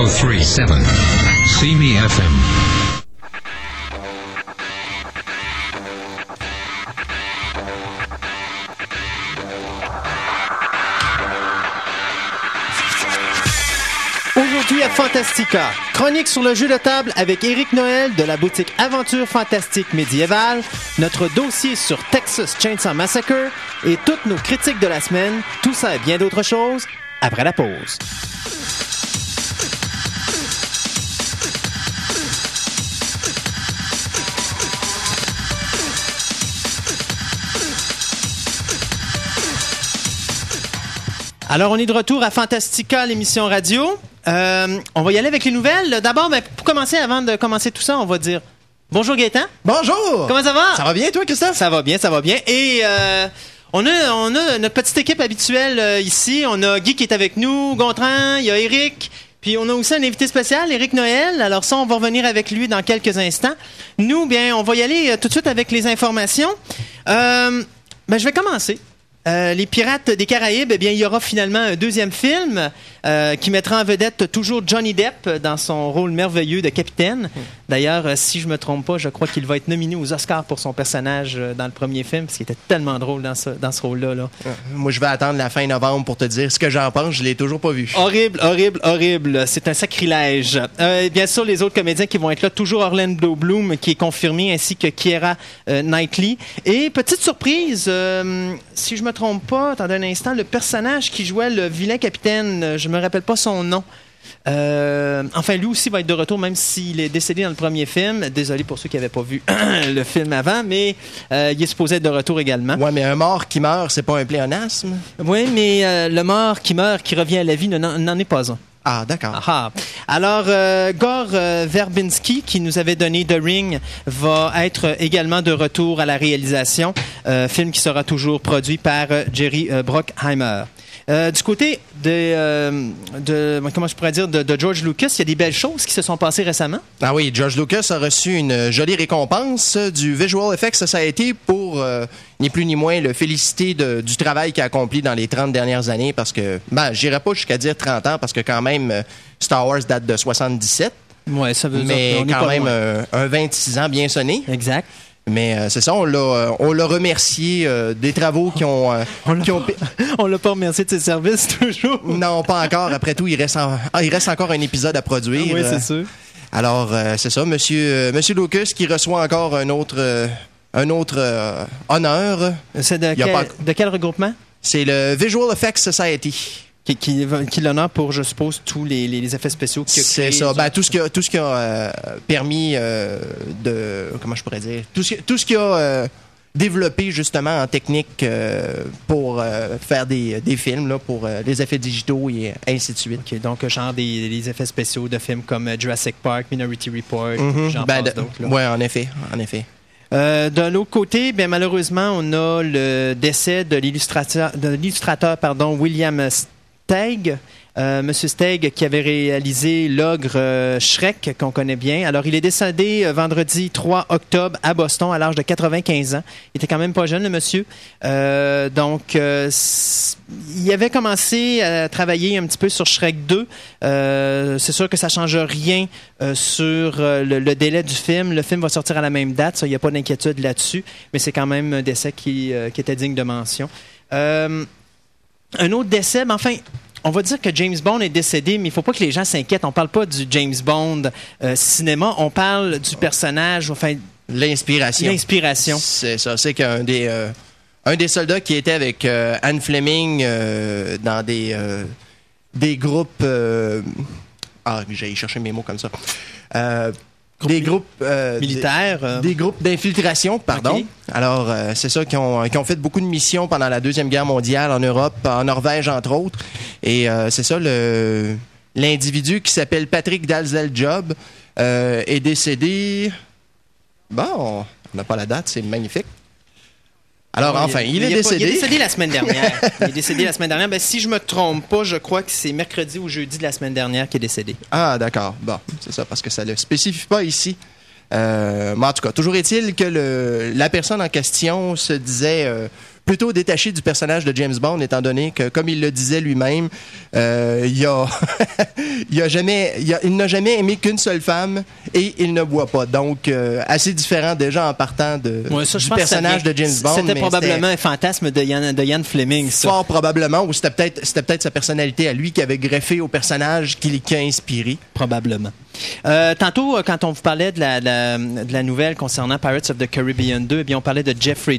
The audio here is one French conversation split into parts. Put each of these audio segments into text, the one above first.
1037 CME FM. Aujourd'hui à Fantastica, chronique sur le jeu de table avec Éric Noël de la boutique Aventure Fantastique Médiévale, notre dossier sur Texas Chainsaw Massacre et toutes nos critiques de la semaine, tout ça et bien d'autres choses, après la pause. Alors, on est de retour à Fantastica, l'émission radio. On va y aller avec les nouvelles. D'abord, pour commencer, avant de commencer tout ça, on va dire bonjour Gaëtan. Bonjour! Comment ça va? Ça va bien, toi, Christophe? Ça va bien, ça va bien. Et on a notre petite équipe habituelle ici. On a Guy qui est avec nous, Gontran, il y a Éric, puis on a aussi un invité spécial, Éric Noël. Alors ça, on va revenir avec lui dans quelques instants. Nous, bien, on va y aller tout de suite avec les informations. Je vais commencer. Les Pirates des Caraïbes, eh bien, il y aura finalement un deuxième film qui mettra en vedette toujours Johnny Depp dans son rôle merveilleux de capitaine. D'ailleurs, si je me trompe pas, je crois qu'il va être nominé aux Oscars pour son personnage dans le premier film, parce qu'il était tellement drôle dans ce rôle-là. Là. Moi, je vais attendre la fin novembre pour te dire ce que j'en pense. Je l'ai toujours pas vu. Horrible, horrible, horrible. C'est un sacrilège. Bien sûr, les autres comédiens qui vont être là, toujours Orlando Bloom, qui est confirmé, ainsi que Keira Knightley. Et petite surprise, si je me trompe pas, attendez un instant, le personnage qui jouait le vilain capitaine, je me rappelle pas son nom. Enfin, lui aussi va être de retour, même s'il est décédé dans le premier film. Désolé pour ceux qui n'avaient pas vu le film avant, mais il est supposé être de retour également. Ouais, mais un mort qui meurt, c'est pas un pléonasme? Oui, mais le mort qui meurt, qui revient à la vie, n'en est pas un. Ah, d'accord. Aha. Alors, Gore Verbinski, qui nous avait donné The Ring, va être également de retour à la réalisation. Film qui sera toujours produit par Jerry Bruckheimer. Du côté comment je pourrais dire, de George Lucas, il y a des belles choses qui se sont passées récemment. Ah oui, George Lucas a reçu une jolie récompense du Visual Effects Society pour, ni plus ni moins, le féliciter du travail qu'il a accompli dans les 30 dernières années, parce que, j'irai pas jusqu'à dire 30 ans, parce que quand même, Star Wars date de 77. Ouais, ça veut dire mais qu'on est quand pas même loin. un 26 ans bien sonné. Exact. Mais c'est ça, on l'a remercié des travaux qui ont... On l'a pas remercié de ses services, toujours. Non, pas encore. Après tout, il reste encore un épisode à produire. Oui, c'est sûr. Alors, c'est ça, Monsieur Lucas qui reçoit encore un autre honneur. C'est de quel regroupement? C'est le Visual Effects Society. Qui l'honore pour, je suppose, tous les effets spéciaux qu'il a créés. C'est ça. Tout ce qui a permis de... Comment je pourrais dire? Tout ce qui a développé, justement, en technique pour faire des films, là, pour les effets digitaux et ainsi de suite. Okay, donc, genre des effets spéciaux de films comme Jurassic Park, Minority Report, j'en passe d'autres. Oui, en effet. De l'autre côté, bien, malheureusement, on a le décès de l'illustrateur William Steig. Monsieur Steig qui avait réalisé l'ogre Shrek qu'on connaît bien. Alors, il est décédé vendredi 3 octobre à Boston à l'âge de 95 ans. Il était quand même pas jeune, le monsieur. Donc, il avait commencé à travailler un petit peu sur Shrek 2. C'est sûr que ça change rien sur le délai du film. Le film va sortir à la même date. Il n'y a pas d'inquiétude là-dessus. Mais c'est quand même un décès qui était digne de mention. Un autre décès, mais enfin... On va dire que James Bond est décédé, mais il ne faut pas que les gens s'inquiètent. On ne parle pas du James Bond cinéma, on parle du personnage, enfin... L'inspiration. C'est ça, c'est qu'un des soldats qui était avec Anne Fleming dans des groupes... j'ai cherché mes mots comme ça. Des groupes militaires. Des groupes d'infiltration, pardon. Okay. Alors, c'est ça, qui ont fait beaucoup de missions pendant la Deuxième Guerre mondiale en Europe, en Norvège, entre autres. Et c'est ça, l'individu qui s'appelle Patrick Dalzell-Job est décédé... Bon, on n'a pas la date, c'est magnifique. Alors, enfin, il est décédé. Il est décédé la semaine dernière. Ben, si je me trompe pas, je crois que c'est mercredi ou jeudi de la semaine dernière qu'il est décédé. Ah, d'accord. Bon, c'est ça, parce que ça ne le spécifie pas ici. Mais en tout cas, toujours est-il que la personne en question se disait plutôt détaché du personnage de James Bond, étant donné que, comme il le disait lui-même, il n'a jamais aimé qu'une seule femme et il ne boit pas. Donc, assez différent déjà en partant du personnage de James Bond. C'était probablement un fantasme de Ian Fleming, ça. Fort probablement, ou c'était peut-être sa personnalité à lui qui avait greffé au personnage qui a inspiré. Probablement. Tantôt, quand on vous parlait de la nouvelle concernant Pirates of the Caribbean 2, eh bien, on parlait de Jeffrey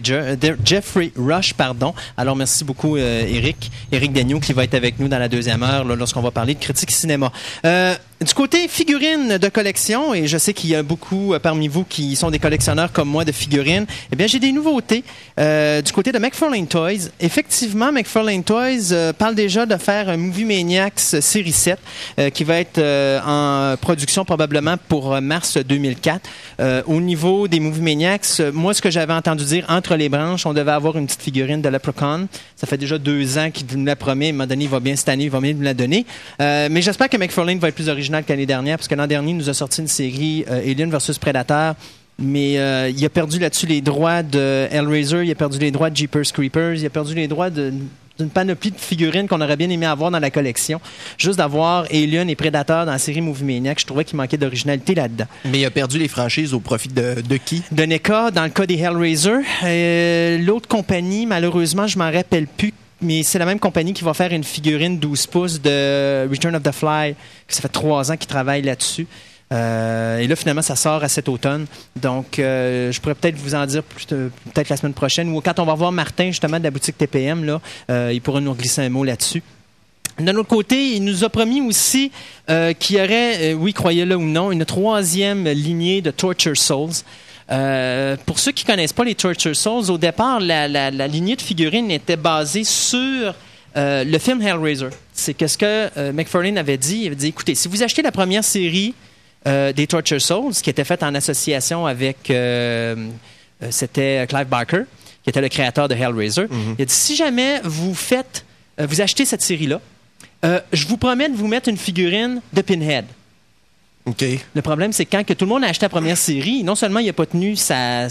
Rush, pardon. Alors, merci beaucoup, Éric Daigneault, qui va être avec nous dans la deuxième heure, là, lorsqu'on va parler de critique cinéma. Du côté figurines de collection, et je sais qu'il y a beaucoup parmi vous qui sont des collectionneurs comme moi de figurines, eh bien, j'ai des nouveautés. Du côté de McFarlane Toys, effectivement, McFarlane Toys parle déjà de faire un Movie Maniacs série 7 qui va être en production probablement pour mars 2004. Au niveau des Movie Maniacs, moi, ce que j'avais entendu dire entre les branches, on devait avoir une petite figurine de Leprechaun. Ça fait déjà 2 ans qu'il nous la promet. À un moment donné, il va bien cette année, il va bien nous la donner. Mais j'espère que McFarlane va être plus original que l'année dernière, parce que l'an dernier, il nous a sorti une série Alien vs Predator, mais il a perdu là-dessus les droits de Hellraiser, il a perdu les droits de Jeepers Creepers, il a perdu les droits d'une panoplie de figurines qu'on aurait bien aimé avoir dans la collection. Juste d'avoir Alien et Predator dans la série Movie Maniacs, je trouvais qu'il manquait d'originalité là-dedans. Mais il a perdu les franchises au profit de qui? De NECA, dans le cas des Hellraiser. L'autre compagnie, malheureusement, je m'en rappelle plus, mais c'est la même compagnie qui va faire une figurine 12 pouces de Return of the Fly. Ça fait 3 ans qu'ils travaillent là-dessus. Et là, finalement, ça sort à cet automne. Donc, je pourrais peut-être vous en dire peut-être la semaine prochaine, ou quand on va voir Martin, justement, de la boutique TPM, là, il pourra nous glisser un mot là-dessus. D'un autre côté, il nous a promis aussi qu'il y aurait, oui, croyez-le ou non, une 3e lignée de Torture Souls. Pour ceux qui connaissent pas les Torture Souls, au départ, la lignée de figurines était basée sur le film Hellraiser. C'est ce que McFarlane avait dit. Il avait dit, écoutez, si vous achetez la première série des Torture Souls, qui était faite en association avec c'était Clive Barker, qui était le créateur de Hellraiser, il a dit, si jamais vous achetez cette série-là, je vous promets de vous mettre une figurine de Pinhead. Okay. Le problème, c'est que quand tout le monde a acheté la première série, non seulement il n'a pas tenu sa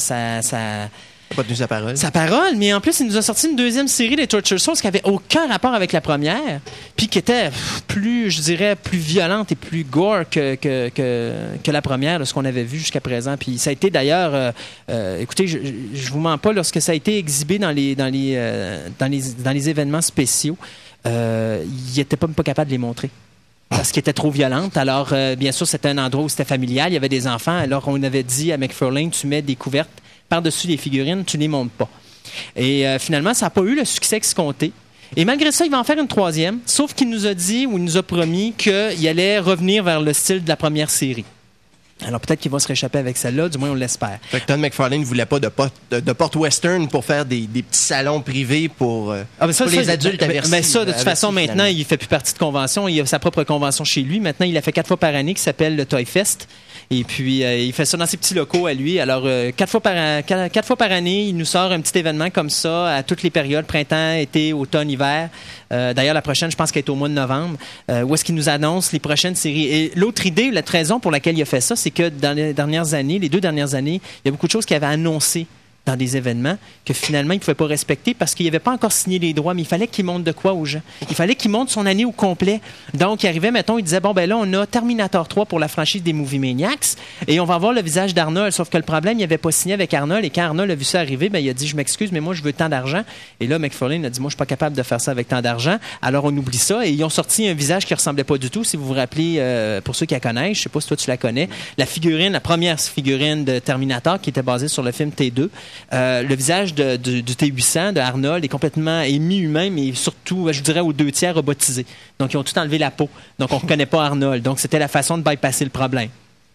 parole, mais en plus, il nous a sorti une 2e série des Torture Souls qui n'avait aucun rapport avec la première, puis qui était plus, je dirais, plus violente et plus gore que la première, là, ce qu'on avait vu jusqu'à présent. Puis ça a été d'ailleurs, écoutez, je vous mens pas, lorsque ça a été exhibé dans les événements spéciaux, il n'était pas capable de les montrer. Parce qu'elle était trop violente. Alors, bien sûr, c'était un endroit où c'était familial. Il y avait des enfants. Alors, on avait dit à McFarlane, tu mets des couvertes par-dessus les figurines, tu ne les montes pas. Et finalement, ça n'a pas eu le succès escompté. Et malgré ça, il va en faire une 3e, sauf qu'il nous a dit ou il nous a promis qu'il allait revenir vers le style de la première série. Alors peut-être qu'il va se réchapper avec celle-là, du moins on l'espère. Fait que Todd McFarlane ne voulait pas de porte western pour faire des petits salons privés pour les adultes avertis. Mais ça, de toute façon, maintenant, il ne fait plus partie de convention. Il a sa propre convention chez lui. Maintenant, il la fait 4 fois par année, qui s'appelle le Toy Fest. Et puis, il fait ça dans ses petits locaux à lui. Alors, 4 fois par année, il nous sort un petit événement comme ça à toutes les périodes, printemps, été, automne, hiver. D'ailleurs, la prochaine, je pense qu'elle est au mois de novembre, où est-ce qu'il nous annonce les prochaines séries. Et l'autre idée, la raison pour laquelle il a fait ça, c'est que dans les 2 dernières années, il y a beaucoup de choses qu'il avait annoncées dans des événements que finalement, il ne pouvait pas respecter parce qu'il n'avait pas encore signé les droits, mais il fallait qu'il montre de quoi aux gens. Il fallait qu'il montre son année au complet. Donc, il arrivait, mettons, il disait, bon, ben là, on a Terminator 3 pour la franchise des Movie Maniacs et on va voir le visage d'Arnold. Sauf que le problème, il n'avait pas signé avec Arnold et quand Arnold a vu ça arriver, ben, il a dit, je m'excuse, mais moi, je veux tant d'argent. Et là, McFarlane a dit, moi, je suis pas capable de faire ça avec tant d'argent. Alors, on oublie ça et ils ont sorti un visage qui ressemblait pas du tout. Si vous vous rappelez, pour ceux qui la connaissent, je sais pas si toi tu la connais, la première figurine de Terminator qui était basée sur le film T2. Le visage du T800 de Arnold est complètement mi-humain, mais surtout, je dirais, aux 2/3 robotisé. Donc, ils ont tout enlevé la peau. Donc, on ne reconnaît pas Arnold. Donc, c'était la façon de bypasser le problème.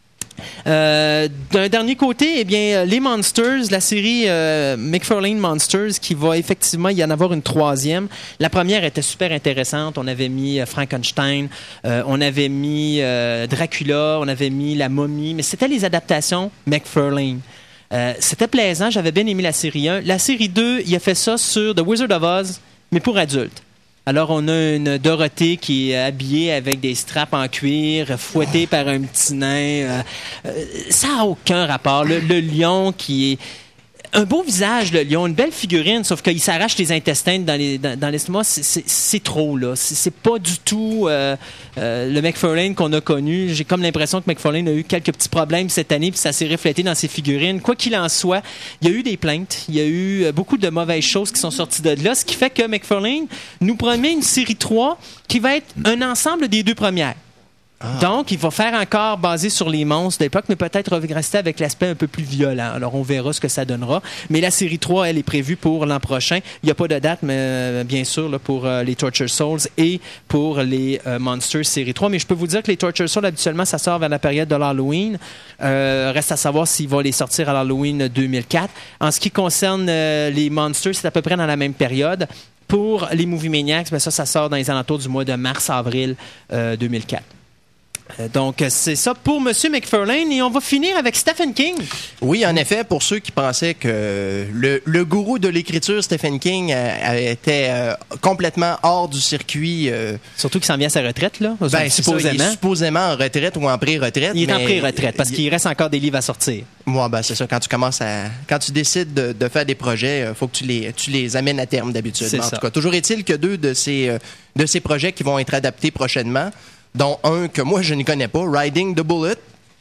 D'un dernier côté, eh bien, les Monsters, la série McFarlane Monsters, qui va effectivement y en avoir une 3e. La première était super intéressante. On avait mis Frankenstein, on avait mis Dracula, on avait mis La Momie, mais c'était les adaptations McFarlane. C'était plaisant, j'avais bien aimé la série 1. La série 2, il a fait ça sur The Wizard of Oz, mais pour adultes. Alors, on a une Dorothée qui est habillée avec des straps en cuir, fouettée par un petit nain. Ça n'a aucun rapport. Le lion qui est... un beau visage, le lion, une belle figurine, sauf qu'il s'arrache les intestins dans l'estomac. C'est trop, là. C'est pas du tout le McFarlane qu'on a connu. J'ai comme l'impression que McFarlane a eu quelques petits problèmes cette année, puis ça s'est reflété dans ses figurines. Quoi qu'il en soit, il y a eu des plaintes. Il y a eu beaucoup de mauvaises choses qui sont sorties de là, ce qui fait que McFarlane nous promet une série 3 qui va être un ensemble des deux premières. Donc, il va faire encore basé sur les monstres d'époque, mais peut-être rester avec l'aspect un peu plus violent. Alors, on verra ce que ça donnera. Mais la série 3, elle est prévue pour l'an prochain. Il n'y a pas de date, mais bien sûr, là, pour les Torture Souls et pour les Monsters série 3. Mais je peux vous dire que les Torture Souls, habituellement, ça sort vers la période de l'Halloween. Reste à savoir s'il va les sortir à l'Halloween 2004. En ce qui concerne les Monsters, c'est à peu près dans la même période. Pour les Movie Maniacs, ben ça sort dans les alentours du mois de mars-avril 2004. Donc, c'est ça pour M. McFarlane. Et on va finir avec Stephen King. Oui, en effet, pour ceux qui pensaient que le gourou de l'écriture, Stephen King, était complètement hors du circuit. Surtout qu'il s'en vient à sa retraite, là. Supposément. Il est supposément en retraite ou en pré-retraite. Il est en pré-retraite parce qu'il reste encore des livres à sortir. Moi, c'est ça. Quand tu décides de faire des projets, il faut que tu les amènes à terme d'habitude. Mais en tout cas, toujours est-il que deux de ces projets qui vont être adaptés prochainement, dont un que moi je ne connais pas, Riding the Bullet.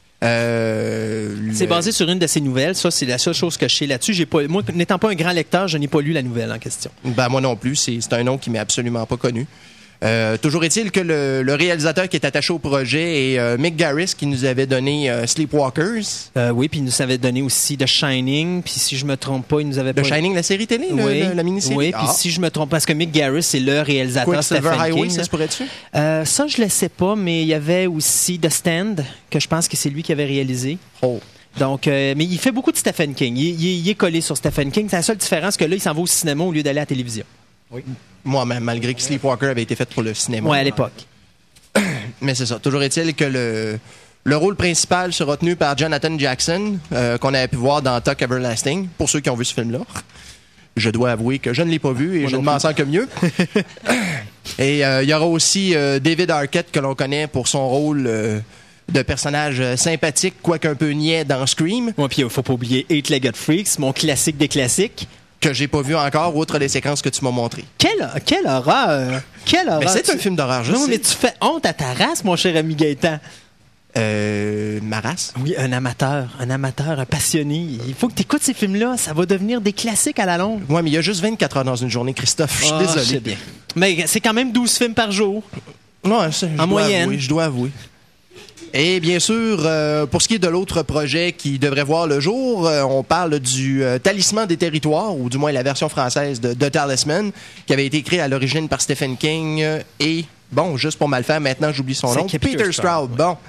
C'est basé sur une de ses nouvelles. Ça, c'est la seule chose que je sais là-dessus. Moi, n'étant pas un grand lecteur, je n'ai pas lu la nouvelle en question. Moi non plus. C'est un nom qui m'est absolument pas connu. Toujours est-il que le réalisateur qui est attaché au projet est Mick Garris, qui nous avait donné Sleepwalkers. Oui, puis il nous avait donné aussi The Shining. Puis si je me trompe pas, il nous avait The Shining, la série télé, la mini-série? Oui, puis si je me trompe pas, parce que Mick Garris, c'est le réalisateur Quicksilver Stephen Highway, King. ça se pourrait-tu? Ça, je le sais pas, mais il y avait aussi The Stand, que je pense que c'est lui qui avait réalisé. Oh. Donc, mais il fait beaucoup de Stephen King. Il est collé sur Stephen King. C'est la seule différence que là, il s'en va au cinéma au lieu d'aller à la télévision. Oui. Moi, malgré que Sleepwalker avait été fait pour le cinéma. Oui, à l'époque. Mais c'est ça. Toujours est-il que le rôle principal sera tenu par Jonathan Jackson, qu'on avait pu voir dans Tuck Everlasting, pour ceux qui ont vu ce film-là. Je dois avouer que je ne l'ai pas vu et je ne m'en sens que mieux. Et il y aura aussi David Arquette, que l'on connaît pour son rôle de personnage sympathique, quoique un peu niais dans Scream. Oui, puis il ne faut pas oublier Eight-Legged Freaks, mon classique des classiques. Que j'ai pas vu encore, outre les séquences que tu m'as montrées. Quelle horreur! Quelle horreur! Mais c'est un film d'horreur, je sais. Non, mais tu fais honte à ta race, mon cher ami Gaëtan. Ma race? Oui, un amateur, un passionné. Il faut que tu écoutes ces films-là. Ça va devenir des classiques à la longue. Oui, mais il y a juste 24 heures dans une journée, Christophe. Je suis désolé. Je sais bien. Mais c'est quand même 12 films par jour. Non, en moyenne. Je dois avouer. Et bien sûr, pour ce qui est de l'autre projet qui devrait voir le jour, on parle du Talisman des territoires, ou du moins la version française de Talisman, qui avait été créé à l'origine par Stephen King et, bon, juste pour mal faire, maintenant j'oublie son nom, Peter Straub. Bon.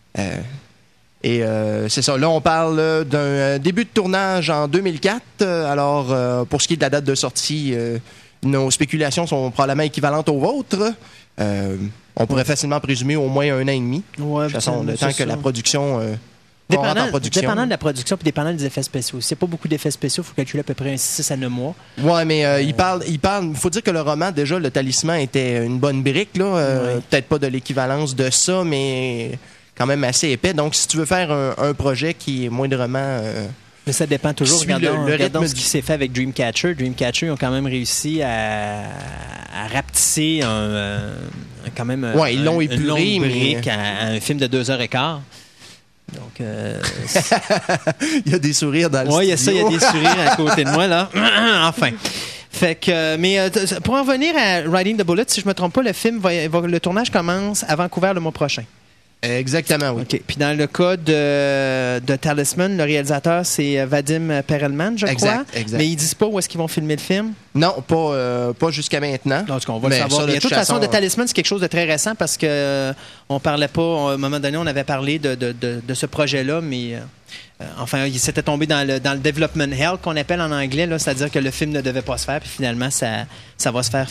C'est ça. Là, on parle d'un début de tournage en 2004. Alors, pour ce qui est de la date de sortie, nos spéculations sont probablement équivalentes aux vôtres. On pourrait facilement présumer au moins 1 an et demi. Ouais, de toute façon, le temps que la production... Dépendant de la production puis dépendant des effets spéciaux. S'il n'y a pas beaucoup d'effets spéciaux, il faut calculer à peu près 6 à 9 mois. Oui, mais il faut dire que le roman, déjà, le Talisman était une bonne brique. Là, peut-être pas de l'équivalence de ça, mais quand même assez épais. Donc, si tu veux faire un projet qui est moindrement... mais ça dépend toujours. Regardons ce qui s'est fait avec Dreamcatcher. Dreamcatcher, ils ont quand même réussi à rapetisser quand même ils l'ont épuré, une longue brique à un film de 2h15. Donc, il y a des sourires dans le studio. Oui, il y a ça, il y a des sourires à côté de moi, là. Enfin. Fait que, mais pour en venir à Riding the Bullet, si je ne me trompe pas, le tournage commence à Vancouver le mois prochain. Exactement, oui. OK. Puis dans le cas de Talisman, le réalisateur, c'est Vadim Perelman, je crois. Exact. Mais ils disent pas où est-ce qu'ils vont filmer le film? Non, pas jusqu'à maintenant. Donc, on va le savoir. De toute façon, de Talisman, c'est quelque chose de très récent parce que on parlait pas, à un moment donné, on avait parlé de ce projet-là, mais enfin, il s'était tombé dans le development hell qu'on appelle en anglais, là, c'est-à-dire que le film ne devait pas se faire, puis finalement, ça va se faire.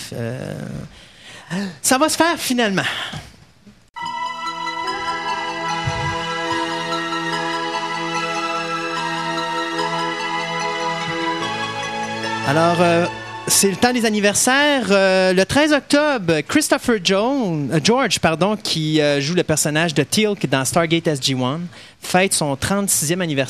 Ça va se faire finalement. Alors, c'est le temps des anniversaires. Le 13 octobre, Christopher George, qui joue le personnage de Teal'c dans Stargate SG-1, fête son 36e anniversaire.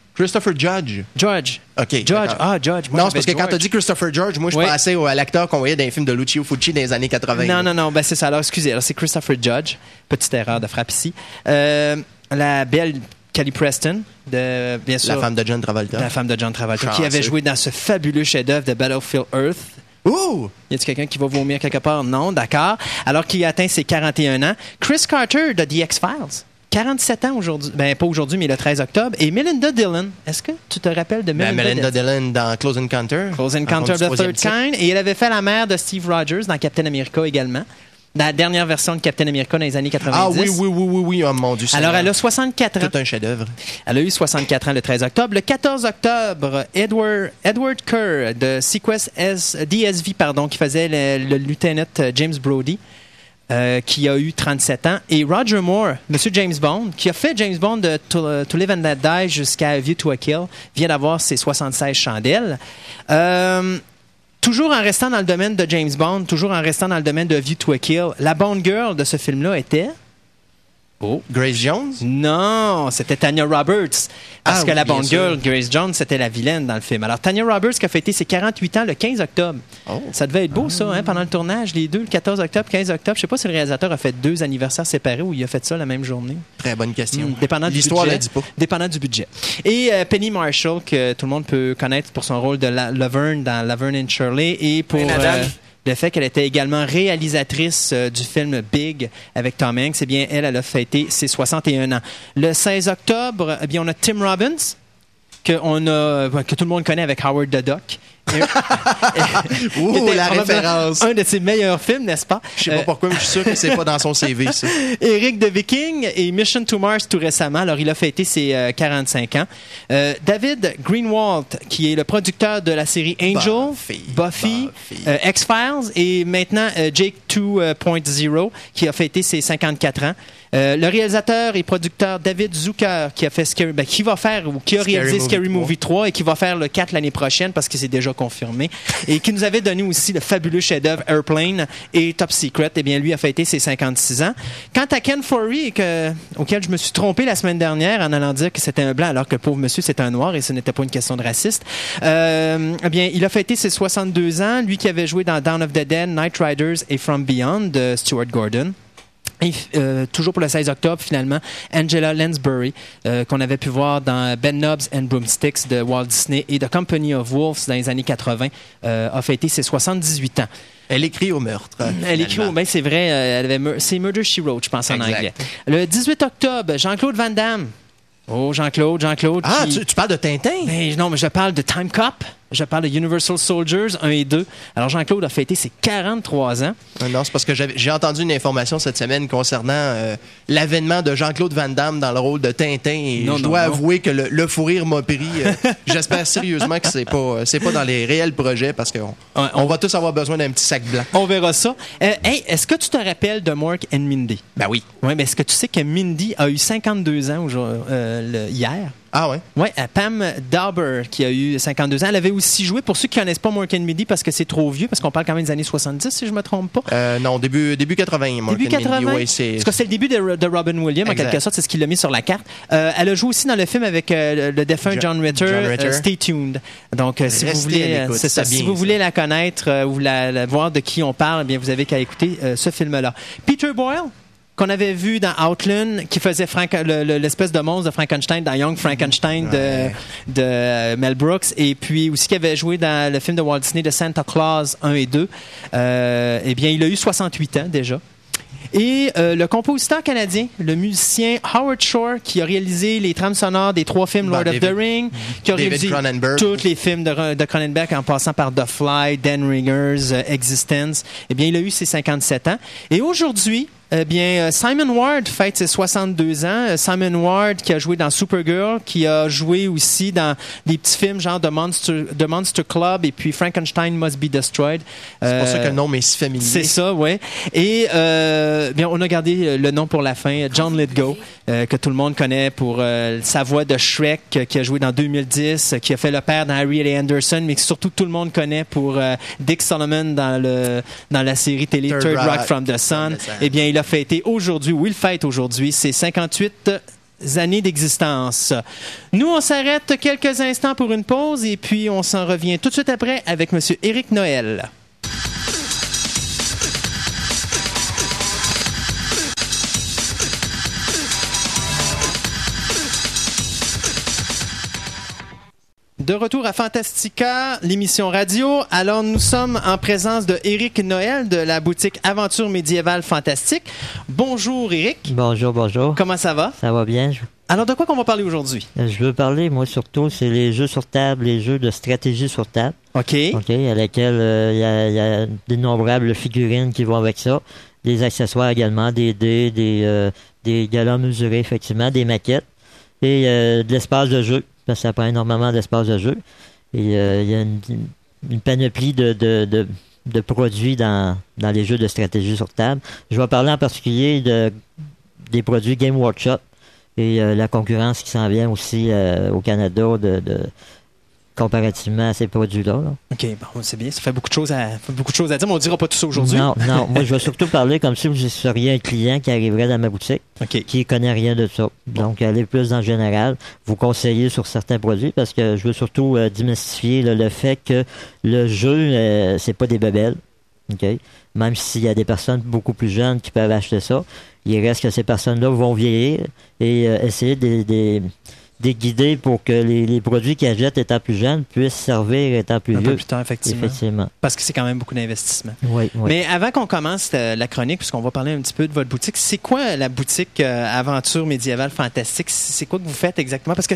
Christopher Judge. Judge. OK. Judge. D'accord. Ah, Judge. Moi, Non, c'est parce que quand tu as dit Christopher Judge, moi, je pensais à l'acteur qu'on voyait dans les films de Lucio Fulci dans les années 80. Non, ben c'est ça. Alors, excusez. Alors, c'est Christopher Judge. Petite erreur de frappe ici. La belle Kelly Preston, bien sûr. La femme de John Travolta. La femme de John Travolta, Chanceux. qui avait joué dans ce fabuleux chef-d'œuvre de Battlefield Earth. Ouh! Y a-t-il quelqu'un qui va vomir quelque part? Non, d'accord. Alors qu'il atteint ses 41 ans. Chris Carter de The X-Files. 47 ans aujourd'hui. Ben, pas aujourd'hui, mais le 13 octobre. Et Melinda Dillon. Est-ce que tu te rappelles de Melinda Dillon dans Close Encounter. Close Encounter of the Third Kind. Et elle avait fait la mère de Steve Rogers dans Captain America également. Dans la dernière version de Captain America dans les années 90. Ah oui. Oh mon Dieu. Alors, elle a 64 ans. Tout un chef-d'œuvre. Elle a eu 64 ans le 13 octobre. Le 14 octobre, Edward Kerr de Sequest DSV, qui faisait le lieutenant James Brody, qui a eu 37 ans. Et Roger Moore, Monsieur James Bond, qui a fait James Bond de To Live and Let Die jusqu'à View to a Kill, vient d'avoir ses 76 chandelles. Toujours en restant dans le domaine de James Bond, toujours en restant dans le domaine de View to a Kill, la Bond Girl de ce film-là était... Oh, Grace Jones? Non, c'était Tanya Roberts. Parce que la Bond Girl, sûr. Grace Jones, c'était la vilaine dans le film. Alors, Tanya Roberts qui a fêté ses 48 ans le 15 octobre. Oh. Ça devait être beau, ça, pendant le tournage, les deux, le 14 octobre, 15 octobre. Je sais pas si le réalisateur a fait 2 anniversaires séparés ou il a fait ça la même journée. Très bonne question. Dépendant L'histoire du budget. ne dit pas. Dépendant du budget. Et Penny Marshall, que tout le monde peut connaître pour son rôle de Laverne dans Laverne and Shirley et pour... le fait qu'elle était également réalisatrice du film Big avec Tom Hanks, eh bien, elle a fêté ses 61 ans. Le 16 octobre, eh bien, on a Tim Robbins, que tout le monde connaît avec Howard the Duck. Ouh, la référence. Un de ses meilleurs films, n'est-ce pas? Je sais pas pourquoi, mais je suis sûr que c'est pas dans son CV, ça. Eric de Viking et Mission to Mars tout récemment. Alors, il a fêté ses 45 ans. David Greenwald, qui est le producteur de la série Angel, Buffy. X-Files et maintenant Jake 2.0, qui a fêté ses 54 ans. Le réalisateur et producteur David Zucker, qui a fait qui a réalisé Scary Movie 3 et qui va faire le 4 l'année prochaine parce que c'est déjà confirmé, et qui nous avait donné aussi le fabuleux chef-d'œuvre Airplane et Top Secret. Eh bien, lui a fêté ses 56 ans. Quant à Ken Foree, auquel je me suis trompé la semaine dernière en allant dire que c'était un blanc alors que le pauvre monsieur c'est un noir et ce n'était pas une question de raciste, eh bien, il a fêté ses 62 ans. Lui qui avait joué dans Dawn of the Dead, Night Riders et From Beyond de Stuart Gordon. Et toujours pour le 16 octobre, finalement, Angela Lansbury, qu'on avait pu voir dans Ben Knobs and Broomsticks de Walt Disney et The Company of Wolves dans les années 80, a fêté ses 78 ans. Elle écrit au meurtre. Elle écrit au... Ben, c'est vrai, c'est Murder, She Wrote, je pense, en anglais. Le 18 octobre, Jean-Claude Van Damme. Oh, Jean-Claude. Ah, tu parles de Tintin? Ben, non, mais je parle de Time Cop. Je parle de Universal Soldiers 1 et 2. Alors, Jean-Claude a fêté ses 43 ans. Non, c'est parce que j'ai entendu une information cette semaine concernant l'avènement de Jean-Claude Van Damme dans le rôle de Tintin. Et je dois avouer que le fou rire m'a pris. J'espère sérieusement que c'est pas dans les réels projets parce qu'on va tous avoir besoin d'un petit sac blanc. On verra ça. Hey, est-ce que tu te rappelles de Mork and Mindy? Ben oui. Oui, mais est-ce que tu sais que Mindy a eu 52 ans hier? Ah ouais? Oui, Pam Dauber, qui a eu 52 ans. Elle avait aussi joué, pour ceux qui ne connaissent pas Mork and Mindy, parce que c'est trop vieux, parce qu'on parle quand même des années 70, si je ne me trompe pas. Non, début 80, Mork and Mindy. 80? Ouais, parce que c'est le début de Robin Williams, exact. En quelque sorte, c'est ce qui l'a mis sur la carte. Elle a joué aussi dans le film avec le défunt John Ritter. Stay tuned. Donc, si vous voulez, c'est ça. Si vous voulez la connaître ou voir de qui on parle, eh bien, vous avez qu'à écouter ce film-là. Peter Boyle, qu'on avait vu dans Outland, qui faisait l'espèce de monstre de Frankenstein dans Young Frankenstein de Mel Brooks, et puis aussi qui avait joué dans le film de Walt Disney de Santa Claus 1 et 2. Eh bien, il a eu 68 ans déjà. Et le compositeur canadien, le musicien Howard Shore, qui a réalisé les trames sonores des 3 films Lord of the Rings, qui a réalisé tous les films de Cronenberg en passant par The Fly, Dan Ringers, Existence, eh bien, il a eu ses 57 ans. Et aujourd'hui, eh bien, Simon Ward fête ses 62 ans. Simon Ward qui a joué dans Supergirl, qui a joué aussi dans des petits films genre The Monster Club et puis Frankenstein Must Be Destroyed. C'est pour ça que le nom m'est si familier. C'est ça, oui. Et bien, on a gardé le nom pour la fin, John Lithgow, que tout le monde connaît pour sa voix de Shrek, qui a joué dans 2010, qui a fait le père dans Harry et Anderson, mais que surtout tout le monde connaît pour Dick Solomon dans la série télé Third Rock from the Sun. Eh bien, il fête aujourd'hui ses 58 années d'existence. Nous, on s'arrête quelques instants pour une pause et puis on s'en revient tout de suite après avec M. Éric Noël. De retour à Fantastica, l'émission radio. Alors, nous sommes en présence de Éric Noël de la boutique Aventure médiévale fantastique. Bonjour, Éric. Bonjour, bonjour. Comment ça va? Ça va bien. Alors, de quoi qu'on va parler aujourd'hui? Je veux parler, moi, surtout, c'est les jeux sur table, les jeux de stratégie sur table. OK. OK, à laquelle il y a d'innombrables figurines qui vont avec ça. Des accessoires également, des dés, des galons mesurés, effectivement, des maquettes et de l'espace de jeu. Parce que ça prend énormément d'espace de jeu. Et il y a une panoplie de produits dans les jeux de stratégie sur table. Je vais parler en particulier des produits Game Workshop et la concurrence qui s'en vient aussi au Canada comparativement à ces produits-là. Là. OK, bon, c'est bien. Ça fait beaucoup de choses à dire, mais on ne dira pas tout ça aujourd'hui. Non. Moi, je vais surtout parler comme si vous seriez un client qui arriverait dans ma boutique, qui ne connaît rien de ça. Donc, aller plus dans le général, vous conseiller sur certains produits parce que je veux surtout démystifier le fait que le jeu, c'est pas des bebelles. Okay? Même s'il y a des personnes beaucoup plus jeunes qui peuvent acheter ça, il reste que ces personnes-là vont vieillir et essayer des guidés pour que les produits qu'ils achètent étant plus jeunes puissent servir étant plus vieux. Un peu plus tard, effectivement. Parce que c'est quand même beaucoup d'investissement. Oui. Mais avant qu'on commence la chronique, puisqu'on va parler un petit peu de votre boutique, c'est quoi la boutique Aventure médiévale fantastique? C'est quoi que vous faites exactement? Parce que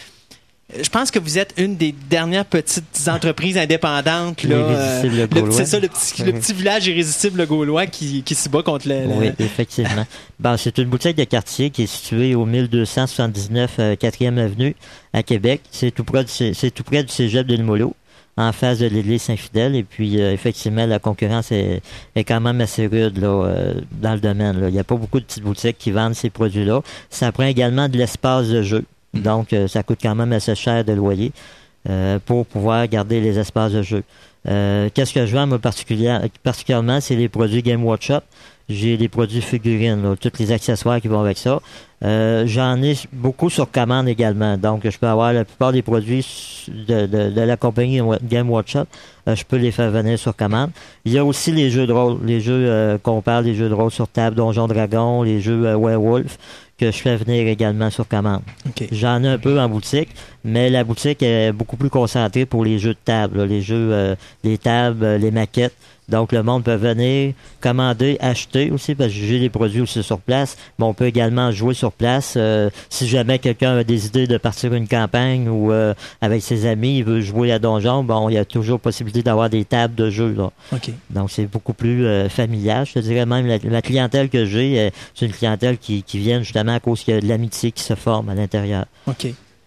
je pense que vous êtes une des dernières petites entreprises indépendantes. Là, c'est ça, le petit village irrésistible gaulois qui se bat contre Oui, effectivement. C'est une boutique de quartier qui est située au 1279 4e Avenue à Québec. C'est tout près du cégep de Limoilou, en face de l'église Saint-Fidèle. Et puis, effectivement, la concurrence est quand même assez rude là, dans le domaine. Là. Il n'y a pas beaucoup de petites boutiques qui vendent ces produits-là. Ça prend également de l'espace de jeu. Donc, ça coûte quand même assez cher de loyer pour pouvoir garder les espaces de jeu. Qu'est-ce que je vends, moi, particulièrement, c'est les produits Game Workshop. J'ai les produits figurines, là, tous les accessoires qui vont avec ça. J'en ai beaucoup sur commande également. Donc, je peux avoir la plupart des produits de la compagnie Game Workshop. Je peux les faire venir sur commande. Il y a aussi les jeux de rôle. Les jeux qu'on parle, les jeux de rôle sur table, Donjons Dragons, les jeux Werewolf, que je fais venir également sur commande. Okay. J'en ai un peu en boutique, mais la boutique est beaucoup plus concentrée pour les jeux de table, là, les jeux, les tables, les maquettes. Donc, le monde peut venir, commander, acheter aussi, parce que j'ai les produits aussi sur place. Mais on peut également jouer sur place. Si jamais quelqu'un a des idées de partir une campagne ou avec ses amis, il veut jouer à Donjon, il y a toujours possibilité d'avoir des tables de jeu. Là. Okay. Donc, c'est beaucoup plus familial. Je te dirais même, la clientèle que j'ai, c'est une clientèle qui vient justement à cause qu'il y a de l'amitié qui se forme à l'intérieur. OK.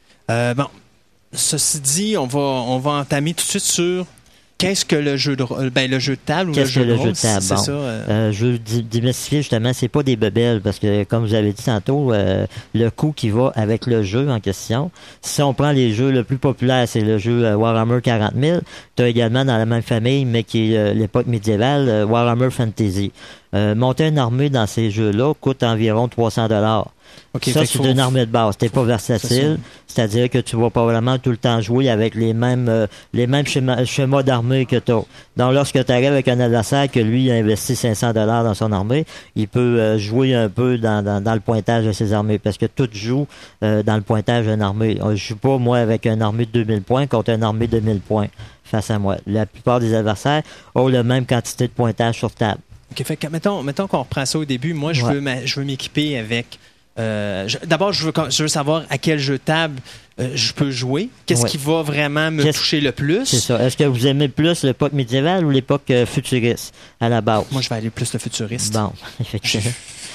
Ceci dit, on va entamer tout de suite sur... Qu'est-ce que le jeu de table ou le jeu de rôle? C'est ça. Je veux démystifier justement, c'est pas des bebelles parce que, comme vous avez dit tantôt, le coût qui va avec le jeu en question. Si on prend les jeux le plus populaire, c'est le jeu Warhammer 40 000. Tu as également dans la même famille, mais qui est l'époque médiévale, Warhammer Fantasy. Monter une armée dans ces jeux-là coûte environ 300$. Okay, ça, c'est une armée de base. T'es pas versatile. C'est-à-dire que tu vas pas vraiment tout le temps jouer avec les mêmes schémas d'armée que t'as. Donc, lorsque tu arrives avec un adversaire que lui a investi 500$ dans son armée, il peut jouer un peu dans le pointage de ses armées. Parce que tout joue dans le pointage d'une armée. Je joue pas, moi, avec une armée de 2000 points contre une armée de 1000 points face à moi. La plupart des adversaires ont la même quantité de pointage sur table. OK, fait que mettons qu'on reprend ça au début. Moi, je veux m'équiper avec... D'abord, je veux savoir à quel jeu de table je peux jouer. Qu'est-ce qui va vraiment me toucher le plus? C'est ça. Est-ce que vous aimez plus l'époque médiévale ou l'époque futuriste à la base? Moi, je vais aller plus le futuriste. Bon, effectivement.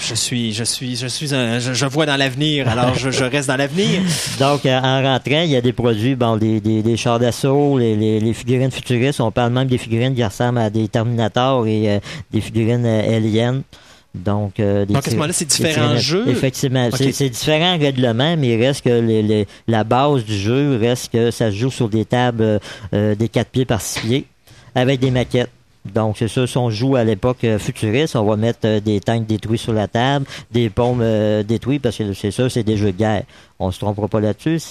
Je vois dans l'avenir, alors je reste dans l'avenir. Donc, en rentrant, il y a des produits, des chars d'assaut, les figurines futuristes. On parle même des figurines qui ressemblent à des Terminators et des figurines aliens. Donc, à ce moment-là, c'est différents jeux? Effectivement. Okay. C'est différents règlements, mais il reste que la base du jeu reste que ça se joue sur des tables des 4 pieds par 6 pieds avec des maquettes. Donc, c'est ça, si on joue à l'époque futuriste, on va mettre des tanks détruits sur la table, des bombes détruites, parce que c'est ça, c'est des jeux de guerre. On se trompera pas là-dessus.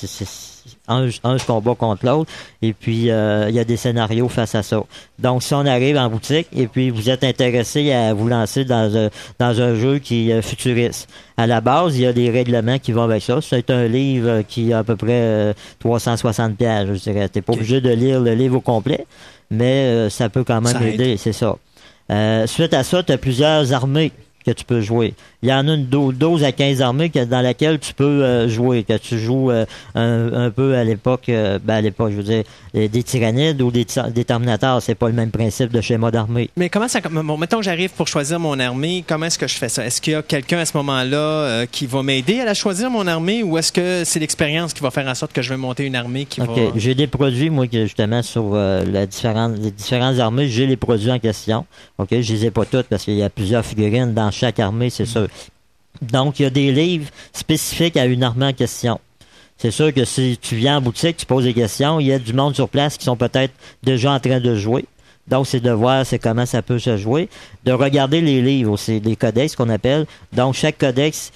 Un se combat contre l'autre, et puis il y a des scénarios face à ça. Donc, si on arrive en boutique, et puis vous êtes intéressé à vous lancer dans un jeu qui est futuriste, à la base, il y a des règlements qui vont avec ça. C'est un livre qui a à peu près 360 pages, je dirais. T'es pas obligé de lire le livre au complet, mais ça peut quand même aider, c'est ça. Suite à ça, tu as plusieurs armées que tu peux jouer. Il y en a une 12 à 15 armées dans laquelle tu peux jouer, que tu joues un peu à l'époque, je veux dire, des tyrannides ou des terminators. C'est pas le même principe de schéma d'armée. Mais comment ça... Bon, mettons que j'arrive pour choisir mon armée, comment est-ce que je fais ça? Est-ce qu'il y a quelqu'un à ce moment-là qui va m'aider à la choisir, mon armée, ou est-ce que c'est l'expérience qui va faire en sorte que je vais monter une armée qui va... J'ai des produits, moi, que justement, sur les différentes armées, j'ai les produits en question. OK? Je les ai pas toutes parce qu'il y a plusieurs figurines dans chaque armée, c'est sûr. Donc, il y a des livres spécifiques à une armée en question. C'est sûr que si tu viens en boutique, tu poses des questions, il y a du monde sur place qui sont peut-être déjà en train de jouer. Donc, c'est de voir comment ça peut se jouer. De regarder les livres aussi, les codex qu'on appelle. Donc, chaque codex,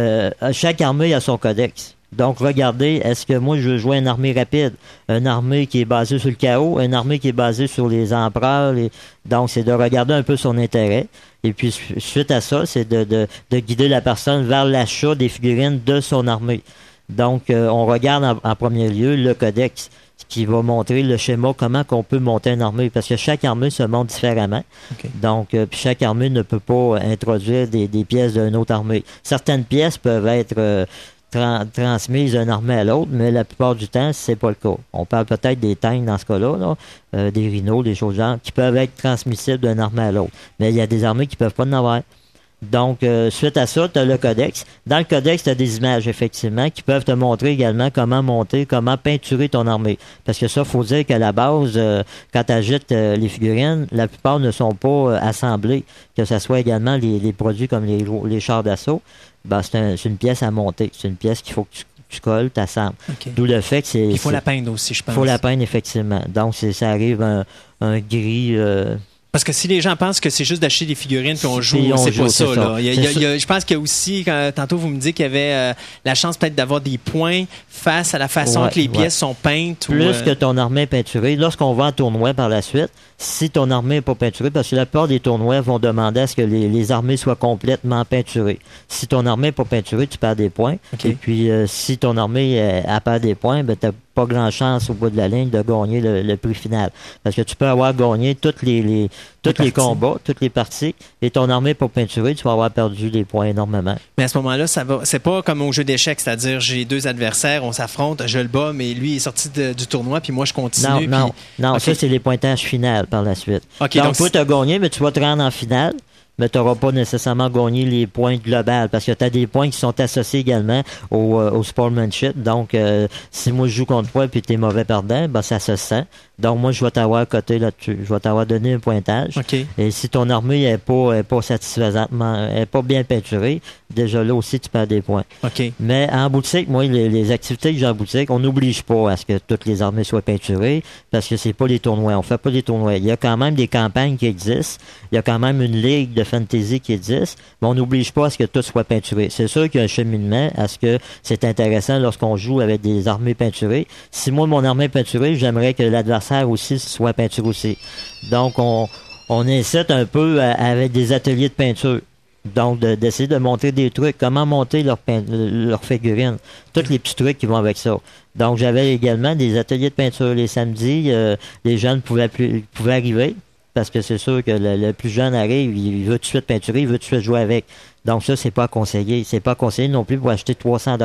chaque armée a son codex. Donc, regardez, est-ce que moi, je veux jouer une armée rapide, une armée qui est basée sur le chaos, une armée qui est basée sur les empereurs. Donc, c'est de regarder un peu son intérêt. Et puis, suite à ça, c'est de guider la personne vers l'achat des figurines de son armée. Donc, on regarde en premier lieu le codex qui va montrer le schéma, comment qu'on peut monter une armée, parce que chaque armée se monte différemment. Okay. Donc, puis chaque armée ne peut pas introduire des pièces d'une autre armée. Certaines pièces peuvent être transmises d'une armée à l'autre, mais la plupart du temps, c'est pas le cas. On parle peut-être des tanks dans ce cas-là, des rhinos, des choses genre, qui peuvent être transmissibles d'une armée à l'autre. Mais il y a des armées qui peuvent pas en avoir. Donc, suite à ça, tu as le codex. Dans le codex, tu as des images, effectivement, qui peuvent te montrer également comment monter, comment peinturer ton armée. Parce que ça, faut dire qu'à la base, quand tu agites les figurines, la plupart ne sont pas assemblées. Que ce soit également les produits comme les chars d'assaut, c'est une pièce à monter. C'est une pièce qu'il faut que tu colles, tu assembles. Okay. D'où le fait que c'est... Il faut la peindre aussi, je pense. Il faut la peindre, effectivement. Donc, ça arrive un gris... Parce que si les gens pensent que c'est juste d'acheter des figurines puis on joue, c'est pas ça. Là. Je pense qu'il y a aussi, tantôt vous me dites qu'il y avait la chance peut-être d'avoir des points face à la façon que les pièces sont peintes. Plus que ton armée est peinturée. Lorsqu'on va en tournoi par la suite, si ton armée n'est pas peinturée, parce que la plupart des tournois vont demander à ce que les armées soient complètement peinturées. Si ton armée n'est pas peinturée, tu perds des points. Okay. Et puis, si ton armée perd des points, tu n'as pas grand chance au bout de la ligne de gagner le prix final. Parce que tu peux avoir gagné tous les combats, toutes les parties, et ton armée n'est pas peinturée, tu vas avoir perdu des points énormément. Mais à ce moment-là, c'est pas comme au jeu d'échecs, c'est-à-dire j'ai deux adversaires, on s'affronte, je le bats, mais lui est sorti du tournoi, puis moi je continue. Non, okay. Ça c'est les pointages finaux par la suite. Okay, donc toi tu as gagné, mais tu vas te rendre en finale, mais tu n'auras pas nécessairement gagné les points globaux, parce que tu as des points qui sont associés également au sportsmanship. Donc, si moi je joue contre toi et tu es mauvais perdant, ça se sent. Donc, moi, je vais t'avoir coté là-dessus. Je vais t'avoir donné un pointage. Okay. Et si ton armée n'est pas satisfaisamment, n'est pas bien peinturée, déjà là aussi, tu perds des points. Okay. Mais en boutique, moi, les activités que j'ai en boutique, on n'oblige pas à ce que toutes les armées soient peinturées, parce que c'est pas les tournois. On fait pas des tournois. Il y a quand même des campagnes qui existent. Il y a quand même une ligue de fantasy qui existe, mais on n'oblige pas à ce que tout soit peinturé. C'est sûr qu'il y a un cheminement à ce que c'est intéressant lorsqu'on joue avec des armées peinturées. Si moi, mon armée est peinturée, j'aimerais que l'adversaire aussi soit peinturé aussi. Donc, on incite un peu avec des ateliers de peinture. Donc, d'essayer de montrer des trucs, comment monter leur figurine. Tous les petits trucs qui vont avec ça. Donc, j'avais également des ateliers de peinture les samedis. Les jeunes pouvaient arriver. Parce que c'est sûr que le plus jeune arrive, il veut tout de suite peinturer, il veut tout de suite jouer avec. Donc ça, c'est pas conseillé. C'est pas conseillé non plus pour acheter 300$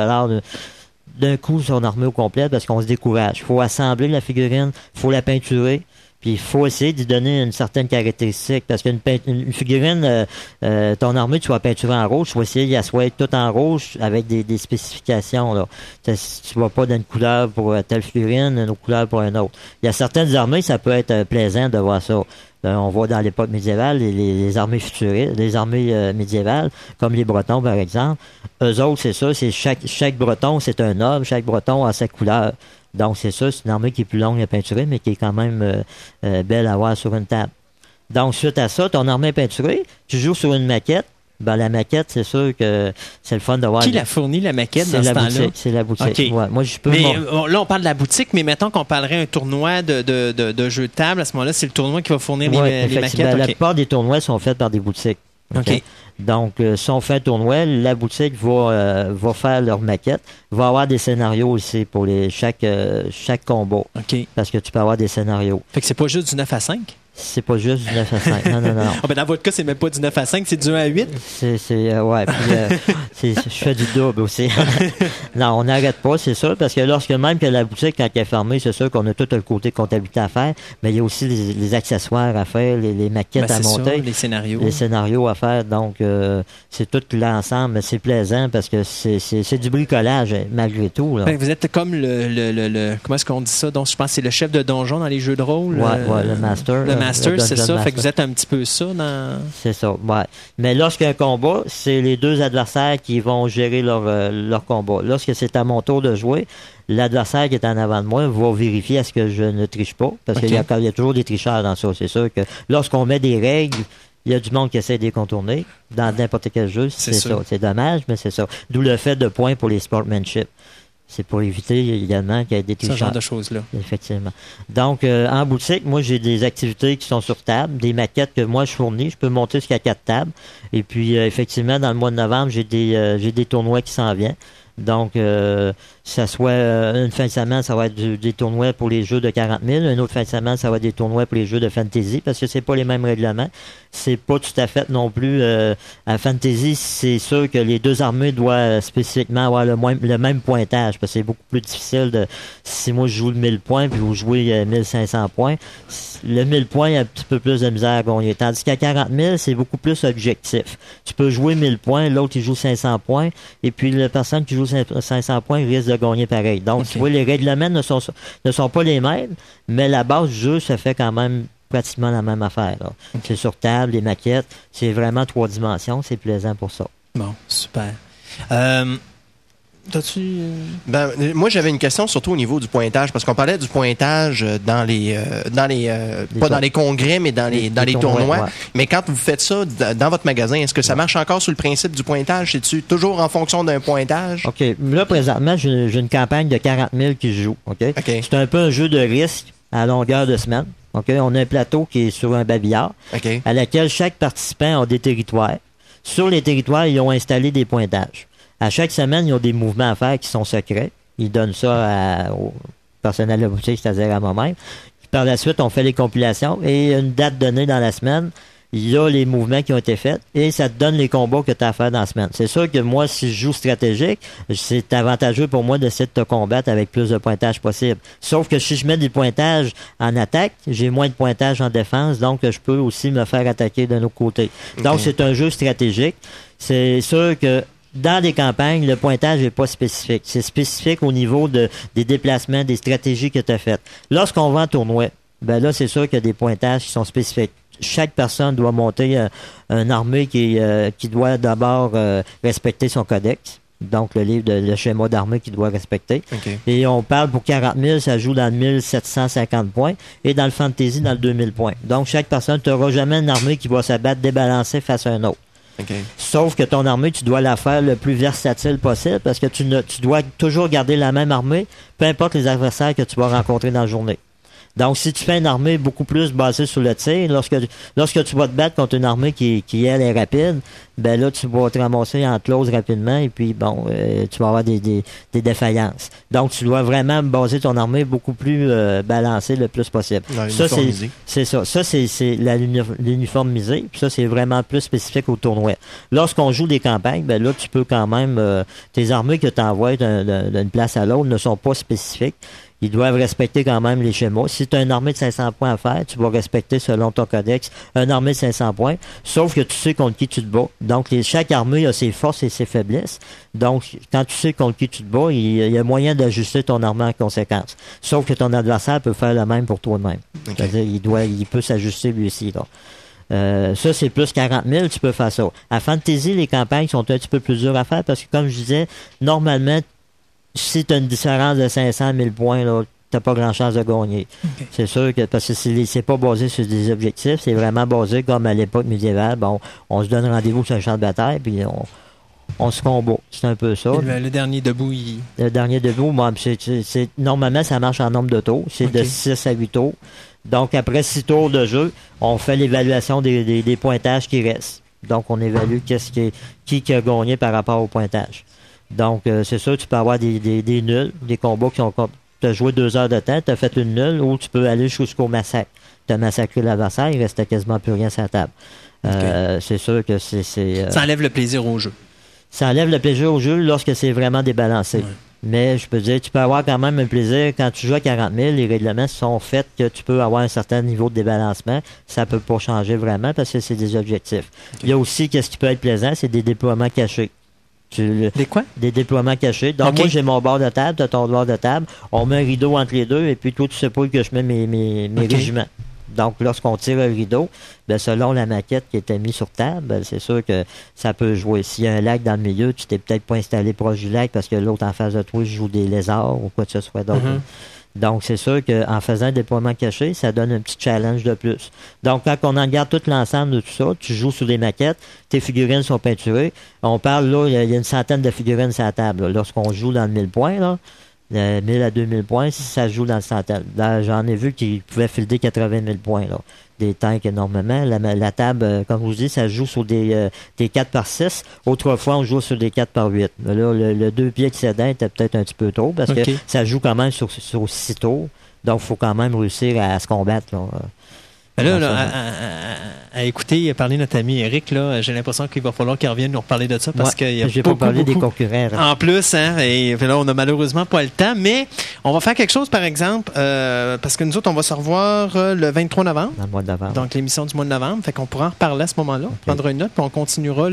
d'un coup son armée au complet parce qu'on se décourage. Il faut assembler la figurine, il faut la peinturer, puis il faut essayer d'y donner une certaine caractéristique. Parce qu'une figurine, ton armée, tu vas peinturer en rouge, tu vas essayer qu'elle soit toute en rouge avec des spécifications. Là. Tu vas pas d'une couleur pour telle figurine, une autre couleur pour une autre. Il y a certaines armées, ça peut être plaisant de voir ça. On voit dans l'époque médiévale les armées futuristes, les armées médiévales, comme les Bretons par exemple. Eux autres, c'est ça, c'est chaque Breton, c'est un homme, chaque Breton a sa couleur. Donc c'est ça, c'est une armée qui est plus longue à peinturer, mais qui est quand même belle à voir sur une table. Donc, suite à ça, ton armée est peinturée, tu joues sur une maquette. Ben, la maquette, c'est sûr que c'est le fun de voir. Qui l'a fourni, la maquette, dans ce temps-là? C'est la boutique. Okay. Ouais. Moi, je peux. Mais là, on parle de la boutique, mais mettons qu'on parlerait un tournoi de jeux de table. À ce moment-là, c'est le tournoi qui va fournir les maquettes. Ben, la plupart des tournois sont faits par des boutiques. OK. Donc, si on fait un tournoi, la boutique va faire leur maquette, va avoir des scénarios aussi pour chaque combat. OK. Parce que tu peux avoir des scénarios. Fait que c'est pas juste du 9 à 5? C'est pas juste du 9 à 5. Non. Oh, ben dans votre cas, c'est même pas du 9 à 5, c'est du 1 à 8? Ouais. Puis, je fais du double aussi. Non, on n'arrête pas, c'est sûr, parce que même que la boutique, quand elle est fermée, c'est sûr qu'on a tout le côté comptabilité à faire, mais il y a aussi les accessoires à faire, les maquettes à monter. Ça, les scénarios. Les scénarios à faire. Donc, c'est tout l'ensemble, mais c'est plaisant parce que c'est du bricolage, malgré tout. Là. Vous êtes comme le comment est-ce qu'on dit ça? Donc, je pense que c'est le chef de donjon dans les jeux de rôle. Ouais, le master. Le master, c'est ça. Master. Fait que vous êtes un petit peu ça dans... C'est ça, ouais. Mais lorsqu'il y a un combat, c'est les deux adversaires qui vont gérer leur combat. Lorsque c'est à mon tour de jouer, l'adversaire qui est en avant de moi va vérifier à ce que je ne triche pas. Parce qu'il y a toujours des tricheurs dans ça. C'est sûr que lorsqu'on met des règles, il y a du monde qui essaie de les contourner. Dans n'importe quel jeu, c'est ça. C'est dommage, mais c'est ça. D'où le fait de points pour les sportsmanship. C'est pour éviter également qu'il y ait des tricheurs. Ce genre de choses-là. Effectivement. Donc, en boutique, moi, j'ai des activités qui sont sur table, des maquettes que moi, je fournis. Je peux monter jusqu'à 4 tables. Et puis, effectivement, dans le mois de novembre, j'ai des tournois qui s'en viennent. Donc, ça soit une fin de semaine, ça va être des tournois pour les jeux de 40 000. Une autre fin de semaine, ça va être des tournois pour les jeux de fantasy, parce que c'est pas les mêmes règlements. C'est pas tout à fait non plus... à fantasy, c'est sûr que les deux armées doivent spécifiquement avoir le même pointage, parce que c'est beaucoup plus difficile si moi je joue le 1000 points, puis vous jouez 1500 points, le 1000 points, il y a un petit peu plus de misère à gagner. Tandis qu'à 40 000, c'est beaucoup plus objectif. Tu peux jouer 1000 points, l'autre, il joue 500 points, et puis la personne qui joue 500 points risque de gagner pareil. Donc, tu vois, les règlements ne sont pas les mêmes, mais la base du jeu, ça fait quand même pratiquement la même affaire. Là. C'est sur table, les maquettes, c'est vraiment 3 dimensions, c'est plaisant pour ça. Bon, super. Moi, j'avais une question surtout au niveau du pointage, parce qu'on parlait du pointage pas dans les congrès, mais dans les tournois. Ouais. Mais quand vous faites ça dans votre magasin, est-ce que ça marche encore sur le principe du pointage? C'est-tu toujours en fonction d'un pointage? OK. Là, présentement, j'ai une campagne de 40 000 qui se joue. OK? C'est un peu un jeu de risque à longueur de semaine. OK? On a un plateau qui est sur un babillard, à laquelle chaque participant a des territoires. Sur les territoires, ils ont installé des pointages. À chaque semaine, ils ont des mouvements à faire qui sont secrets. Ils donnent ça au personnel de la boutique, c'est-à-dire à moi-même. Puis par la suite, on fait les compilations et une date donnée dans la semaine, il y a les mouvements qui ont été faits et ça te donne les combats que tu as à faire dans la semaine. C'est sûr que moi, si je joue stratégique, c'est avantageux pour moi d'essayer de te combattre avec plus de pointage possible. Sauf que si je mets des pointages en attaque, j'ai moins de pointages en défense, donc je peux aussi me faire attaquer d'un autre côté. Donc, c'est un jeu stratégique. C'est sûr que dans les campagnes, le pointage n'est pas spécifique. C'est spécifique au niveau des déplacements, des stratégies que tu as faites. Lorsqu'on va en tournoi, ben là, c'est sûr qu'il y a des pointages qui sont spécifiques. Chaque personne doit monter une armée qui doit d'abord respecter son codex. Donc, le schéma d'armée qu'il doit respecter. Et on parle pour 40 000, ça joue dans le 1750 points. Et dans le fantasy, dans le 2000 points. Donc, chaque personne, tu n'auras jamais une armée qui va se battre débalancée face à un autre. Sauf que ton armée, tu dois la faire le plus versatile possible parce que tu dois toujours garder la même armée, peu importe les adversaires que tu vas rencontrer dans la journée. Donc, si tu fais une armée beaucoup plus basée sur le tir, lorsque tu vas te battre contre une armée qui elle, est rapide, ben là, tu vas te ramasser en close rapidement et puis, bon, tu vas avoir des défaillances. Donc, tu dois vraiment baser ton armée beaucoup plus balancée le plus possible. Ça, c'est ça. Ça, c'est l'uniformisé. Puis ça, c'est vraiment plus spécifique au tournoi. Lorsqu'on joue des campagnes, ben là, tu peux quand même... tes armées que tu envoies d'une place à l'autre ne sont pas spécifiques. Ils doivent respecter quand même les schémas. Si tu as une armée de 500 points à faire, tu vas respecter selon ton codex une armée de 500 points, sauf que tu sais contre qui tu te bats. Donc, chaque armée a ses forces et ses faiblesses. Donc, quand tu sais contre qui tu te bats, il y a moyen d'ajuster ton armée en conséquence. Sauf que ton adversaire peut faire le même pour toi-même. C'est-à-dire, il peut s'ajuster lui aussi. Là. Ça, c'est plus 40 000, tu peux faire ça. À Fantasy, les campagnes sont un petit peu plus dures à faire parce que, comme je disais, normalement, si tu as une différence de 500 000 points, t'as pas grand chance de gagner. OK. C'est sûr que, parce que c'est pas basé sur des objectifs, c'est vraiment basé comme à l'époque médiévale. Bon, on se donne rendez-vous sur un champ de bataille, puis on se combat. C'est un peu ça. Le dernier debout, Le dernier debout, bon, normalement, ça marche en nombre de tours. C'est de OK. 6 à 8 tours. Donc, après 6 tours de jeu, on fait l'évaluation des pointages qui restent. Donc, on évalue qui a gagné par rapport au pointage. Donc, c'est sûr, tu peux avoir des nuls, des combats qui ont... Tu as joué 2 heures de temps, tu as fait une nulle, ou tu peux aller jusqu'au massacre. Tu as massacré l'adversaire, il restait quasiment plus rien sur la table. C'est sûr que c'est... ça enlève le plaisir au jeu. Ça enlève le plaisir au jeu lorsque c'est vraiment débalancé. Ouais. Mais je peux dire, tu peux avoir quand même un plaisir. Quand tu joues à 40 000, les règlements sont faits que tu peux avoir un certain niveau de débalancement. Ça peut pas changer vraiment parce que c'est des objectifs. Il y a aussi, qu'est-ce qui peut être plaisant, c'est des déploiements cachés. Des quoi? Des déploiements cachés. Donc, OK. moi, j'ai mon bord de table, tu as ton bord de table. On met un rideau entre les deux et puis toi, tu sais pas où que je mets mes OK. régiments. Donc, lorsqu'on tire un rideau, ben, selon la maquette qui était mise sur table, ben, c'est sûr que ça peut jouer. S'il y a un lac dans le milieu, tu t'es peut-être pas installé proche du lac parce que l'autre en face de toi joue des lézards ou quoi que ce soit d'autre. Donc, c'est sûr qu'en faisant un déploiement caché, ça donne un petit challenge de plus. Donc, quand on en regarde tout l'ensemble de tout ça, tu joues sur des maquettes, tes figurines sont peinturées. On parle, là, il y a une centaine de figurines sur la table. Là. Lorsqu'on joue dans le 1000 points, là, 1000 à 2000 points, si ça se joue dans le centaine. Là, j'en ai vu qui pouvaient fielder 80 000 points, là. Des tanks énormément. La table, comme je vous dis, ça se joue sur des 4x6. Autrefois, on joue sur des 4x8. Mais là, le 2 pieds excédent était peut-être un petit peu trop parce OK. que ça joue quand même sur 6 tours. Donc, il faut quand même réussir à se combattre, là. Ben là, à écouter parler notre ami Eric, là, j'ai l'impression qu'il va falloir qu'il revienne nous reparler de ça parce Ouais, qu'il y a j'ai pas beaucoup, parlé des beaucoup concurrents. là. en plus, hein, et puis là, on n'a malheureusement pas le temps, mais on va faire quelque chose, par exemple, parce que nous autres, on va se revoir le 23 novembre, Dans le mois de novembre. donc l'émission du mois de novembre, fait qu'on pourra en reparler à ce moment-là, prendre une note, puis on continuera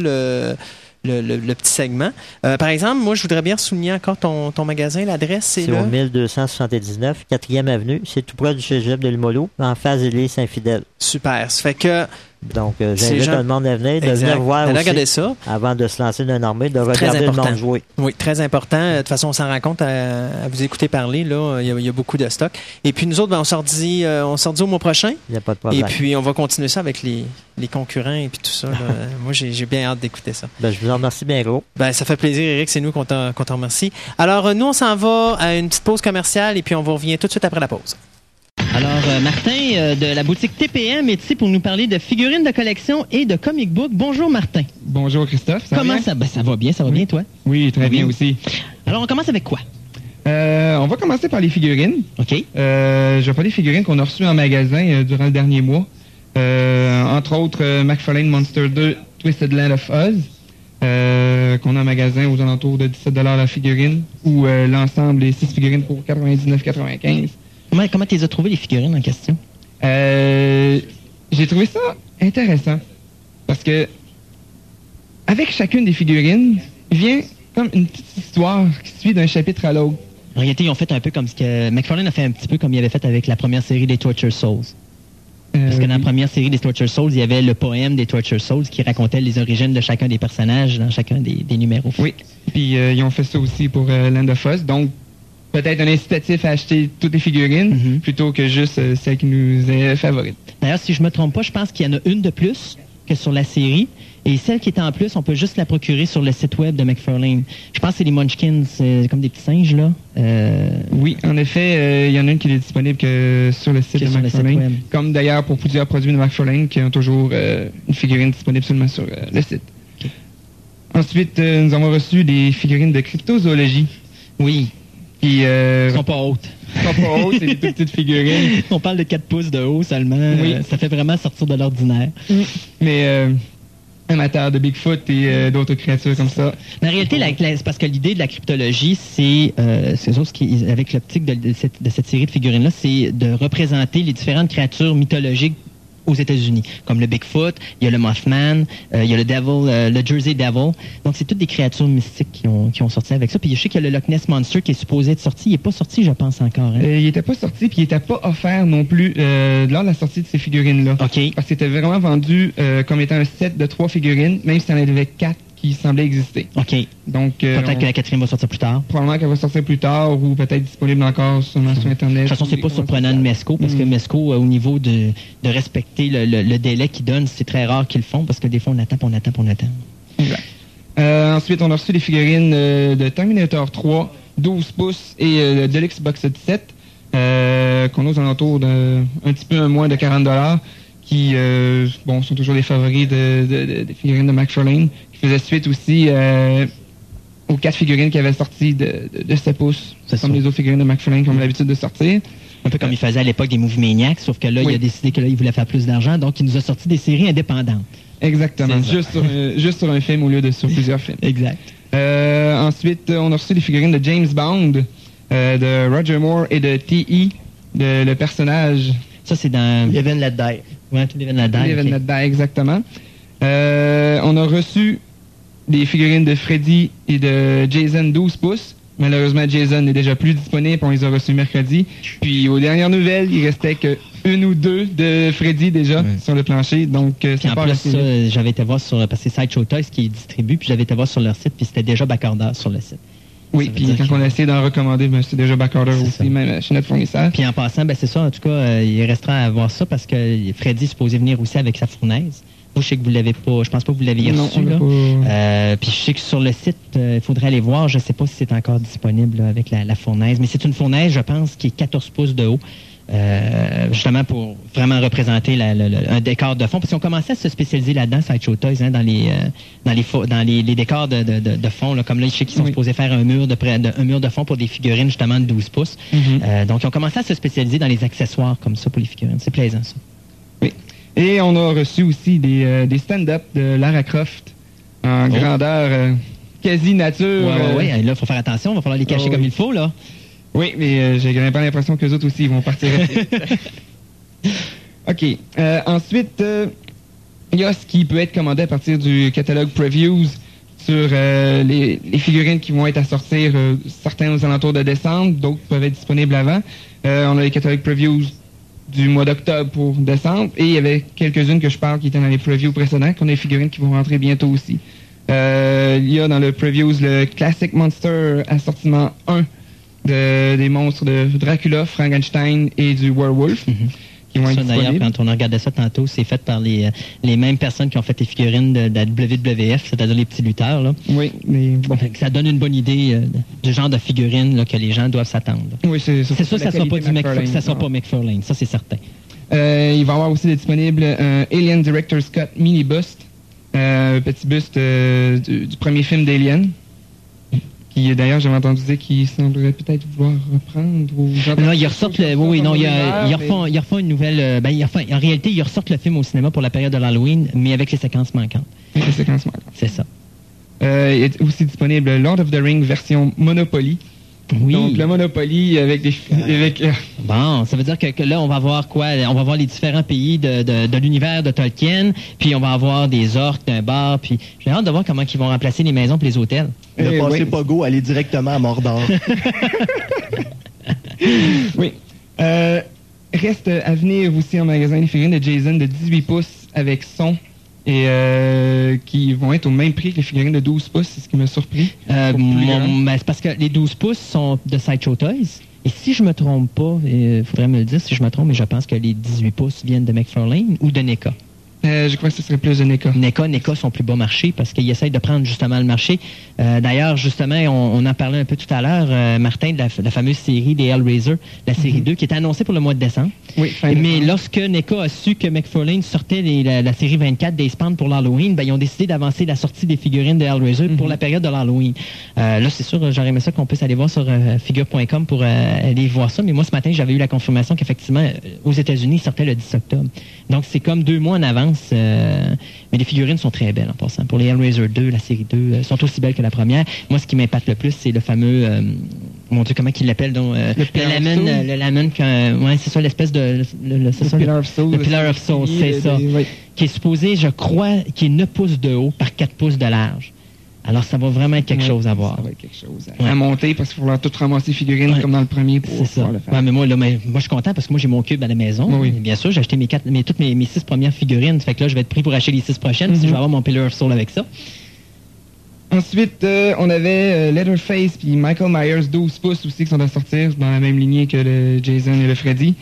le petit segment. Par exemple, moi, je voudrais bien souligner encore ton magasin, l'adresse, c'est C'est là. au 1279, 4e avenue. C'est tout près du cégep de Limoilou, en face de l'île Saint-Fidèle. Super. Ça fait que Donc, Ces j'invite gens- tout le monde à venir, de exact. venir voir Allez aussi, regarder ça. avant de se lancer dans une armée, de Très regarder le important. monde jouer. Oui, très important. De toute façon, on s'en rend compte à vous écouter parler. Là, il y a beaucoup de stock. Et puis nous autres, ben, on s'en redit au mois prochain. Il n'y a pas de Et problème. puis on va continuer ça avec les concurrents et puis tout ça. là. Moi, j'ai bien hâte d'écouter ça. Ben, je vous en remercie bien gros. Ben, ça fait plaisir, Eric. C'est nous qu'on t'en remercie. Alors, nous, on s'en va à une petite pause commerciale et puis on vous revient tout de suite après la pause. Alors, Martin de la boutique TPM est ici pour nous parler de figurines de collection et de comic book. Bonjour, Martin. Bonjour Christophe. Ça va Comment bien? ça? Ben, ça va bien, toi? Oui, très bien Oui. aussi. Alors, on commence avec quoi? On va commencer par les figurines. OK. Je vais parler des figurines qu'on a reçues en magasin durant le dernier mois. Entre autres, McFarlane Monster 2 Twisted Land of Oz, qu'on a en magasin aux alentours de 17 $ la figurine, ou l'ensemble des 6 figurines pour 99,95. Comment tu les as trouvées, les figurines en question? J'ai trouvé ça intéressant parce que avec chacune des figurines vient comme une petite histoire qui suit d'un chapitre à l'autre. En réalité, ils ont fait un peu comme ce que McFarlane a fait un petit peu comme il avait fait avec la première série des Torture Souls. Parce que dans la première série des Torture Souls, il y avait le poème des Torture Souls qui racontait les origines de chacun des personnages dans chacun des numéros. Oui, puis ils ont fait ça aussi pour Land of Oz, donc peut-être un incitatif à acheter toutes les figurines Mhm. plutôt que juste celle qui nous est favorite. D'ailleurs, si je me trompe pas, je pense qu'il y en a une de plus que sur la série. Et celle qui est en plus, on peut juste la procurer sur le site web de McFarlane. Je pense que c'est les Munchkins, comme des petits singes, là. Oui, en effet, il y en a une qui n'est disponible que sur le site Que de sur le site McFarlane, web. comme d'ailleurs pour plusieurs produits de McFarlane qui ont toujours une figurine disponible seulement sur le site. Ok. Ensuite, nous avons reçu des figurines de cryptozoologie Oui, qui ils sont pas hautes. sont pas hautes, c'est des toutes petites figurines. On parle de 4 pouces de haut seulement. Oui. Ça fait vraiment sortir de l'ordinaire. Mais amateurs de Bigfoot et d'autres créatures comme ça. Mais en réalité, c'est parce que l'idée de la cryptologie, c'est chose qui, avec l'optique de cette série de figurines-là, c'est de représenter les différentes créatures mythologiques aux États-Unis, comme le Bigfoot, il y a le Mothman, il y a le Devil, le Jersey Devil. Donc, c'est toutes des créatures mystiques qui ont sorti avec ça. Puis, je sais qu'il y a le Loch Ness Monster qui est supposé être sorti. Il n'est pas sorti, je pense, encore. Hein? Il n'était pas sorti, puis il n'était pas offert non plus lors de la sortie de ces figurines-là. OK. Parce que c'était vraiment vendu comme étant un set de 3 figurines, même si il y en avait 4 qui semblait exister. OK. Donc, Peut-être que la 4e va sortir plus tard. probablement qu'elle va sortir plus tard ou peut-être disponible encore sur Internet. De toute façon, c'est pas surprenant de Mesco, parce que Mesco, au niveau de respecter le délai qu'ils donnent, c'est très rare qu'ils le font, parce que des fois, on attend. Exact. Ensuite, on a reçu des figurines de Terminator 3, 12 pouces et le Deluxe Box Set 7, qu'on a aux alentours d'un petit peu moins de 40$, qui sont toujours des favoris des figurines de McFarlane, qui faisaient suite aussi aux 4 figurines qui avaient sorti de 7 pouces, comme les autres figurines de McFarlane qui ont l'habitude de sortir. Un peu comme il faisait à l'époque des Movie Maniacs, sauf que là, il a décidé que là, il voulait faire plus d'argent, donc il nous a sorti des séries indépendantes. Exactement, juste sur un film au lieu de sur plusieurs films. Exact. Ensuite, on a reçu des figurines de James Bond, de Roger Moore et de T.E., le personnage. Ça, c'est dans... Live and Let Die. Ouais, tout Live and Let Die. Live and Let Die, exactement. On a reçu des figurines de Freddy et de Jason 12 pouces. Malheureusement, Jason n'est déjà plus disponible. On les a reçus mercredi. Puis, aux dernières nouvelles, il restait que une ou deux de Freddy déjà sur le plancher. Donc, puis en plus, ça, j'avais été voir parce que c'est Sideshow Toys qui distribue, puis j'avais été voir sur leur site, puis c'était déjà backorder sur le site. Oui, puis quand on a essayé d'en recommander, c'était déjà backorder aussi, même chez notre fournisseur. Puis en passant, c'est ça, en tout cas, il restera à voir ça parce que Freddy est supposé venir aussi avec sa fournaise. Vous, je sais que vous l'avez pas, je pense pas que vous l'aviez reçu. Là. Puis je sais que sur le site, il faudrait aller voir. Je sais pas si c'est encore disponible là, avec la fournaise, mais c'est une fournaise, je pense, qui est 14 pouces de haut. Justement pour vraiment représenter un décor de fond. Parce qu'on commençait à se spécialiser là-dedans, Sideshow Toys, dans les décors de fond. Là, comme là, je sais qu'ils sont supposés faire un mur de fond pour des figurines justement de 12 pouces. Donc, ils ont commencé à se spécialiser dans les accessoires comme ça pour les figurines. C'est plaisant, ça. Oui. Et on a reçu aussi des stand-up de Lara Croft en grandeur quasi nature. Oui, là, il faut faire attention. Il va falloir les cacher comme il faut, là. Oui, mais j'ai pas l'impression qu'eux autres aussi ils vont partir. OK. Ensuite, il y a ce qui peut être commandé à partir du catalogue Previews sur les figurines qui vont être à sortir, certains aux alentours de décembre, d'autres peuvent être disponibles avant. On a les catalogues Previews du mois d'octobre pour décembre, et il y avait quelques-unes que je parle qui étaient dans les previews précédents, qu'on a des figurines qui vont rentrer bientôt aussi. Il y a dans le Previews le Classic Monster assortiment 1 des monstres de Dracula, Frankenstein et du Werewolf. Qui vont être d'ailleurs, quand on a regardé ça tantôt, c'est fait par les mêmes personnes qui ont fait les figurines de la WWF, c'est-à-dire les petits lutteurs. Là. Oui, mais bon. Ça donne une bonne idée du genre de figurines là, que les gens doivent s'attendre. Oui, c'est sûr que ça ne sera pas McFarlane, ça c'est certain. Il va y avoir aussi disponible un Alien Director's Cut mini bust, petit buste du premier film d'Alien. Qui, d'ailleurs, j'avais entendu dire qu'il semblerait peut-être vouloir reprendre. Non, ils ressortent le. Oui, non, ils refont une nouvelle. En réalité, ils ressortent le film au cinéma pour la période de l'Halloween, mais avec les séquences manquantes. Les séquences manquantes. C'est ça. Il est aussi disponible Lord of the Rings version Monopoly. Oui. Donc, le Monopoly avec des... Bon, ça veut dire que là, on va voir quoi? On va voir les différents pays de l'univers de Tolkien, puis on va avoir des orques, un bar, puis j'ai hâte de voir comment ils vont remplacer les maisons et les hôtels. Ne passez pas go, aller directement à Mordor. Oui. Reste à venir aussi en magasin les figurines de Jason de 18 pouces avec son et qui vont être au même prix que les figurines de 12 pouces, c'est ce qui m'a surpris. C'est parce que les 12 pouces sont de Sideshow Toys. Et si je me trompe pas, il faudrait me le dire si je me trompe, mais je pense que les 18 pouces viennent de McFarlane ou de NECA. Je crois que ce serait plus de NECA. NECA sont plus bas marché parce qu'ils essayent de prendre justement le marché. D'ailleurs, justement, on en parlait un peu tout à l'heure, Martin, de la fameuse série des Hellraiser, la série 2, qui était annoncée pour le mois de décembre. Oui, mais lorsque NECA a su que McFarlane sortait la série 24 des Spawn pour l'Halloween, ils ont décidé d'avancer la sortie des figurines de Hellraiser pour la période de l'Halloween. Là, c'est sûr, j'aurais aimé ça qu'on puisse aller voir sur figure.com pour aller voir ça. Mais moi, ce matin, j'avais eu la confirmation qu'effectivement, aux États-Unis, il sortait le 10 octobre. Donc, c'est comme 2 mois en avance. Mais les figurines sont très belles en passant. Pour les Hellraiser 2, la série 2, sont aussi belles que la première. Moi, ce qui m'impacte le plus, c'est le fameux... mon Dieu, comment qu'il l'appelle donc le Lamon, ouais, c'est ça, l'espèce de... Le Pillar of Soul. Le Pillar of Soul, c'est ça. Oui. Qui est supposé, je crois, qui est 9 pouces de haut par 4 pouces de large. Alors, ça va vraiment être quelque chose à voir. Ça va être quelque chose à monter parce qu'il va falloir tout ramasser les figurines comme dans le premier pour le faire. Ouais, mais moi, je suis content parce que moi, j'ai mon cube à la maison. Oui. Bien sûr, j'ai acheté toutes mes 6 premières figurines. Ça fait que là, je vais être pris pour acheter les 6 prochaines si je vais avoir mon Pillar of Soul avec ça. Ensuite, on avait Leatherface puis Michael Myers 12 pouces aussi qui sont à sortir dans la même lignée que le Jason et le Freddy.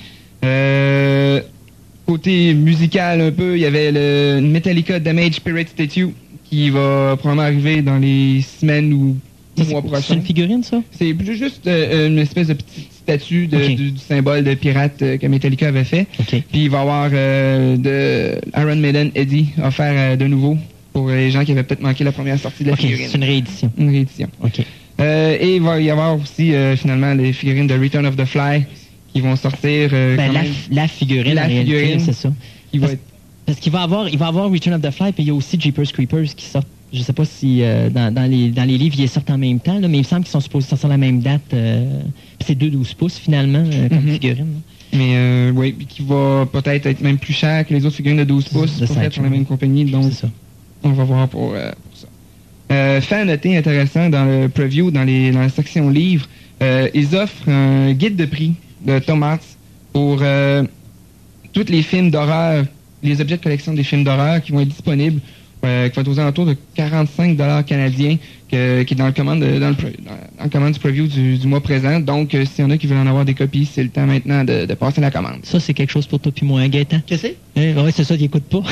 Côté musical un peu, il y avait le Metallica Damage Pirate Statue qui va probablement arriver dans les semaines ou mois prochains. C'est une figurine, ça? C'est juste une espèce de petite statue du symbole de pirate que Metallica avait fait. Okay. Puis il va y avoir de Iron Maiden Eddie offert de nouveau pour les gens qui avaient peut-être manqué la première sortie de la figurine. C'est une réédition. Une réédition. OK. Et il va y avoir aussi finalement les figurines de Return of the Fly qui vont sortir. La figurine, la figurine, c'est ça. Parce qu'il va y avoir Return of the Fly, puis il y a aussi Jeepers Creepers qui sortent. Je sais pas si dans les livres, ils sortent en même temps, là, mais il me semble qu'ils sont supposés sortir à la même date. C'est 12 pouces finalement comme figurine. Mais oui, qui va peut-être être même plus cher que les autres figurines de 12 pouces pour être sur la même compagnie. Donc, on va voir pour ça. Fait à noter intéressant dans le preview, dans la section livres, ils offrent un guide de prix de Tom Hartz pour tous les films d'horreur, les objets de collection des films d'horreur qui vont être disponibles, qui va être aux alentours de 45$ canadiens, qui est dans le commande du preview du mois présent. Donc, s'il y en a qui veulent en avoir des copies, c'est le temps maintenant de passer la commande. Ça, c'est quelque chose pour toi puis moi, hein, Gaëtan? Qu'est-ce que c'est? Oui, c'est ça, il écoute pas.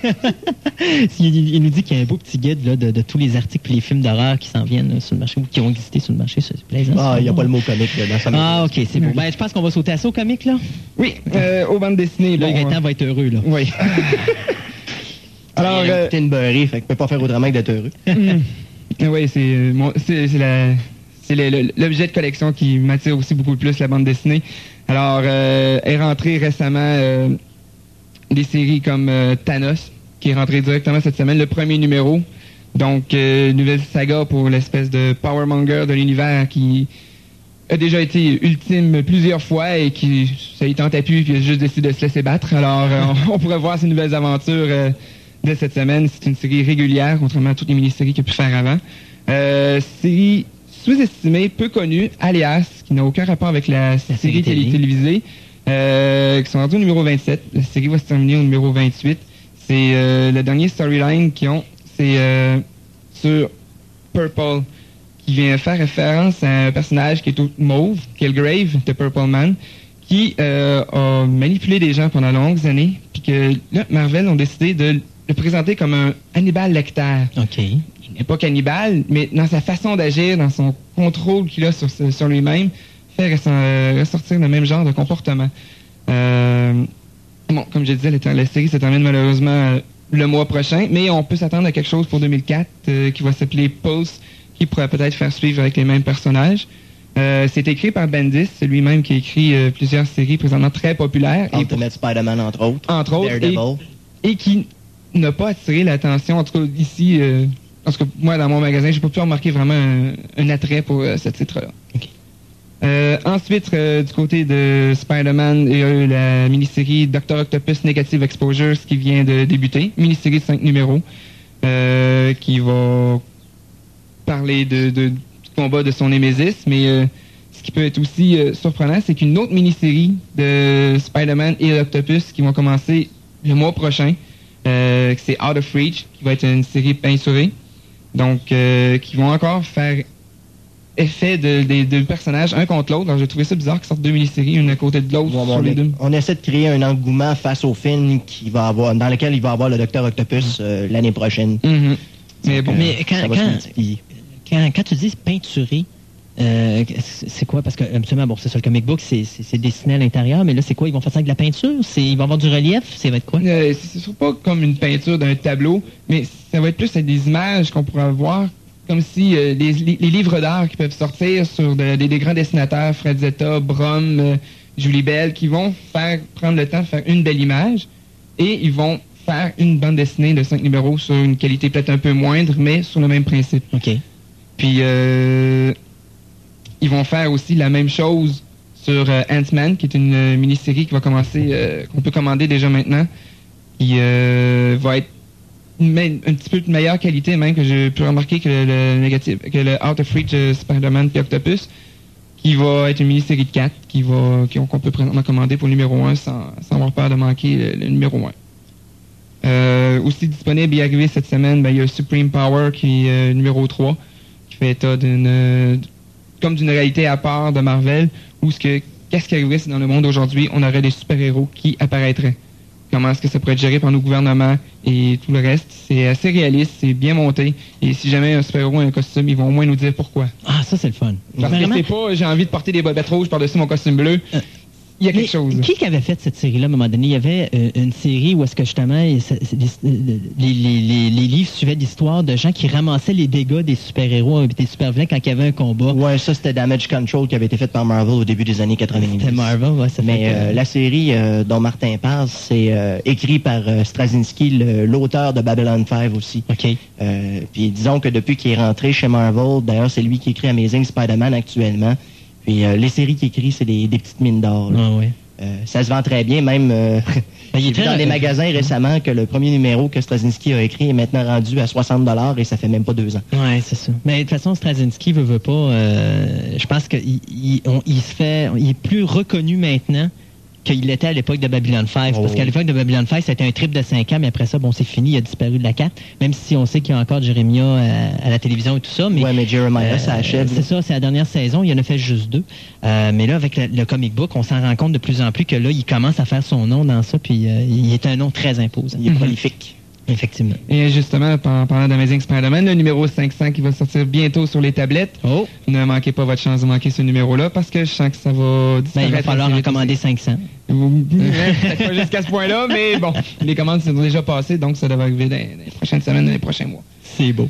il nous dit qu'il y a un beau petit guide là, de tous les articles et les films d'horreur qui s'en viennent sur le marché ou qui ont existé sur le marché. C'est plaisant. Ah, il n'y a pas le mot comique dans ça. Ah, OK, c'est bon. Ben, je pense qu'on va sauter à ça au comique, là. Oui, aux bandes dessinées. Là, Gaëtan va être heureux, là. Oui. Alors, t'es une beurrée, fait que peut pas faire autrement que d'être heureux. Oui, c'est l'objet de collection qui m'attire aussi beaucoup plus, la bande dessinée. Alors, est rentré récemment des séries comme Thanos, qui est rentré directement cette semaine, le premier numéro. Donc, nouvelle saga pour l'espèce de powermonger de l'univers qui a déjà été ultime plusieurs fois et qui, ça y tente à plus, puis il a juste décidé de se laisser battre. Alors, on pourrait voir ces nouvelles aventures de cette semaine. C'est une série régulière, contrairement à toutes les mini-séries qu'il a pu faire avant. Série sous-estimée, peu connue, Alias, qui n'a aucun rapport avec la série télévisée, qui sont rendus au numéro 27. La série va se terminer au numéro 28. C'est le dernier storyline qu'ils ont. C'est sur Purple, qui vient faire référence à un personnage qui est tout mauve, Killgrave, de Purple Man, qui a manipulé des gens pendant de longues années, puis que là, Marvel ont décidé de le présenter comme un Hannibal Lecter. OK. Il n'est pas cannibale, mais dans sa façon d'agir, dans son contrôle qu'il a sur lui-même, fait ressortir le même genre de comportement. Bon, comme je disais, la série se termine malheureusement le mois prochain, mais on peut s'attendre à quelque chose pour 2004 qui va s'appeler Pulse, qui pourrait peut-être faire suivre avec les mêmes personnages. C'est écrit par Bendis, c'est lui-même qui a écrit plusieurs séries présentement très populaires. Ultimate Spider-Man, entre autres. Daredevil. Et qui n'a pas attiré l'attention, en tout cas ici, parce que moi, dans mon magasin, j'ai pas pu remarquer vraiment un attrait pour ce titre-là. Okay. Ensuite, du côté de Spider-Man, il y a eu la mini-série Dr. Octopus Negative Exposures qui vient de débuter. Mini-série de 5 numéros qui va parler du combat de son Némésis, mais ce qui peut être aussi surprenant, c'est qu'une autre mini-série de Spider-Man et Octopus qui vont commencer le mois prochain, c'est Out of Reach, qui va être une série peinturée. Donc, qui vont encore faire effet de personnages un contre l'autre. Alors, j'ai trouvé ça bizarre qu'ils sortent deux mini-séries, une à côté de l'autre. On essaie de créer un engouement face au film dans lequel il va avoir le Dr. Octopus l'année prochaine. Mm-hmm. Mais bon, quand tu dis peinturé, c'est quoi? Parce que, absolument, bon, c'est ça, le comic book, c'est dessiné à l'intérieur, mais là, c'est quoi? Ils vont faire ça avec de la peinture? Ils vont avoir du relief? Ça va être quoi? Ce sera pas comme une peinture d'un tableau, mais ça va être plus avec des images qu'on pourra voir, comme si les livres d'art qui peuvent sortir sur des grands dessinateurs, Fred Zeta, Brom, Julie Bell, qui vont prendre le temps de faire une belle image, et ils vont faire une bande dessinée de 5 numéros sur une qualité peut-être un peu moindre, mais sur le même principe. OK. Puis, ils vont faire aussi la même chose sur Ant-Man, qui est une mini-série qui va commencer, qu'on peut commander déjà maintenant, qui va être un petit peu de meilleure qualité même que j'ai pu remarquer que le Out of Reach Spider-Man et Octopus, qui va être une mini-série de 4 qu'on peut présentement commander pour le numéro 1 sans avoir peur de manquer le numéro 1. Aussi disponible et arrivé cette semaine, il y a Supreme Power qui est numéro 3, qui fait état d'une réalité à part de Marvel, où qu'est-ce qui arriverait si dans le monde aujourd'hui, on aurait des super-héros qui apparaîtraient. Comment est-ce que ça pourrait être géré par nos gouvernements et tout le reste. C'est assez réaliste, c'est bien monté. Et si jamais un super-héros a un costume, ils vont au moins nous dire pourquoi. Ah, ça, c'est le fun. Parce que c'est pas, j'ai envie de porter des bobettes rouges par-dessus mon costume bleu. Il y a quelque chose. Qui avait fait cette série-là à un moment donné? Il y avait une série où est-ce que justement les livres suivaient l'histoire de gens qui ramassaient les dégâts des super-héros et des super-vilains quand il y avait un combat. Ouais, ça c'était Damage Control qui avait été fait par Marvel au début des années 90. C'était Marvel, ouais, ça fait. Mais la série dont Martin parle, c'est écrit par Straczynski, l'auteur de Babylon 5 aussi. OK. Puis disons que depuis qu'il est rentré chez Marvel, d'ailleurs c'est lui qui écrit Amazing Spider-Man actuellement. Puis les séries qu'il écrit, c'est des petites mines d'or. Ah oui. Ça se vend très bien, même j'ai vu dans les magasins récemment que le premier numéro que Straczynski a écrit est maintenant rendu à 60$ et ça fait même pas 2 ans. Oui, c'est ça. Mais de toute façon, Straczynski veut pas. Je pense qu'il est plus reconnu maintenant qu'il était à l'époque de Babylon 5. Parce qu'à l'époque de Babylon 5, c'était un trip de 5 ans, mais après ça, c'est fini, il a disparu de la carte. Même si on sait qu'il y a encore Jeremiah à la télévision et tout ça. Mais Jeremiah, ça achève. C'est ça, c'est la dernière saison, il en a fait juste 2. Mais là, avec le comic book, on s'en rend compte de plus en plus que là, il commence à faire son nom dans ça, puis il est un nom très imposant. Il est prolifique. Effectivement. Et justement, en parlant d'Amazing Spider-Man, le numéro 500 qui va sortir bientôt sur les tablettes. Oh! Ne manquez pas votre chance de manquer ce numéro-là parce que je sens que ça va disparaître. Il va falloir en commander 500. Peut-être pas jusqu'à ce point-là, mais bon, les commandes sont déjà passées, donc ça devrait arriver dans les prochaines semaines, dans les prochains mois. C'est beau.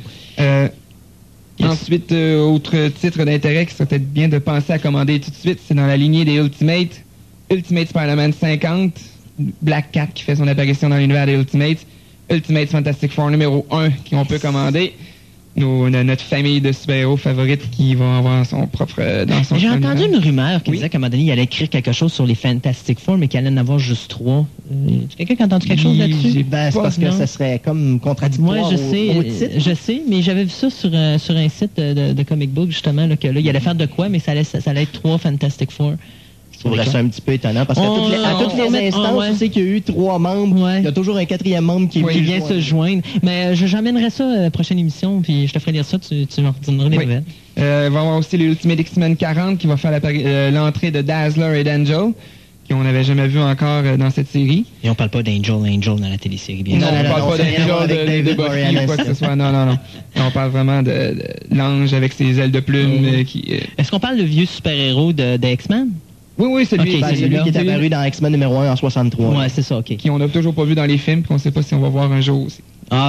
Ensuite, autre titre d'intérêt qui serait peut-être bien de penser à commander tout de suite, c'est dans la lignée des Ultimate Spider-Man 50, Black Cat qui fait son apparition dans l'univers des Ultimate Fantastic Four numéro 1 qu'on peut commander. Notre famille de super-héros favorites qui vont avoir son propre... J'ai entendu une rumeur qui disait qu'à un moment donné, il allait écrire quelque chose sur les Fantastic Four, mais qu'il allait en avoir juste 3. Quelqu'un qui a entendu quelque chose là-dessus? C'est parce que ça serait comme contradictoire au titre. Je sais, mais j'avais vu ça sur un site de comic book, justement, là, que là, il allait faire de quoi, mais ça allait être 3 Fantastic Four. Je trouverais ça un petit peu étonnant parce qu'à toutes les instances, tu sais qu'il y a eu 3 membres. Il y a toujours un 4e membre qui vient se joindre. Mais j'emmènerai ça à la prochaine émission, puis je te ferai lire ça, tu m'en redonneras les nouvelles. Il va y avoir aussi les Ultimate X-Men 40 qui va faire l'entrée de Dazzler et d'Angel, qu'on n'avait jamais vu encore dans cette série. Et on parle pas d'Angel dans la télésérie, bien sûr. Non, on parle pas d'Angel de Buffy ou quoi que ce soit. Non. On parle vraiment de l'ange avec ses ailes de plume. Est-ce qu'on parle de vieux super-héros de X-Men? Oui, c'est lui. C'est lui qui est apparu dans X-Men numéro 1 en 63. Ouais, c'est ça, OK. Qui on n'a toujours pas vu dans les films, puis on ne sait pas si on va voir un jour aussi.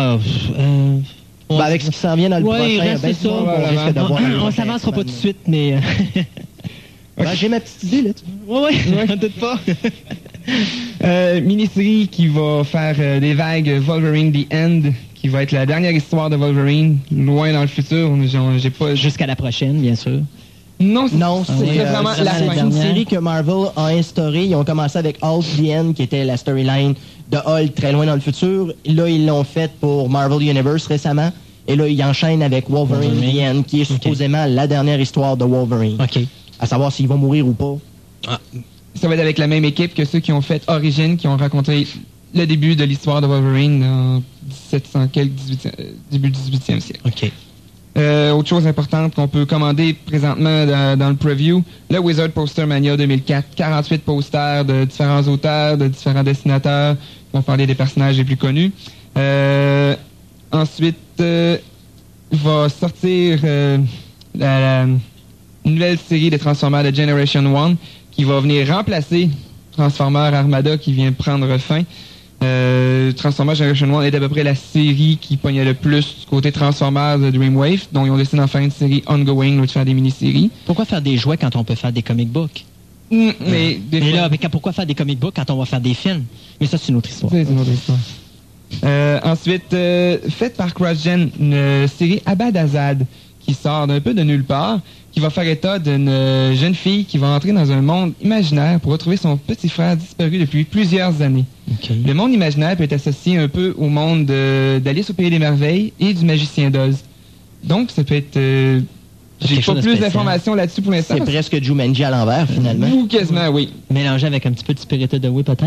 Avec ce qui s'en vient dans le prochain, on s'avancera pas tout de suite, mais... J'ai ma petite idée, là. Oui, peut-être pas. Mini-série qui va faire des vagues Wolverine The End, qui va être la dernière histoire de Wolverine, loin dans le futur. J'ai pas... Jusqu'à la prochaine, bien sûr. Non, c'est vraiment une série que Marvel a instaurée. Ils ont commencé avec Hulk The End, qui était la storyline de Hulk très loin dans le futur. Là, ils l'ont faite pour Marvel Universe récemment. Et là, ils enchaînent avec Wolverine The End, qui est supposément la dernière histoire de Wolverine. OK. À savoir s'il va mourir ou pas. Ça va être avec la même équipe que ceux qui ont fait Origin, qui ont raconté le début de l'histoire de Wolverine en 1700 début du 18e siècle. OK. Autre chose importante qu'on peut commander présentement dans le preview, le Wizard Poster Mania 2004. 48 posters de différents auteurs, de différents dessinateurs qui vont parler des personnages les plus connus. Ensuite, va sortir la nouvelle série des Transformers de Generation 1 qui va venir remplacer Transformers Armada qui vient prendre fin. Transformers Generation 1 est à peu près la série qui pognait le plus du côté Transformers de Dreamwave, dont ils ont décidé d'en faire une série ongoing, de faire des mini-séries. Pourquoi faire des jouets quand on peut faire des comic books? Pourquoi faire des comic books quand on va faire des films? Mais ça, c'est une autre histoire. C'est une autre histoire. Ensuite, faite par CrossGen, une série Abadazad qui sort d'un peu de nulle part, qui va faire état d'une jeune fille qui va entrer dans un monde imaginaire pour retrouver son petit frère disparu depuis plusieurs années. Okay. Le monde imaginaire peut être associé un peu au monde d'Alice au Pays des Merveilles et du Magicien d'Oz. Donc, ça peut être... j'ai pas plus d'informations là-dessus pour l'instant. C'est presque Jumanji à l'envers, finalement. Ou quasiment, oui. Mélangé avec un petit peu de Spirited Away, peut-être?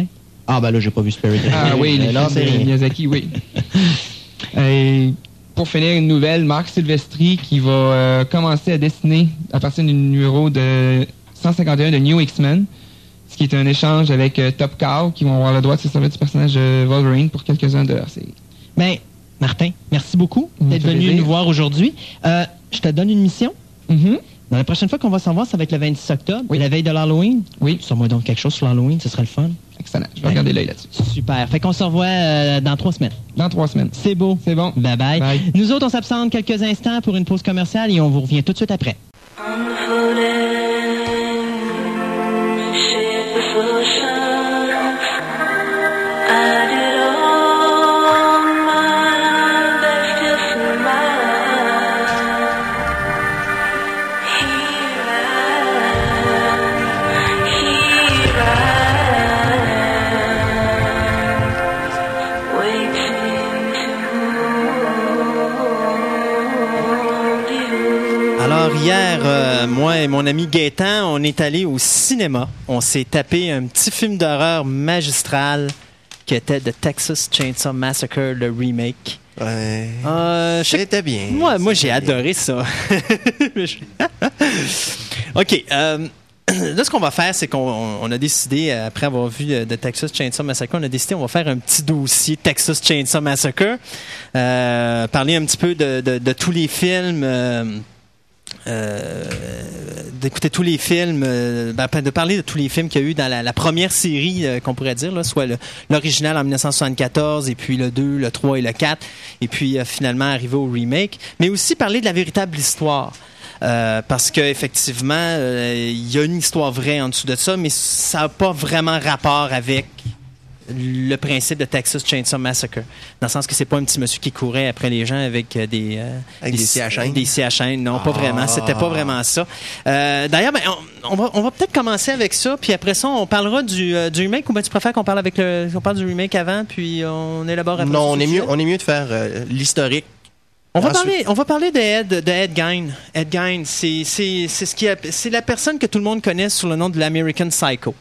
Ah, ben là, j'ai pas vu Spirit. Ah oui, les films de Miyazaki, oui. Et pour finir, une nouvelle, Marc Silvestri qui va commencer à dessiner à partir du numéro de 151 de New X-Men, ce qui est un échange avec Top Cow, qui vont avoir le droit de se servir du personnage de Wolverine pour quelques-uns de leur série. Ben, Martin, merci beaucoup d'être venu plaisir. nous voir aujourd'hui. Je te donne une mission. Dans la prochaine fois qu'on va s'en voir, ça va être le 26 octobre, Oui. la veille de l'Halloween. Oui. Sors-moi donc quelque chose sur l'Halloween, ce serait le fun. Excellent. Je vais regarder l'œil là-dessus. Super. Fait qu'on se revoit dans 3 semaines. Dans 3 semaines. C'est beau. C'est bon. Bye-bye. Bye. Nous autres, on s'absente quelques instants pour une pause commerciale et on vous revient tout de suite après. Alors hier, moi et mon ami Gaétan, on est allé au cinéma. On s'est tapé un petit film d'horreur magistral qui était The Texas Chainsaw Massacre, le remake. Ouais. C'était bien. Moi j'ai adoré ça. OK. Là, ce qu'on va faire, c'est qu'on a décidé, après avoir vu The Texas Chainsaw Massacre, on a décidé on va faire un petit dossier Texas Chainsaw Massacre. Parler un petit peu de tous les films... d'écouter tous les films, de parler de tous les films qu'il y a eu dans la première série qu'on pourrait dire, là, soit l'original en 1974, et puis le 2, le 3 et le 4, et puis finalement arriver au remake, mais aussi parler de la véritable histoire. Parce qu'effectivement, il y a une histoire vraie en dessous de ça, mais ça n'a pas vraiment rapport avec le principe de Texas Chainsaw Massacre. Dans le sens que c'est pas un petit monsieur qui courait après les gens avec des scies à chaîne. Des scies à chaîne. Non, pas vraiment. C'était pas vraiment ça. D'ailleurs, on va peut-être commencer avec ça, puis après ça, on parlera du remake, ou bien tu préfères qu'on parle du remake avant, puis on élabore après? Non, on est mieux de faire l'historique. On va parler de Ed Gein. Ed Gein, c'est la personne que tout le monde connaît sous le nom de l'American Psycho.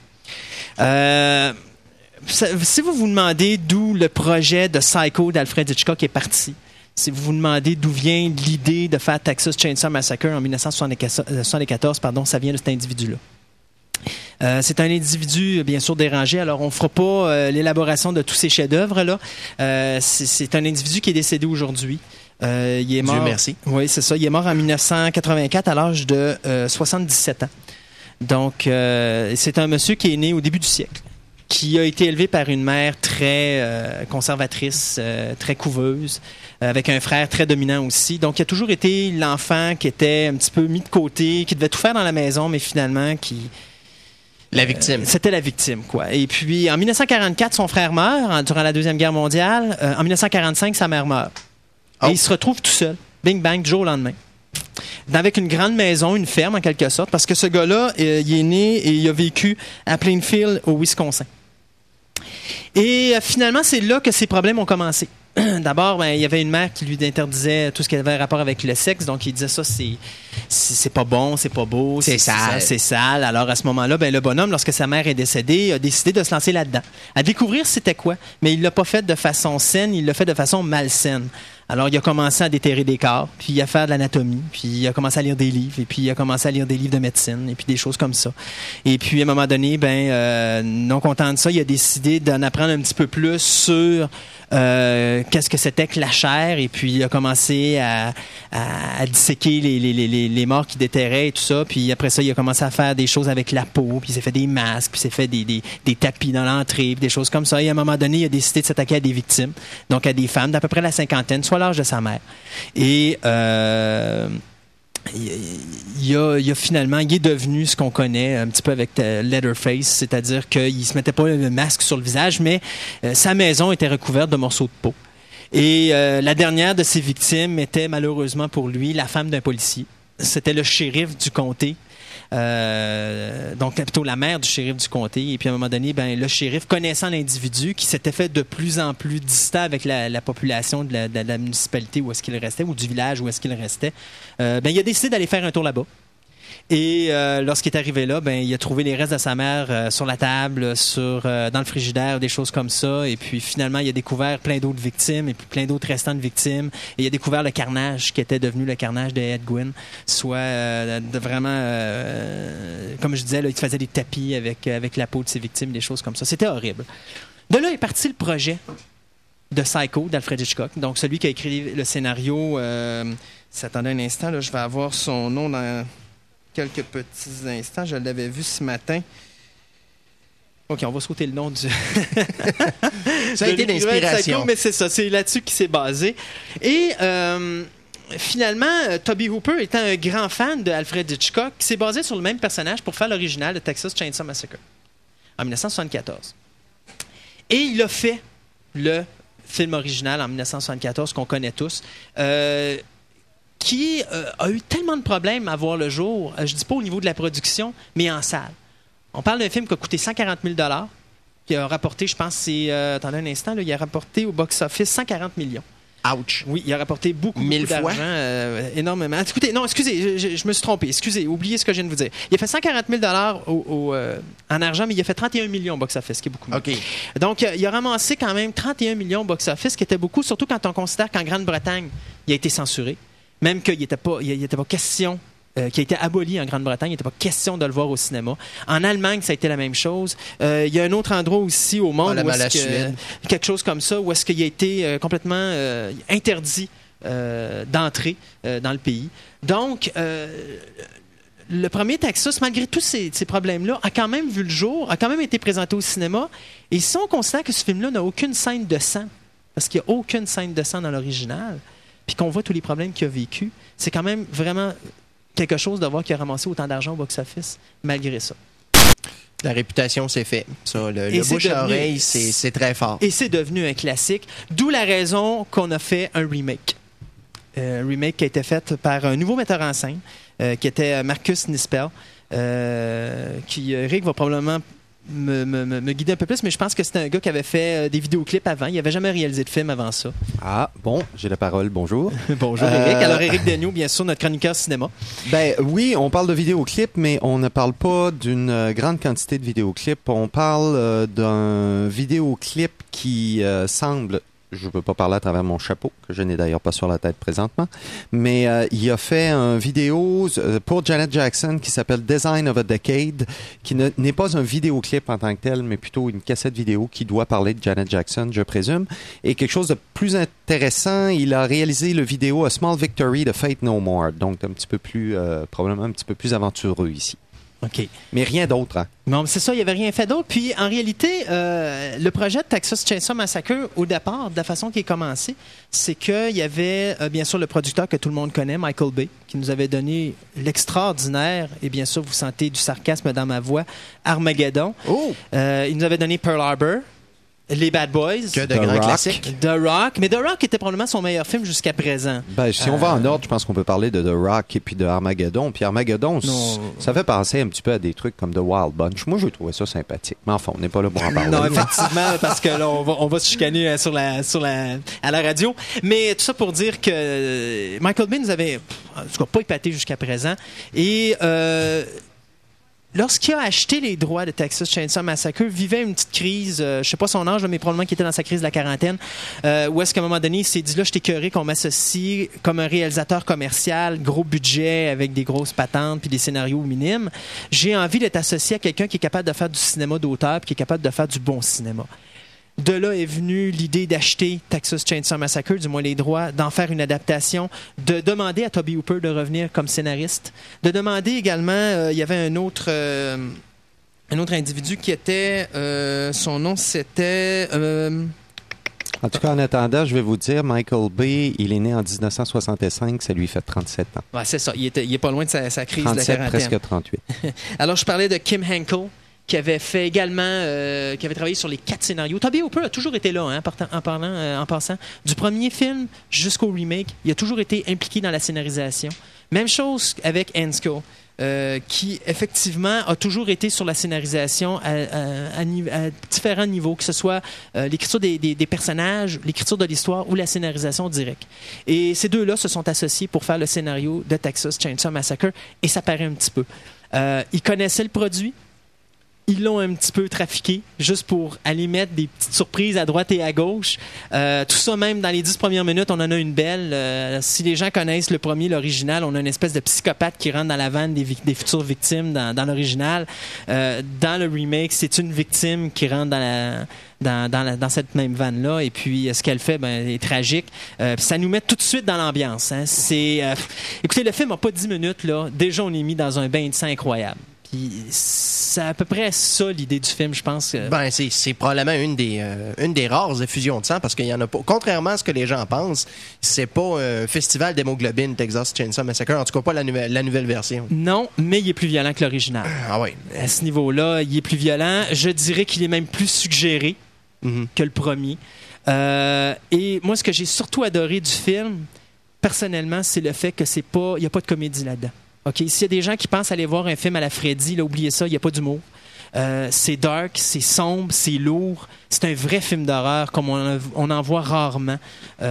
Si vous vous demandez d'où le projet de Psycho d'Alfred Hitchcock est parti, si vous vous demandez d'où vient l'idée de faire Texas Chainsaw Massacre en 1974, ça vient de cet individu-là. C'est un individu, bien sûr, dérangé. Alors, on ne fera pas l'élaboration de tous ces chefs-d'œuvre. C'est un individu qui est décédé aujourd'hui. Il est mort. Dieu merci. Oui, c'est ça. Il est mort en 1984 à l'âge de 77 ans. Donc, c'est un monsieur qui est né au début du siècle, qui a été élevé par une mère très conservatrice, très couveuse, avec un frère très dominant aussi. Donc, il a toujours été l'enfant qui était un petit peu mis de côté, qui devait tout faire dans la maison, mais finalement La victime. C'était la victime, quoi. Et puis, en 1944, son frère meurt durant la Deuxième Guerre mondiale. En 1945, sa mère meurt. Et il se retrouve tout seul. Bing bang, du jour au lendemain. Avec une grande maison, une ferme en quelque sorte, parce que ce gars-là, il est né et il a vécu à Plainfield, au Wisconsin. Et finalement, c'est là que ses problèmes ont commencé. D'abord, il y avait une mère qui lui interdisait tout ce qui avait rapport avec le sexe, donc il disait ça, c'est pas bon, c'est pas beau, c'est sale. C'est sale. Alors à ce moment-là, le bonhomme, lorsque sa mère est décédée, a décidé de se lancer là-dedans, à découvrir c'était quoi. Mais il l'a pas fait de façon saine, il l'a fait de façon malsaine. Alors, il a commencé à déterrer des corps, puis à faire de l'anatomie, puis il a commencé à lire des livres, et puis il a commencé à lire des livres de médecine, et puis des choses comme ça. Et puis, à un moment donné, non content de ça, il a décidé d'en apprendre un petit peu plus sur qu'est-ce que c'était que la chair, et puis il a commencé à disséquer les morts qu'il déterrait et tout ça, puis après ça, il a commencé à faire des choses avec la peau, puis il s'est fait des masques, puis il s'est fait des tapis dans l'entrée, puis des choses comme ça. Et à un moment donné, il a décidé de s'attaquer à des victimes, donc à des femmes d'à peu près la cinquantaine, soit l'âge de sa mère. Et il est devenu ce qu'on connaît un petit peu avec Leatherface, c'est-à-dire qu'il se mettait pas le masque sur le visage, mais sa maison était recouverte de morceaux de peau. Et la dernière de ses victimes était malheureusement pour lui la femme d'un policier. C'était le shérif du comté. Donc plutôt la mère du shérif du comté, et puis à un moment donné, le shérif, connaissant l'individu qui s'était fait de plus en plus distant avec la population de la municipalité où est-ce qu'il restait, ou du village où est-ce qu'il restait, il a décidé d'aller faire un tour là-bas. Et lorsqu'il est arrivé là, il a trouvé les restes de sa mère sur la table, dans le frigidaire, des choses comme ça. Et puis finalement, il a découvert plein d'autres victimes et puis plein d'autres restants de victimes. Et il a découvert le carnage qui était devenu le carnage de Ed Gein. Soit vraiment, comme je disais, là, il faisait des tapis avec la peau de ses victimes, des choses comme ça. C'était horrible. De là est parti le projet de Psycho d'Alfred Hitchcock. Donc celui qui a écrit le scénario. Attendez un instant, là, je vais avoir son nom dans quelques petits instants. Je l'avais vu ce matin. OK, on va sauter le nom du... Ça a été l'inspiration. Mais c'est ça, c'est là-dessus qu'il s'est basé. Et finalement, Tobe Hooper étant un grand fan d'Alfred Hitchcock, s'est basé sur le même personnage pour faire l'original de Texas Chainsaw Massacre en 1974. Et il a fait le film original en 1974 qu'on connaît tous, qui a eu tellement de problèmes à voir le jour, je dis pas au niveau de la production, mais en salle. On parle d'un film qui a coûté 140 000 $, qui a rapporté, je pense, attendez un instant, là, il a rapporté au box-office 140 millions. Ouch! Oui, il a rapporté beaucoup d'argent, énormément. Écoutez, non, excusez, je me suis trompé. Excusez, oubliez ce que je viens de vous dire. Il a fait 140 000 $ en argent, mais il a fait 31 millions au box-office, ce qui est beaucoup. OK. Donc, il a ramassé quand même 31 millions au box-office, ce qui était beaucoup, surtout quand on considère qu'en Grande-Bretagne, il a été censuré. Même qu'il n'était pas question... qui a été aboli en Grande-Bretagne. Il n'était pas question de le voir au cinéma. En Allemagne, ça a été la même chose. Il y a un autre endroit aussi au monde où quelque chose comme ça, où est-ce qu'il a été complètement interdit d'entrer dans le pays. Donc, le premier Texas, malgré tous ces problèmes-là, a quand même vu le jour, a quand même été présenté au cinéma. Et si on considère que ce film-là n'a aucune scène de sang, parce qu'il n'y a aucune scène de sang dans l'original, puis qu'on voit tous les problèmes qu'il a vécu, c'est quand même vraiment quelque chose de voir qu'il a ramassé autant d'argent au box-office, malgré ça. La réputation, c'est fait. Ça, le bouche à oreille, c'est très fort. Et c'est devenu un classique, d'où la raison qu'on a fait un remake. Un remake qui a été fait par un nouveau metteur en scène, qui était Marcus Nispel, qui, Rick, va probablement me guider un peu plus, mais je pense que c'était un gars qui avait fait des vidéoclips avant. Il n'avait jamais réalisé de film avant ça. Ah, bon, j'ai la parole. Bonjour. Bonjour, Éric. Alors, Éric Daigneault, bien sûr, notre chroniqueur cinéma. Ben oui, on parle de vidéoclips, mais on ne parle pas d'une grande quantité de vidéoclips. On parle d'un vidéoclip qui semble... Je ne peux pas parler à travers mon chapeau, que je n'ai d'ailleurs pas sur la tête présentement, mais il a fait une vidéo pour Janet Jackson qui s'appelle Design of a Decade, qui n'est pas un vidéoclip en tant que tel, mais plutôt une cassette vidéo qui doit parler de Janet Jackson, je présume. Et quelque chose de plus intéressant, il a réalisé le vidéo A Small Victory de Faith No More, donc un petit peu plus, probablement un petit peu plus aventureux ici. OK. Mais rien d'autre. Hein? Non, c'est ça, il n'y avait rien fait d'autre. Puis, en réalité, le projet de Texas Chainsaw Massacre, au départ, de la façon qu'il est commencé, c'est qu'il y avait, bien sûr, le producteur que tout le monde connaît, Michael Bay, qui nous avait donné l'extraordinaire, et bien sûr, vous sentez du sarcasme dans ma voix, Armageddon. Oh! Il nous avait donné Pearl Harbor, Les Bad Boys. Que de grands classiques. The Rock. Mais The Rock était probablement son meilleur film jusqu'à présent. Ben, si on va en ordre, je pense qu'on peut parler de The Rock et puis de Armageddon. Puis Armageddon, ça fait penser un petit peu à des trucs comme The Wild Bunch. Moi, je trouvais ça sympathique. Mais enfin, on n'est pas là pour en parler. Non, effectivement, parce que là, on va se chicaner à la radio. Mais tout ça pour dire que Michael Bay nous avait, en tout cas, pas épaté jusqu'à présent. Et lorsqu'il a acheté les droits de Texas Chainsaw Massacre, vivait une petite crise, je sais pas son âge, mais probablement qu'il était dans sa crise de la quarantaine, où est-ce qu'à un moment donné, il s'est dit, là, je t'ai écœuré qu'on m'associe comme un réalisateur commercial, gros budget, avec des grosses patentes puis des scénarios minimes. J'ai envie d'être associé à quelqu'un qui est capable de faire du cinéma d'auteur puis qui est capable de faire du bon cinéma. De là est venue l'idée d'acheter Texas Chainsaw Massacre, du moins les droits, d'en faire une adaptation, de demander à Tobe Hooper de revenir comme scénariste, de demander également, il y avait un autre individu qui était, son nom c'était... En tout cas, en attendant, je vais vous dire, Michael Bay, il est né en 1965, ça lui fait 37 ans. Ouais, c'est ça, il est pas loin de sa crise 37, de la quarantaine. presque 38. Alors, je parlais de Kim Henkel, qui avait fait également, qui avait travaillé sur les 4 scénarios. Tobe Hooper a toujours été là, hein, en passant. Du premier film jusqu'au remake, il a toujours été impliqué dans la scénarisation. Même chose avec Ensko. qui, effectivement, a toujours été sur la scénarisation à différents niveaux, que ce soit l'écriture des personnages, l'écriture de l'histoire ou la scénarisation directe. Et ces deux-là se sont associés pour faire le scénario de Texas Chainsaw Massacre, et ça paraît un petit peu. Ils connaissaient le produit. Ils l'ont un petit peu trafiqué, juste pour aller mettre des petites surprises à droite et à gauche. Tout ça, même dans les 10 premières minutes, on en a une belle. Si les gens connaissent le premier, l'original, on a une espèce de psychopathe qui rentre dans la vanne des futures victimes dans l'original. Dans le remake, c'est une victime qui rentre dans cette même vanne-là. Et puis, ce qu'elle fait est tragique. Ça nous met tout de suite dans l'ambiance. Hein. Écoutez, le film n'a pas 10 minutes. Là. Déjà, on est mis dans un bain de sang incroyable. Puis c'est à peu près ça l'idée du film, je pense. C'est probablement une des rares effusions de sang parce qu'il y en a pas. Contrairement à ce que les gens pensent, c'est pas un festival d'hémoglobine Texas Chainsaw Massacre, en tout cas pas la nouvelle version. Non, mais il est plus violent que l'original. Ah oui. À ce niveau-là, il est plus violent. Je dirais qu'il est même plus suggéré que le premier. Et moi, ce que j'ai surtout adoré du film, personnellement, c'est le fait que il n'y a pas de comédie là-dedans. OK, s'il y a des gens qui pensent aller voir un film à la Freddy, là, oubliez ça, il n'y a pas d'humour. C'est dark, c'est sombre, c'est lourd. C'est un vrai film d'horreur comme on en voit rarement.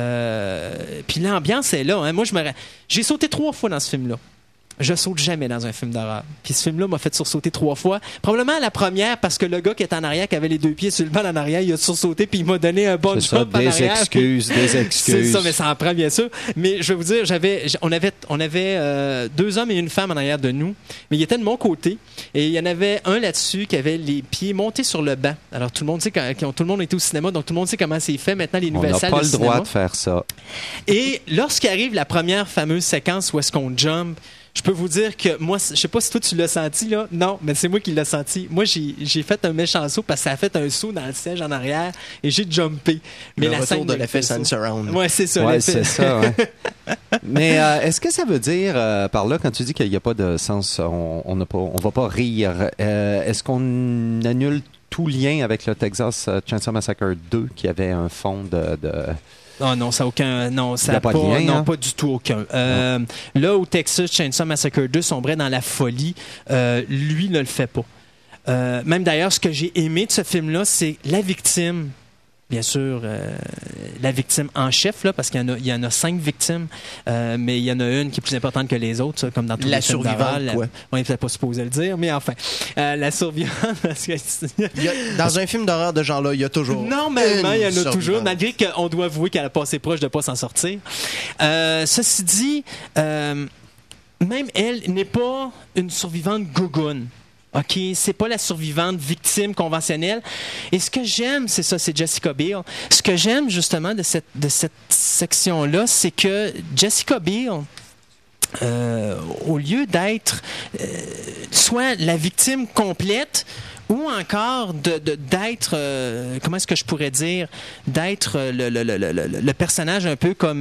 Puis l'ambiance est là. Hein. Moi, j'ai sauté 3 fois dans ce film-là. Je saute jamais dans un film d'horreur. Puis ce film-là m'a fait sursauter 3 fois. Probablement la première, parce que le gars qui est en arrière, qui avait les 2 pieds sur le banc en arrière, il a sursauté puis il m'a donné un bon job en arrière. Des excuses. C'est ça, mais ça en prend bien sûr. Mais je vais vous dire, on avait 2 hommes et une femme en arrière de nous, mais ils étaient de mon côté. Et il y en avait un là-dessus qui avait les pieds montés sur le banc. Alors tout le monde sait tout le monde était au cinéma, donc tout le monde sait comment c'est fait. Maintenant, les nouvelles salles de cinéma. On n'a pas le droit de faire ça. Et lorsqu'arrive la première fameuse séquence où est-ce qu'on jump, je peux vous dire que moi, je sais pas si toi tu l'as senti là. Non, mais c'est moi qui l'ai senti. Moi, j'ai fait un méchant saut parce que ça a fait un saut dans le siège en arrière et j'ai jumpé. Mais le retour de l'effet Surround. Ouais, c'est ça. Ouais, c'est ça. Ouais. Mais est-ce que ça veut dire par là quand tu dis qu'il n'y a pas de sens, on va pas rire. Est-ce qu'on annule tout lien avec le Texas Chainsaw Massacre 2 qui avait un fond de... Oh non, ça n'a aucun. Non, ça n'a pas, lien, non, hein? pas du tout aucun. Là où Texas Chainsaw Massacre 2 sombrait dans la folie, lui ne le fait pas. Même d'ailleurs, ce que j'ai aimé de ce film-là, c'est la victime. Bien sûr, la victime en chef, là, parce qu'il y en a 5 victimes, mais il y en a une qui est plus importante que les autres, ça, comme dans tous les films d'horreur. On n'est peut-être pas supposé le dire, mais enfin, la survivante. Parce que dans un film d'horreur de genre-là, il y a toujours. Normalement, il y en a toujours, malgré qu'on doit avouer qu'elle a passé proche de ne pas s'en sortir. Ceci dit, même elle n'est pas une survivante gougoune. OK, c'est pas la survivante victime conventionnelle. Et ce que j'aime, c'est ça, c'est Jessica Biel. Ce que j'aime justement de cette section-là, c'est que Jessica Biel, au lieu d'être soit la victime complète, ou encore d'être, comment est-ce que je pourrais dire, d'être le personnage un peu comme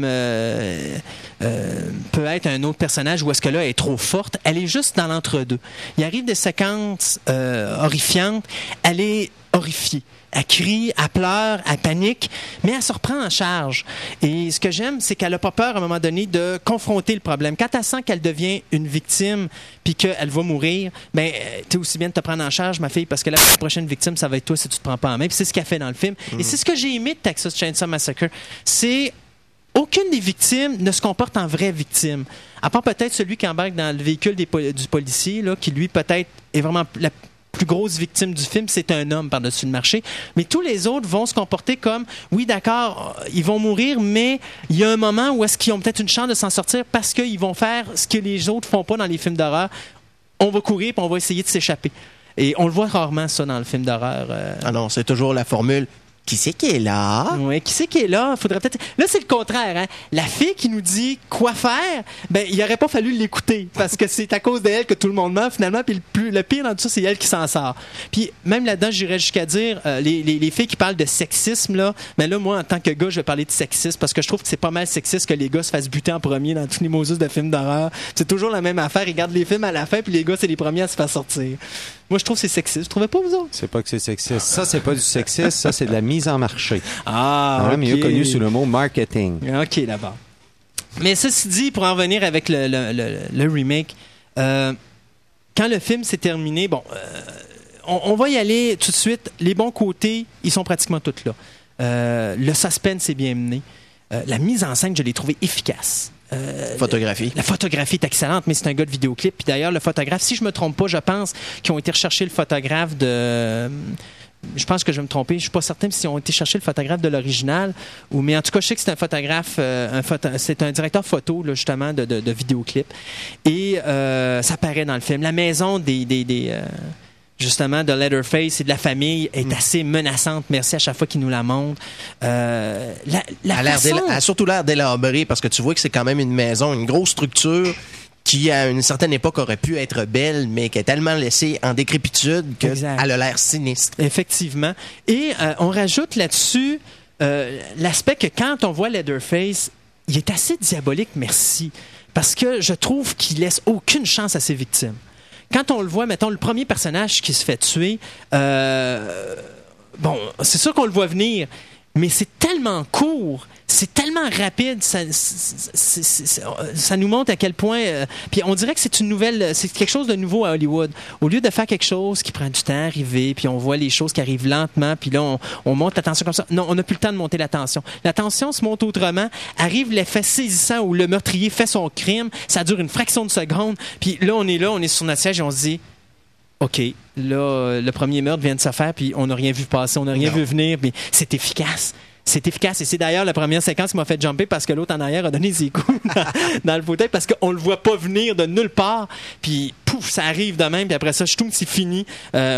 peut être un autre personnage où est-ce que là elle est trop forte, elle est juste dans l'entre-deux. Il arrive des séquences horrifiantes, elle est horrifiée. Elle crie, elle pleure, elle panique, mais elle se reprend en charge. Et ce que j'aime, c'est qu'elle n'a pas peur, à un moment donné, de confronter le problème. Quand elle sent qu'elle devient une victime puis qu'elle va mourir, ben, t'es aussi bien de te prendre en charge, ma fille, parce que la prochaine victime, ça va être toi si tu te prends pas en main. Puis c'est ce qu'elle fait dans le film. Et c'est ce que j'ai aimé de Texas Chainsaw Massacre. C'est aucune des victimes ne se comporte en vraie victime. À part peut-être celui qui embarque dans le véhicule du policier, là, qui lui, peut-être, est vraiment la plus grosse victime du film, c'est un homme par-dessus le marché. Mais tous les autres vont se comporter comme, oui, d'accord, ils vont mourir, mais il y a un moment où est-ce qu'ils ont peut-être une chance de s'en sortir parce qu'ils vont faire ce que les autres font pas dans les films d'horreur. On va courir puis on va essayer de s'échapper. Et on le voit rarement, ça, dans le film d'horreur. Ah non, c'est toujours la formule. Qui c'est qui est là? Oui, qui c'est qui est là? Faudrait peut-être. Là, c'est le contraire, hein? La fille qui nous dit quoi faire, ben, il aurait pas fallu l'écouter. Parce que c'est à cause d'elle que tout le monde meurt, finalement. Puis le pire dans tout ça, c'est elle qui s'en sort. Puis même là-dedans, j'irais jusqu'à dire, les filles qui parlent de sexisme, là, mais là, moi, en tant que gars, je vais parler de sexisme parce que je trouve que c'est pas mal sexiste que les gars se fassent buter en premier dans tous les Moses de films d'horreur. C'est toujours la même affaire. Ils regardent les films à la fin, puis les gars, c'est les premiers à se faire sortir. Moi, je trouve que c'est sexiste. Vous trouvez pas, vous autres? C'est pas que c'est sexiste. Ça, c'est pas du sexisme. Ça, c'est de la mise en marché. Ah, OK. Mieux connu sous le mot marketing. OK, d'abord. Mais ceci dit, pour en venir avec le remake, quand le film s'est terminé, on va y aller tout de suite. Les bons côtés, ils sont pratiquement tous là. Le suspense est bien mené. La mise en scène, je l'ai trouvé efficace. Photographie. La photographie est excellente, mais c'est un gars de vidéoclip. Puis d'ailleurs, le photographe, si je me trompe pas, je pense qu'ils ont été rechercher le photographe de... Je pense que je vais me tromper. Je suis pas certain s'ils ont été chercher le photographe de l'original. Mais en tout cas, je sais que c'est un photographe, c'est un directeur photo, là, justement, de vidéoclip. Et ça paraît dans le film. La maison justement, de Leatherface et de la famille est assez menaçante. Merci à chaque fois qu'il nous la montre. Elle a surtout l'air délabrée parce que tu vois que c'est quand même une maison, une grosse structure qui, à une certaine époque, aurait pu être belle, mais qui est tellement laissée en décrépitude qu'elle a l'air sinistre. Effectivement. Et on rajoute là-dessus l'aspect que quand on voit Leatherface, il est assez diabolique, merci. Parce que je trouve qu'il laisse aucune chance à ses victimes. Quand on le voit, mettons, le premier personnage qui se fait tuer, c'est sûr qu'on le voit venir, mais c'est tellement court, c'est tellement rapide, ça nous montre à quel point... puis on dirait que c'est quelque chose de nouveau à Hollywood. Au lieu de faire quelque chose qui prend du temps à arriver, puis on voit les choses qui arrivent lentement, puis là, on monte la tension comme ça. Non, on n'a plus le temps de monter la tension. La tension se monte autrement. Arrive l'effet saisissant où le meurtrier fait son crime. Ça dure une fraction de seconde. Puis là, on est sur notre siège et on se dit... OK, là, le premier meurtre vient de se faire, puis on n'a rien vu passer, on n'a rien vu venir, puis c'est efficace. C'est efficace. Et c'est d'ailleurs la première séquence qui m'a fait jumper parce que l'autre en arrière a donné ses coups dans le fauteuil parce qu'on le voit pas venir de nulle part. Puis, pouf, ça arrive de même. Puis après ça, c'est fini.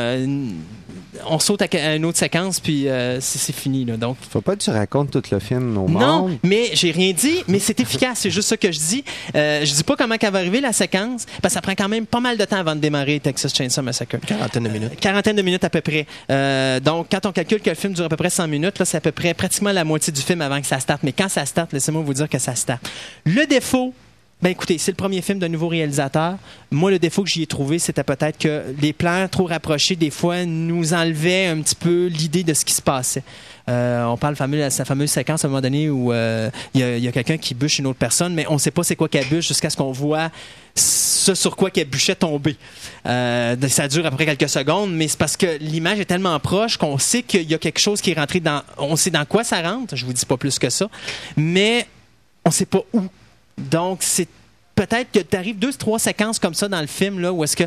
On saute à une autre séquence, puis c'est fini. Là. Donc, faut pas que tu racontes tout le film au monde. Non, mais j'ai rien dit, mais c'est efficace. C'est juste ça que je dis. Je dis pas comment qu'elle va arriver, la séquence, parce que ça prend quand même pas mal de temps avant de démarrer Texas Chainsaw Massacre. Quarantaine de minutes à peu près. Donc, quand on calcule que le film dure à peu près 100 minutes, là, c'est à peu près pratiquement la moitié du film avant que ça starte. Mais quand ça starte, laissez-moi vous dire que ça starte. Le défaut... écoutez, c'est le premier film d'un nouveau réalisateur. Moi, le défaut que j'y ai trouvé, c'était peut-être que les plans trop rapprochés, des fois, nous enlevaient un petit peu l'idée de ce qui se passait. On parle de sa fameuse séquence à un moment donné où il y a quelqu'un qui bûche une autre personne, mais on ne sait pas c'est quoi qu'elle bûche jusqu'à ce qu'on voit ce sur quoi qu'elle bûchait tomber. Ça dure après quelques secondes, mais c'est parce que l'image est tellement proche qu'on sait qu'il y a quelque chose qui est rentré dans... On sait dans quoi ça rentre, je vous dis pas plus que ça, mais on ne sait pas où. Donc, c'est peut-être que tu arrives 2-3 séquences comme ça dans le film là, où est-ce que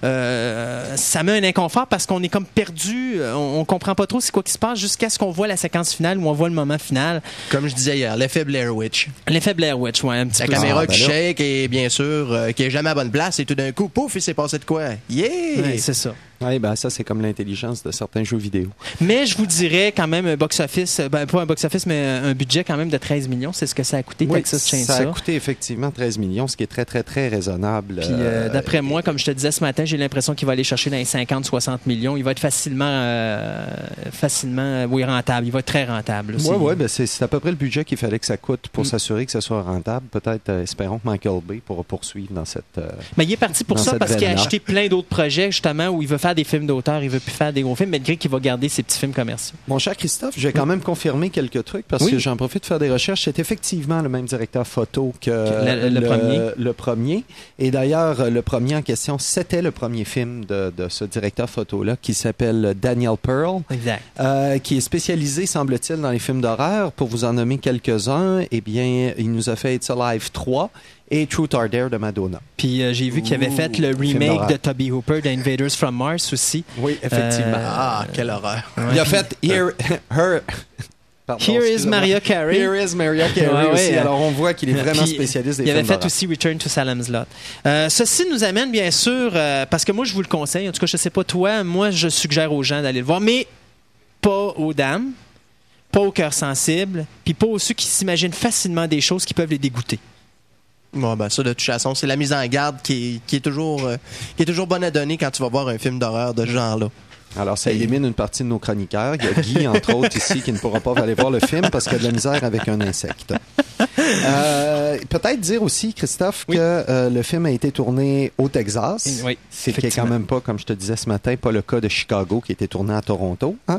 ça met un inconfort parce qu'on est comme perdu, on comprend pas trop c'est quoi qui se passe jusqu'à ce qu'on voit la séquence finale où on voit le moment final. Comme je disais hier, l'effet Blair Witch. L'effet Blair Witch, oui, un petit peu. La caméra qui shake et bien sûr qui est jamais à bonne place et tout d'un coup, pouf, il s'est passé de quoi? Yeah! Ouais, c'est ça. Oui, ça, c'est comme l'intelligence de certains jeux vidéo. Mais je vous dirais quand même un box-office, pas un box-office, mais un budget quand même de 13 millions. C'est ce que ça a coûté, Texas Chainsaw. Ça a coûté effectivement 13 millions, ce qui est très, très, très raisonnable. Puis d'après moi, comme je te disais ce matin, j'ai l'impression qu'il va aller chercher dans les 50-60 millions. Il va être facilement rentable. Il va être très rentable. Oui, c'est à peu près le budget qu'il fallait que ça coûte pour s'assurer que ça soit rentable. Peut-être, espérons que Michael Bay pourra poursuivre dans cette mais il est parti pour ça parce qu'il a acheté plein d'autres projets, justement, où il veut faire des films d'auteur. Il veut plus faire des gros films, malgré qu'il va garder ses petits films commerciaux. Mon cher Christophe, je vais quand même confirmer quelques trucs parce que j'en profite de faire des recherches. C'est effectivement le même directeur photo que le premier. Et d'ailleurs, le premier en question, c'était le premier film de ce directeur photo-là qui s'appelle Daniel Pearl. Exact. Qui est spécialisé, semble-t-il, dans les films d'horreur. Pour vous en nommer quelques-uns, eh bien, il nous a fait It's Alive 3 et Truth or Dare de Madonna. Puis j'ai vu qu'il avait fait le remake de Toby Hooper d'Invaders from Mars aussi. Oui, effectivement. Quelle horreur. Ouais. Il a fait Here is Mariah Carey. Here is Mariah Carey aussi. Alors on voit qu'il est vraiment spécialiste des films d'horreur. Il avait fait aussi Return to Salem's Lot. Ceci nous amène bien sûr, parce que moi je vous le conseille, en tout cas je sais pas toi, moi je suggère aux gens d'aller le voir, mais pas aux dames, pas aux cœurs sensibles, puis pas aux ceux qui s'imaginent facilement des choses qui peuvent les dégoûter. Ça, de toute façon, c'est la mise en garde qui est toujours bonne à donner quand tu vas voir un film d'horreur de ce genre-là. Alors, ça élimine une partie de nos chroniqueurs. Il y a Guy, entre autres, ici, qui ne pourra pas aller voir le film parce qu'il a de la misère avec un insecte. Peut-être dire aussi, Christophe, que le film a été tourné au Texas. Oui, C'est qui est quand même pas, comme je te disais ce matin, pas le cas de Chicago qui a été tourné à Toronto. Hein?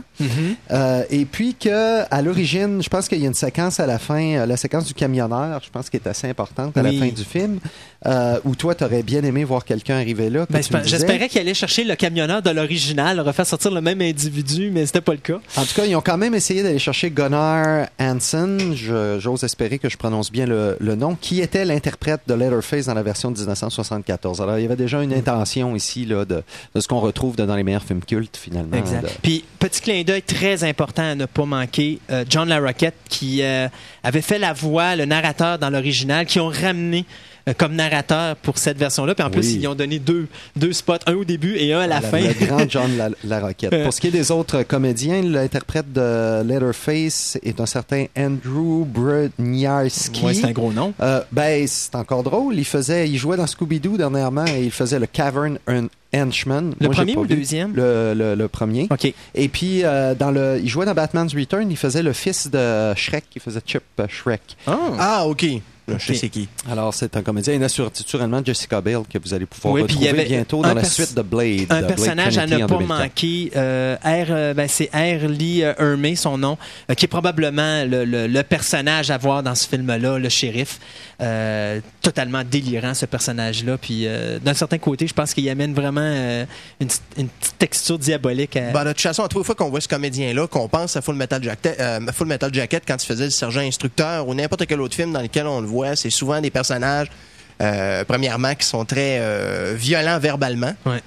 Et puis que à l'origine, je pense qu'il y a une séquence à la fin, la séquence du camionneur, je pense qu'elle est assez importante à la fin du film, où toi, t'aurais bien aimé voir quelqu'un arriver là. J'espérais qu'il allait chercher le camionneur de l'original, refaire sortir le même individu, mais c'était pas le cas. En tout cas, ils ont quand même essayé d'aller chercher Gunnar Hansen, j'ose espérer que je prononce bien le nom, qui était l'interprète de Leatherface dans la version de 1974. Alors, il y avait déjà une intention ici là, de ce qu'on retrouve dans les meilleurs films cultes, finalement. Exact. Puis, petit clin d'œil très important à ne pas manquer, John Larroquette, qui avait fait la voix, le narrateur dans l'original, qui ont ramené comme narrateur pour cette version-là. Puis en plus, ils ont donné deux spots, un au début et un à la fin. Le grand John Larroquette. Pour ce qui est des autres comédiens, l'interprète de Leatherface est un certain Andrew Broniarski. Oui, c'est un gros nom. C'est encore drôle. Il jouait dans Scooby-Doo dernièrement et il faisait le Cavern Henchman. Le premier ou le deuxième? Le premier. OK. Et puis, il jouait dans Batman's Return. Il faisait le fils de Shrek. Il faisait Chip Shrek. Ah, OK. Je sais qui. Alors, c'est un comédien. Il y a naturellement Jessica Biel que vous allez pouvoir retrouver bientôt dans la suite de Blade. Un personnage à ne pas manquer. C'est R. Lee Ermey, son nom, qui est probablement le personnage à voir dans ce film-là, le shérif. Totalement délirant, ce personnage-là. Puis, d'un certain côté, je pense qu'il amène vraiment une petite texture diabolique. De toute façon, à toutes les fois qu'on voit ce comédien-là, qu'on pense à Full Metal Jacket quand il faisait le sergent instructeur ou n'importe quel autre film dans lequel on le voit, c'est souvent des personnages, premièrement, qui sont très violents verbalement. Ouais.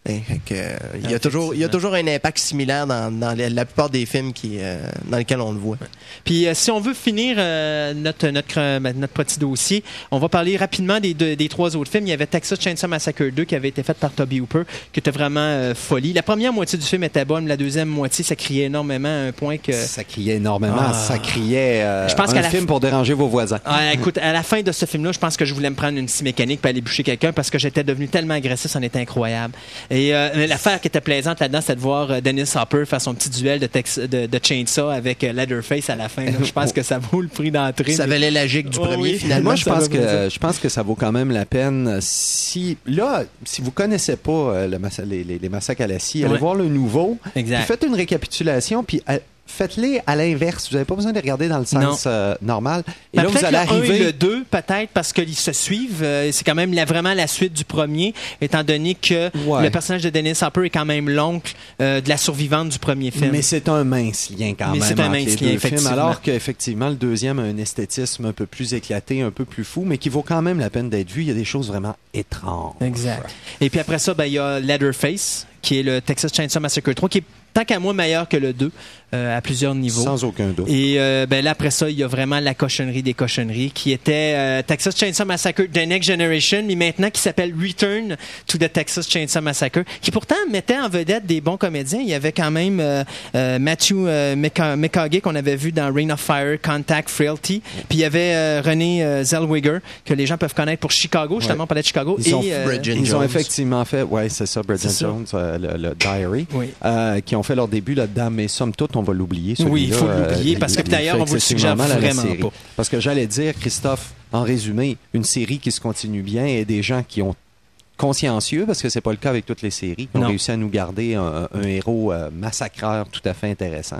Il y a toujours un impact similaire dans la plupart des films dans lesquels on le voit. Ouais. Puis si on veut finir notre petit dossier, on va parler rapidement des trois autres films. Il y avait Texas Chainsaw Massacre 2 qui avait été fait par Toby Hooper, qui était vraiment folie. La première moitié du film était bonne, la deuxième moitié, ça criait énormément à un point que... Ça criait énormément, ça criait je pense un film pour déranger vos voisins. Écoute, à la fin de ce film-là, je pense que je voulais me prendre une scie mécanique pour aller boucher quelqu'un parce que j'étais devenu tellement agressif, ça en était incroyable. Et l'affaire qui était plaisante là-dedans, c'était de voir Dennis Hopper faire son petit duel de Chainsaw avec Leatherface à la fin. Je pense que ça vaut le prix d'entrée. Ça valait la gigue du premier, finalement. Moi, je pense que ça vaut quand même la peine. Si vous connaissez pas les massacres à la scie, allez voir le nouveau. Exact. Faites une récapitulation, puis faites-les à l'inverse. Vous n'avez pas besoin de regarder dans le sens normal. Et là, vous allez arriver... Le 1 et le 2, peut-être, parce qu'ils se suivent. C'est quand même vraiment la suite du premier, étant donné que le personnage de Dennis Hopper est quand même l'oncle de la survivante du premier film. Mais c'est un mince lien quand même entre les deux films, alors qu'effectivement, le deuxième a un esthétisme un peu plus éclaté, un peu plus fou, mais qui vaut quand même la peine d'être vu. Il y a des choses vraiment étranges. Exact. Et puis après ça, il y a Leatherface, qui est le Texas Chainsaw Massacre 3, qui est tant qu'à moi meilleur que le 2 à plusieurs niveaux. Sans aucun doute. Et là, après ça, il y a vraiment la cochonnerie des cochonneries qui était Texas Chainsaw Massacre The Next Generation, mais maintenant qui s'appelle Return to the Texas Chainsaw Massacre, qui pourtant mettait en vedette des bons comédiens. Il y avait quand même Matthew McConaughey qu'on avait vu dans Reign of Fire, Contact, Frailty. Puis il y avait René Zellweger, que les gens peuvent connaître pour Chicago, justement, on parlait de Chicago. Ils ont effectivement fait, c'est ça, Bridget Jones, le Diary, qui ont fait leur début là-dedans, mais somme toute, on va l'oublier. Oui, il faut l'oublier, parce que d'ailleurs, on vous le suggère vraiment pas. Parce que j'allais dire, Christophe, en résumé, une série qui se continue bien et des gens qui ont consciencieux, parce que c'est pas le cas avec toutes les séries, qui ont réussi à nous garder un héros massacreur tout à fait intéressant,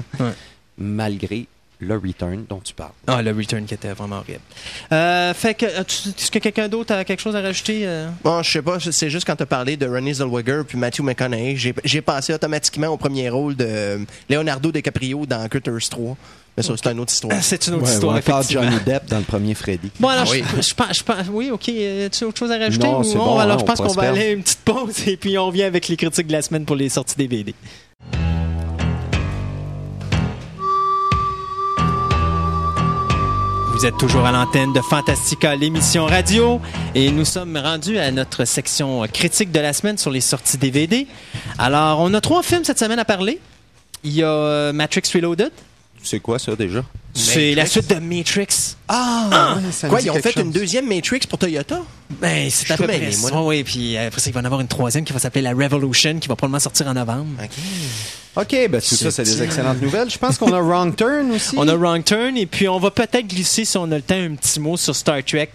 malgré le Return dont tu parles. Le Return qui était vraiment horrible. Est-ce que quelqu'un d'autre a quelque chose à rajouter? Bon, je sais pas, c'est juste quand tu as parlé de Renée Zellweger puis Matthew McConaughey, j'ai pensé automatiquement au premier rôle de Leonardo DiCaprio dans Critters 3. Mais ça, c'est une autre histoire. C'est une autre histoire, effectivement. Johnny Depp dans le premier Freddy. Bon, alors, je pense... Oui, OK. Tu as autre chose à rajouter? Non, c'est bon. Alors, je pense qu'on va aller à une petite pause et puis on revient avec les critiques de la semaine pour les sorties DVD. Vous êtes toujours à l'antenne de Fantastica, l'émission radio, et nous sommes rendus à notre section critique de la semaine sur les sorties DVD. Alors, on a 3 films cette semaine à parler. Il y a Matrix Reloaded. C'est quoi ça déjà? C'est la suite de Matrix. Ah! Ouais, ça me Quoi, dit ils ont quelque fait chose. une deuxième Matrix pour Toyota? Ben, c'est à Je peu suis près mêlé, ça. moi, là. Oui, puis après ça, il va y en avoir une troisième qui va s'appeler la Revolution, qui va probablement sortir en novembre. OK, ben tout ça, c'est des excellentes nouvelles. Je pense qu'on a Wrong Turn aussi. On a Wrong Turn, et puis on va peut-être glisser, si on a le temps, un petit mot sur Star Trek,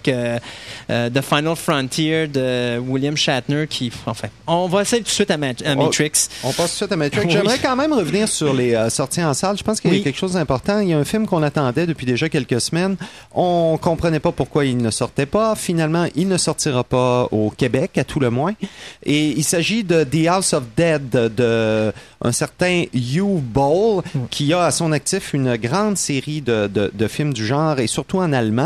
The Final Frontier de William Shatner, qui, enfin, on va essayer tout de suite à Matrix. On passe tout de suite à Matrix. Oui. J'aimerais quand même revenir sur les sorties en salle. Je pense qu'il y a quelque chose d'important. Il y a un film qu'on attendait depuis déjà quelques semaines. On comprenait pas pourquoi il ne sortait pas. Finalement, il ne sortira pas au Québec, à tout le moins. Et il s'agit de The House of Dead, de un certain Uwe Boll, qui a à son actif une grande série de films du genre, et surtout en allemand.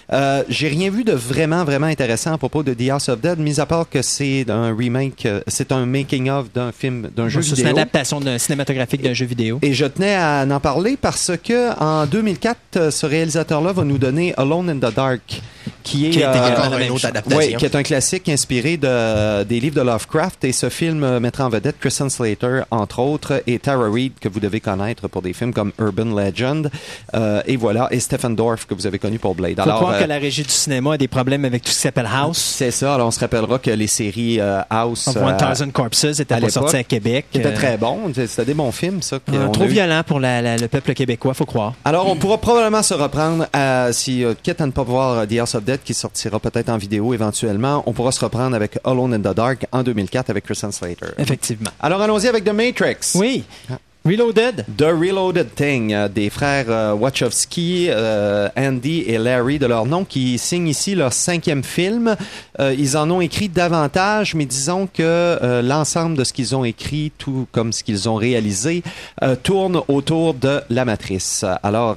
J'ai rien vu de vraiment intéressant à propos de The House of Dead, mis à part que c'est un remake, c'est un making-of d'un film, d'un jeu vidéo. C'est une adaptation cinématographique d'un jeu vidéo. Et je tenais à en parler parce que en 2004, ce réalisateur-là va nous donner Alone in the Dark, qui est encore une autre adaptation. Oui, qui est un classique inspiré des livres de Lovecraft. Et ce film mettra en vedette Kristen Slater, entre autres, et Tara Reid, que vous devez connaître pour des films comme Urban Legend. Et voilà, et Stephen Dorff, que vous avez connu pour Blade. Il faut croire que la régie du cinéma a des problèmes avec tout ce qui s'appelle House. C'est ça. Alors, on se rappellera que les séries House... Of 1000 Corpses étaient pas sorties à Québec. Qui étaient très bons. C'était des bons films, ça. Trop violent pour le peuple québécois, faut croire. Alors, on pourra probablement se reprendre quitte à ne pas voir The House of Dead, qui sortira peut-être en vidéo éventuellement, on pourra se reprendre avec Alone in the Dark en 2004 avec Kristen Slater. Effectivement. Alors, allons-y avec The Matrix. Oui. Reloaded. The Reloaded Thing, des frères Wachowski, Andy et Larry de leur nom, qui signent ici leur 5e film. Ils en ont écrit davantage, mais disons que l'ensemble de ce qu'ils ont écrit, tout comme ce qu'ils ont réalisé, tourne autour de la Matrice. Alors,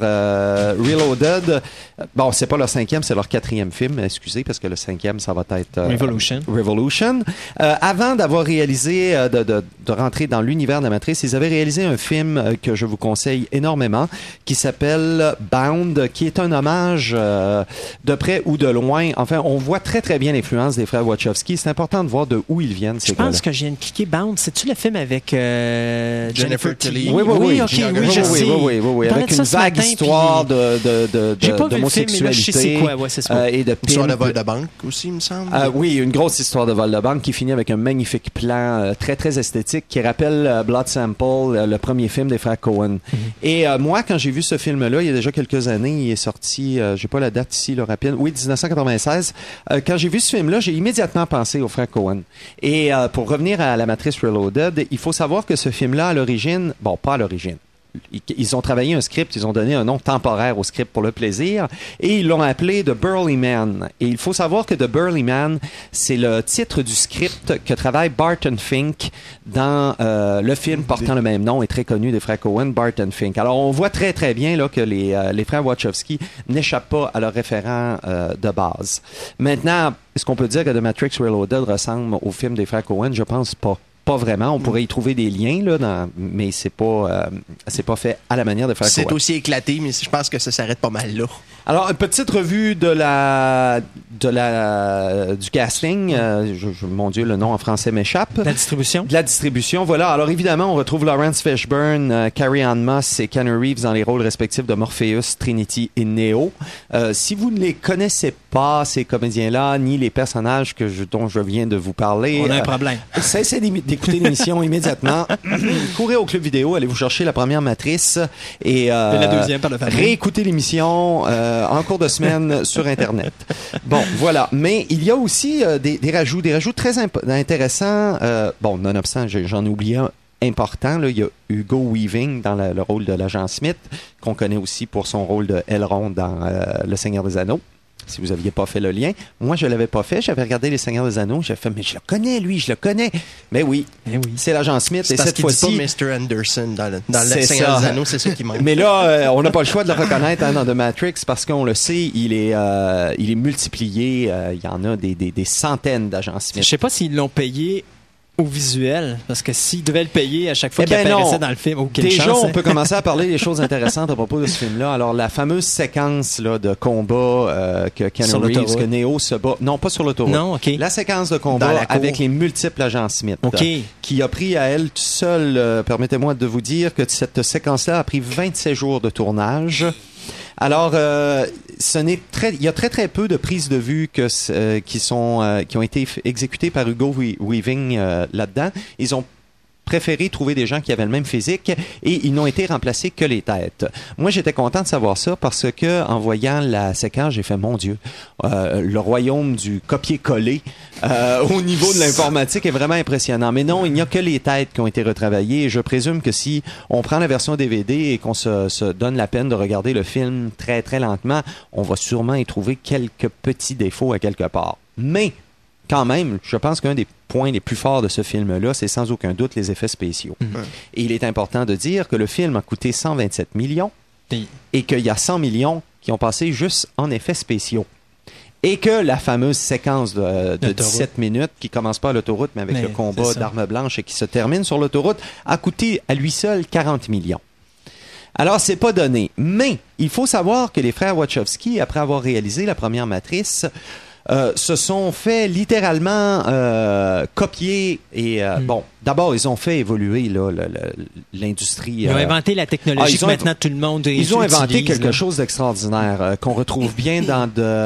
Reloaded, bon, c'est pas leur 5e, c'est leur 4e film, excusez, parce que le 5e, ça va être Revolution. Avant d'avoir réalisé, de rentrer dans l'univers de la Matrice, ils avaient réalisé un film que je vous conseille énormément, qui s'appelle Bound, qui est un hommage de près ou de loin. Enfin, on voit très bien l'influence des frères Wachowski. C'est important de voir de où ils viennent, ces gars-là. Je pense que je viens de cliquer Bound. C'est-tu le film avec Jennifer Tilly? Oui, ok, je sais. Oui. Avec une vague histoire d'homosexualité et de histoire de vol de banque aussi, il me semble. Oui, une grosse histoire de vol de banque qui finit avec un magnifique plan très esthétique qui rappelle Blood Sample, le premier film des frères Coen. Et moi, quand j'ai vu ce film-là, il y a déjà quelques années, il est sorti, j'ai pas la date ici, le rapide, oui, 1996. Quand j'ai vu ce film-là, j'ai immédiatement pensé aux frères Coen. Et pour revenir à la Matrice Reloaded, il faut savoir que ce film-là, à l'origine, bon, pas à l'origine, ils ont travaillé un script, ils ont donné un nom temporaire au script pour le plaisir, et ils l'ont appelé The Burly Man. Et il faut savoir que The Burly Man, c'est le titre du script que travaille Barton Fink dans le film portant le même nom et très connu des frères Coen, Barton Fink. Alors, on voit très bien là que les frères Wachowski n'échappent pas à leur référent de base. Maintenant, est-ce qu'on peut dire que The Matrix Reloaded ressemble au film des frères Coen? Je pense pas. Pas vraiment. On pourrait y trouver des liens, là, mais c'est pas fait à la manière de faire. C'est aussi éclaté, mais je pense que ça s'arrête pas mal là. Alors, une petite revue du casting. Mon Dieu, le nom en français m'échappe. La distribution. De la distribution, voilà. Alors, évidemment, on retrouve Lawrence Fishburne, Carrie-Anne Moss et Keanu Reeves dans les rôles respectifs de Morpheus, Trinity et Neo. Si vous ne les connaissez pas, ces comédiens-là, ni les personnages dont je viens de vous parler... On a un problème. Cessez d'écouter l'émission immédiatement. Courez au club vidéo, allez vous chercher la première Matrice et la deuxième par le fameux. Réécoutez l'émission en cours de semaine sur Internet. Bon, voilà. Mais il y a aussi des rajouts très intéressants. Bon, nonobstant, j'en ai oublié un important. Là, il y a Hugo Weaving dans le rôle de l'agent Smith, qu'on connaît aussi pour son rôle de Elrond dans Le Seigneur des Anneaux. Si vous n'aviez pas fait le lien. Moi, je ne l'avais pas fait. J'avais regardé Les Seigneurs des Anneaux. J'ai fait, mais je le connais, lui, je le connais. Mais oui, c'est l'agent Smith. C'est et parce cette qu'il fois-ci, dit pas Mr. Anderson dans Les Seigneurs des Anneaux, c'est ça qui manque. Mais là, on n'a pas le choix de le reconnaître dans The Matrix parce qu'on le sait, il est multiplié. Il y en a des centaines d'agents Smith. Je sais pas s'ils l'ont payé au visuel, parce que s'ils devaient le payer à chaque fois qu'il apparaissait dans le film, déjà, on peut commencer à parler des choses intéressantes à propos de ce film-là. Alors, la fameuse séquence là, de combat que Keanu Reeves, que Neo se bat... Non, pas sur l'autoroute. Non, OK. La séquence de combat avec les multiples agents Smith. Qui a pris à elle seule, permettez-moi de vous dire que cette séquence-là a pris 27 jours de tournage. Alors, il y a très très peu de prises de vue qui ont été exécutées par Hugo Weaving là-dedans. Ils ont préféré trouver des gens qui avaient le même physique et ils n'ont été remplacés que les têtes. Moi, j'étais content de savoir ça parce que en voyant la séquence, j'ai fait mon Dieu, le royaume du copier-coller au niveau de l'informatique est vraiment impressionnant. Mais non, il n'y a que les têtes qui ont été retravaillées et je présume que si on prend la version DVD et qu'on se donne la peine de regarder le film très très lentement, on va sûrement y trouver quelques petits défauts à quelque part. Mais quand même, je pense qu'un des points les plus forts de ce film-là, c'est sans aucun doute les effets spéciaux. Et il est important de dire que le film a coûté 127 millions et qu'il y a 100 millions qui ont passé juste en effets spéciaux. Et que la fameuse séquence de 17 minutes, qui commence pas à l'autoroute, mais avec le combat d'armes blanches et qui se termine sur l'autoroute, a coûté à lui seul 40 millions. Alors, c'est pas donné. Mais il faut savoir que les frères Wachowski, après avoir réalisé la première Matrice, se sont fait littéralement copier et bon, d'abord ils ont fait évoluer là, l'industrie. Ils ont inventé la technologie que maintenant tout le monde utilise. Ils ont inventé quelque chose d'extraordinaire qu'on retrouve bien dans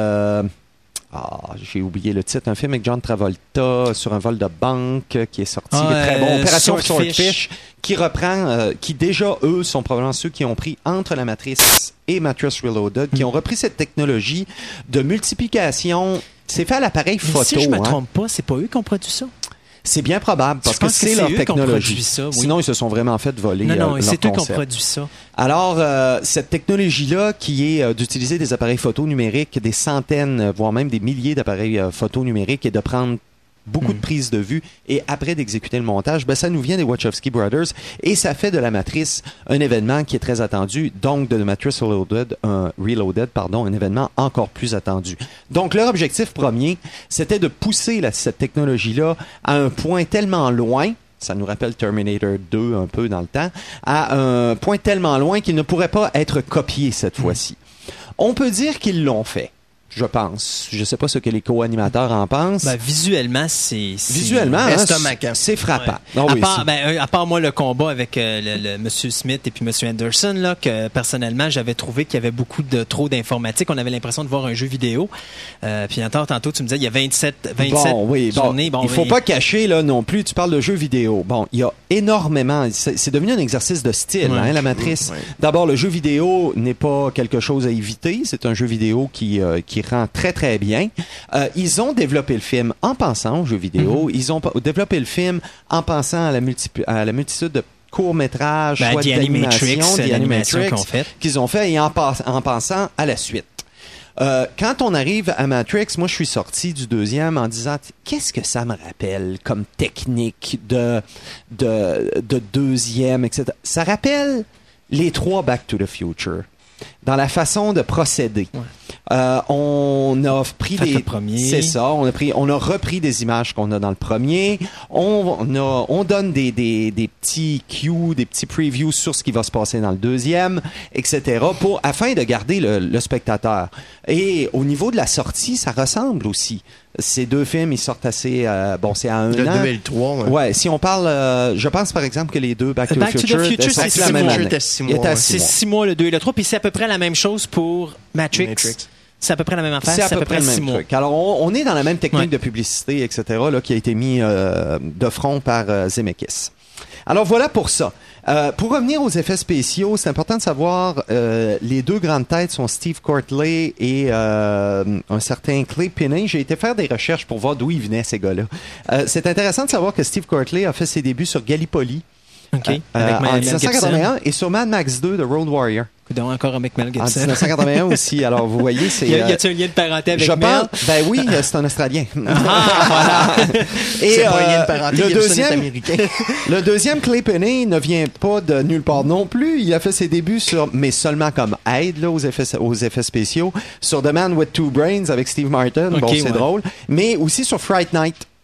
j'ai oublié le titre, un film avec John Travolta sur un vol de banque qui est sorti, très bon, Opération Swordfish, qui reprend, qui déjà eux sont probablement ceux qui ont pris entre la Matrice et Matrix Reloaded, qui ont repris cette technologie de multiplication. C'est fait à l'appareil photo. Si je me trompe pas, c'est pas eux qui ont produit ça. C'est bien probable parce que c'est leur technologie. Ça, oui. Sinon, ils se sont vraiment fait voler. Non, c'est eux qui ont produit ça. Alors, cette technologie-là, qui est d'utiliser des appareils photo numériques, des centaines, voire même des milliers d'appareils photo numériques, et de prendre beaucoup de prises de vue et après d'exécuter le montage, ben ça nous vient des Wachowski Brothers et ça fait de la Matrice un événement qui est très attendu, donc de Matrix Reloaded, un événement encore plus attendu. Donc leur objectif premier, c'était de pousser cette technologie-là à un point tellement loin, ça nous rappelle Terminator 2 un peu dans le temps, à un point tellement loin qu'il ne pourrait pas être copié cette fois-ci. On peut dire qu'ils l'ont fait. Je pense. Je sais pas ce que les co-animateurs en pensent. Ben, visuellement, c'est c'est frappant. Ouais. Oh, à part moi le combat avec le Monsieur Smith et puis Monsieur Anderson là, que personnellement j'avais trouvé qu'il y avait beaucoup de trop d'informatique. On avait l'impression de voir un jeu vidéo. Puis tantôt tu me disais il y a 27 journées. Il faut pas cacher là non plus. Tu parles de jeux vidéo. Bon, il y a énormément. C'est devenu un exercice de style, la Matrice. Ouais. D'abord, le jeu vidéo n'est pas quelque chose à éviter. C'est un jeu vidéo qui rend très très bien. Ils ont développé le film en pensant aux jeux vidéo. Ils ont développé le film en pensant à la multitude de courts-métrages, soit d'animation qu'ils ont fait et en pensant à la suite. Quand on arrive à Matrix, moi je suis sorti du deuxième en disant qu'est-ce que ça me rappelle comme technique de deuxième, etc. Ça rappelle les 3 Back to the Future dans la façon de procéder. Ouais. On a pris le premier. C'est ça. On a repris des images qu'on a dans le premier. On donne des petits cues, des petits previews sur ce qui va se passer dans le deuxième, etc. afin de garder le spectateur. Et au niveau de la sortie, ça ressemble aussi. Ces deux films, ils sortent assez... c'est à un an. Le 2 et le 3. Ouais, si on parle... je pense, par exemple, que les deux Back to the Future c'est 6 mois. C'est 6 mois, le 2 et le 3. Puis c'est à peu près la même chose pour Matrix. C'est à peu près la même affaire. C'est à peu près le même truc. Alors, on est dans la même technique de publicité, etc., là, qui a été mis de front par Zemeckis. Alors, voilà pour ça. Pour revenir aux effets spéciaux, c'est important de savoir, les deux grandes têtes sont Steve Courtley et un certain Clay Pinney. J'ai été faire des recherches pour voir d'où ils venaient, ces gars-là. C'est intéressant de savoir que Steve Courtley a fait ses débuts sur Gallipoli. En 1981 et sur Mad Max 2 de Road Warrior. Donc encore avec Mel Gibson. En 1981 aussi. Alors, vous voyez, c'est... Y a-t-il un lien de parenté avec Mel? Ben oui, c'est un Australien. Voilà. Et c'est pas un lien de parenté, Gibson est américain. Le deuxième, Clay Pinney, ne vient pas de nulle part non plus. Il a fait ses débuts mais seulement comme aide là, aux effets spéciaux, sur The Man with Two Brains avec Steve Martin. C'est drôle. Mais aussi sur Fright Night.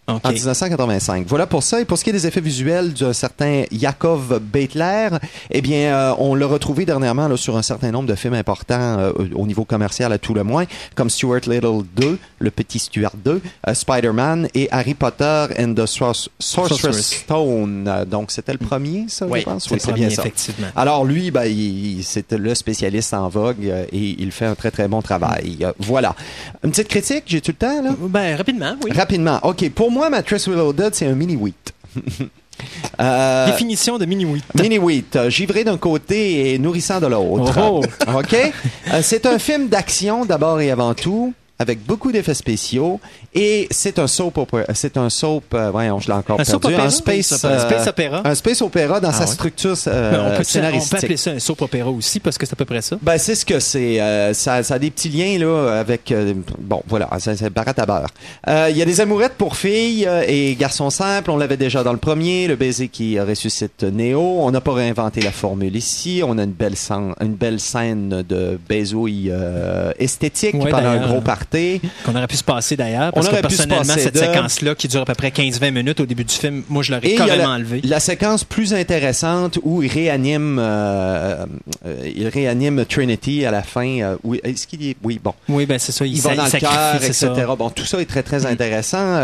OK. En 1985. Voilà pour ça. Et pour ce qui est des effets visuels d'un certain Yakov Beitler, eh bien, on l'a retrouvé dernièrement là, sur un certain nombre de films importants au niveau commercial à tout le moins, comme Stuart Little 2, Le Petit Stuart 2, Spider-Man et Harry Potter and the Sorcerer's Stone. Donc, c'était le premier, ça, Oui, je pense? c'est Oui, c'est bien ça. effectivement. Alors, lui, ben, c'était le spécialiste en vogue et il fait un très, très bon travail. Voilà. Une petite critique, j'ai-tu le temps, là? Ben, rapidement, oui. Rapidement. OK. Pour moi, Mattress Reloaded, c'est un mini-wheat. Définition de mini-wheat. Mini-wheat, givré d'un côté et nourrissant de l'autre. Oh. OK? C'est un film d'action d'abord et avant tout, avec beaucoup d'effets spéciaux, et c'est un soap opera. C'est un soap, voyons, je l'ai encore Un perdu. soap opéra? Un space opéra. Un space opéra dans sa structure on peut scénaristique. appeler ça un soap opéra aussi, parce que c'est à peu près ça. Ben, c'est ce que c'est. Ça a des petits liens, là, avec... bon, voilà, c'est barat à beurre. Il y a des amourettes pour filles et garçons simples. On l'avait déjà dans le premier, le baiser qui ressuscite Néo. On n'a pas réinventé la formule ici. On a une belle scène de baisouille esthétique pendant un gros party. Qu'on aurait pu se passer d'ailleurs, parce que personnellement, cette séquence-là, qui dure à peu près 15-20 minutes au début du film, moi, je l'aurais carrément enlevée. La séquence plus intéressante où il réanime Trinity à la fin. Est-ce qu'il est... Oui, bon. Oui, ben c'est ça. Il va dans le cœur, etc. Ça. Bon, tout ça est très, très intéressant,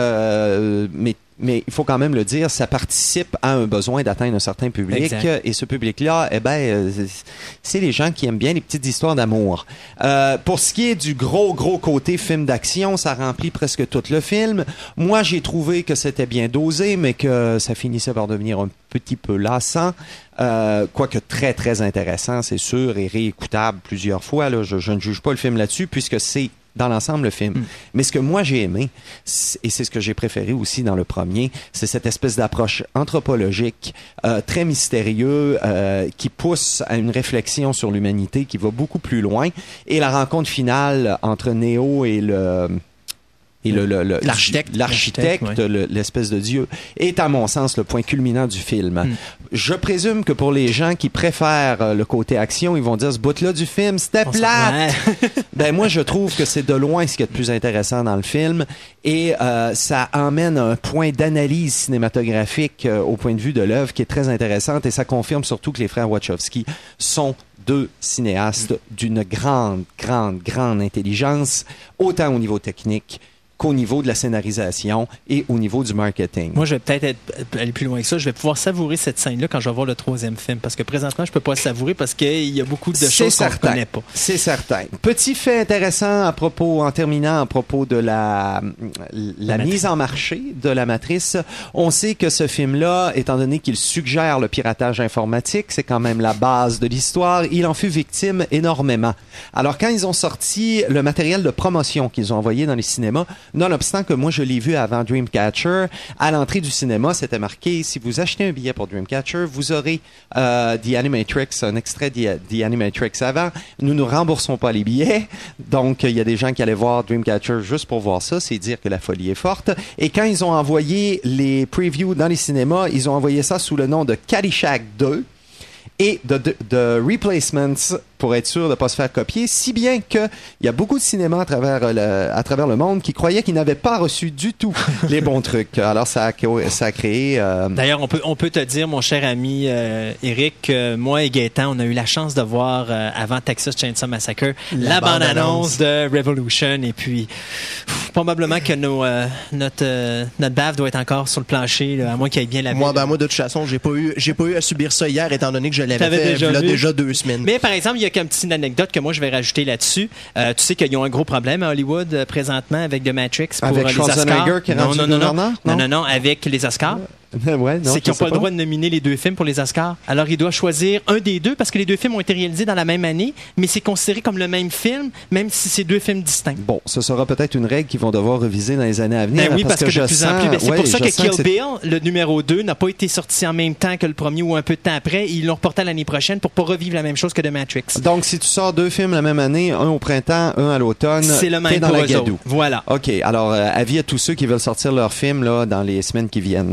mais il faut quand même le dire, ça participe à un besoin d'atteindre un certain public. Exact. Et ce public-là, eh ben, c'est les gens qui aiment bien les petites histoires d'amour. Pour ce qui est du gros côté film d'action, ça remplit presque tout le film. Moi, j'ai trouvé que c'était bien dosé, mais que ça finissait par devenir un petit peu lassant. Quoique très, très intéressant, c'est sûr, et réécoutable plusieurs fois. Là, je ne juge pas le film là-dessus, puisque c'est dans l'ensemble le film. Mais ce que moi j'ai aimé, et c'est ce que j'ai préféré aussi dans le premier, c'est cette espèce d'approche anthropologique, très mystérieux, qui pousse à une réflexion sur l'humanité qui va beaucoup plus loin. Et la rencontre finale entre Néo et l'architecte, l'espèce de dieu, est à mon sens le point culminant du film. Je présume que pour les gens qui préfèrent le côté action, ils vont dire ce bout-là du film, c'était plate. Ben moi, je trouve que c'est de loin ce qui est le plus intéressant dans le film, et ça emmène à un point d'analyse cinématographique au point de vue de l'œuvre qui est très intéressante, et ça confirme surtout que les frères Wachowski sont deux cinéastes d'une grande intelligence, autant au niveau technique qu'au niveau de la scénarisation et au niveau du marketing. Moi, je vais peut-être aller plus loin que ça. Je vais pouvoir savourer cette scène-là quand je vais voir le troisième film. Parce que présentement, je peux pas le savourer parce qu'il y a beaucoup de choses qu'on ne connaît pas. C'est certain. Petit fait intéressant en terminant à propos de la mise en marché de la Matrice. On sait que ce film-là, étant donné qu'il suggère le piratage informatique, c'est quand même la base de l'histoire, il en fut victime énormément. Alors, quand ils ont sorti le matériel de promotion qu'ils ont envoyé dans les cinémas, nonobstant que moi je l'ai vu avant Dreamcatcher, à l'entrée du cinéma, c'était marqué, si vous achetez un billet pour Dreamcatcher, vous aurez The Animatrix, un extrait de The Animatrix avant. Nous ne remboursons pas les billets, donc il y a des gens qui allaient voir Dreamcatcher juste pour voir ça, c'est dire que la folie est forte. Et quand ils ont envoyé les previews dans les cinémas, ils ont envoyé ça sous le nom de Caddyshack 2 et de Replacements, pour être sûr de ne pas se faire copier, si bien qu'il y a beaucoup de cinémas à travers le monde qui croyaient qu'ils n'avaient pas reçu du tout les bons trucs. Alors, ça a créé... D'ailleurs, on peut te dire, mon cher ami Eric, moi et Gaëtan, on a eu la chance de voir, avant Texas Chainsaw Massacre, la bande-annonce de Revolution, et puis probablement que notre bave doit être encore sur le plancher, là, à moins qu'il aille bien la moi, de toute façon, j'ai pas eu à subir ça hier, étant donné que je l'avais fait déjà 2 semaines. Mais par exemple, il y a qu'une petite anecdote que moi je vais rajouter là-dessus. Tu sais qu'ils ont un gros problème à Hollywood présentement avec The Matrix pour avec les Oscars. Qui est rendu non, avec les Oscars. Ouais, c'est qu'ils n'ont pas le droit de nominer les 2 films pour les Oscars. Alors, il doit choisir un des 2 parce que les 2 films ont été réalisés dans la même année, mais c'est considéré comme le même film, même si c'est 2 films distincts. Bon, ce sera peut-être une règle qu'ils vont devoir reviser dans les années à venir. Ben oui, parce que de plus en plus, c'est pour ça que Kill Bill, le numéro 2, n'a pas été sorti en même temps que le premier ou un peu de temps après. Ils l'ont reporté à l'année prochaine pour pas revivre la même chose que The Matrix. Donc, si tu sors 2 films la même année, un au printemps, un à l'automne, c'est le même t'es dans la gadoue. Voilà. OK. Alors, avis à tous ceux qui veulent sortir leurs films là, dans les semaines qui viennent.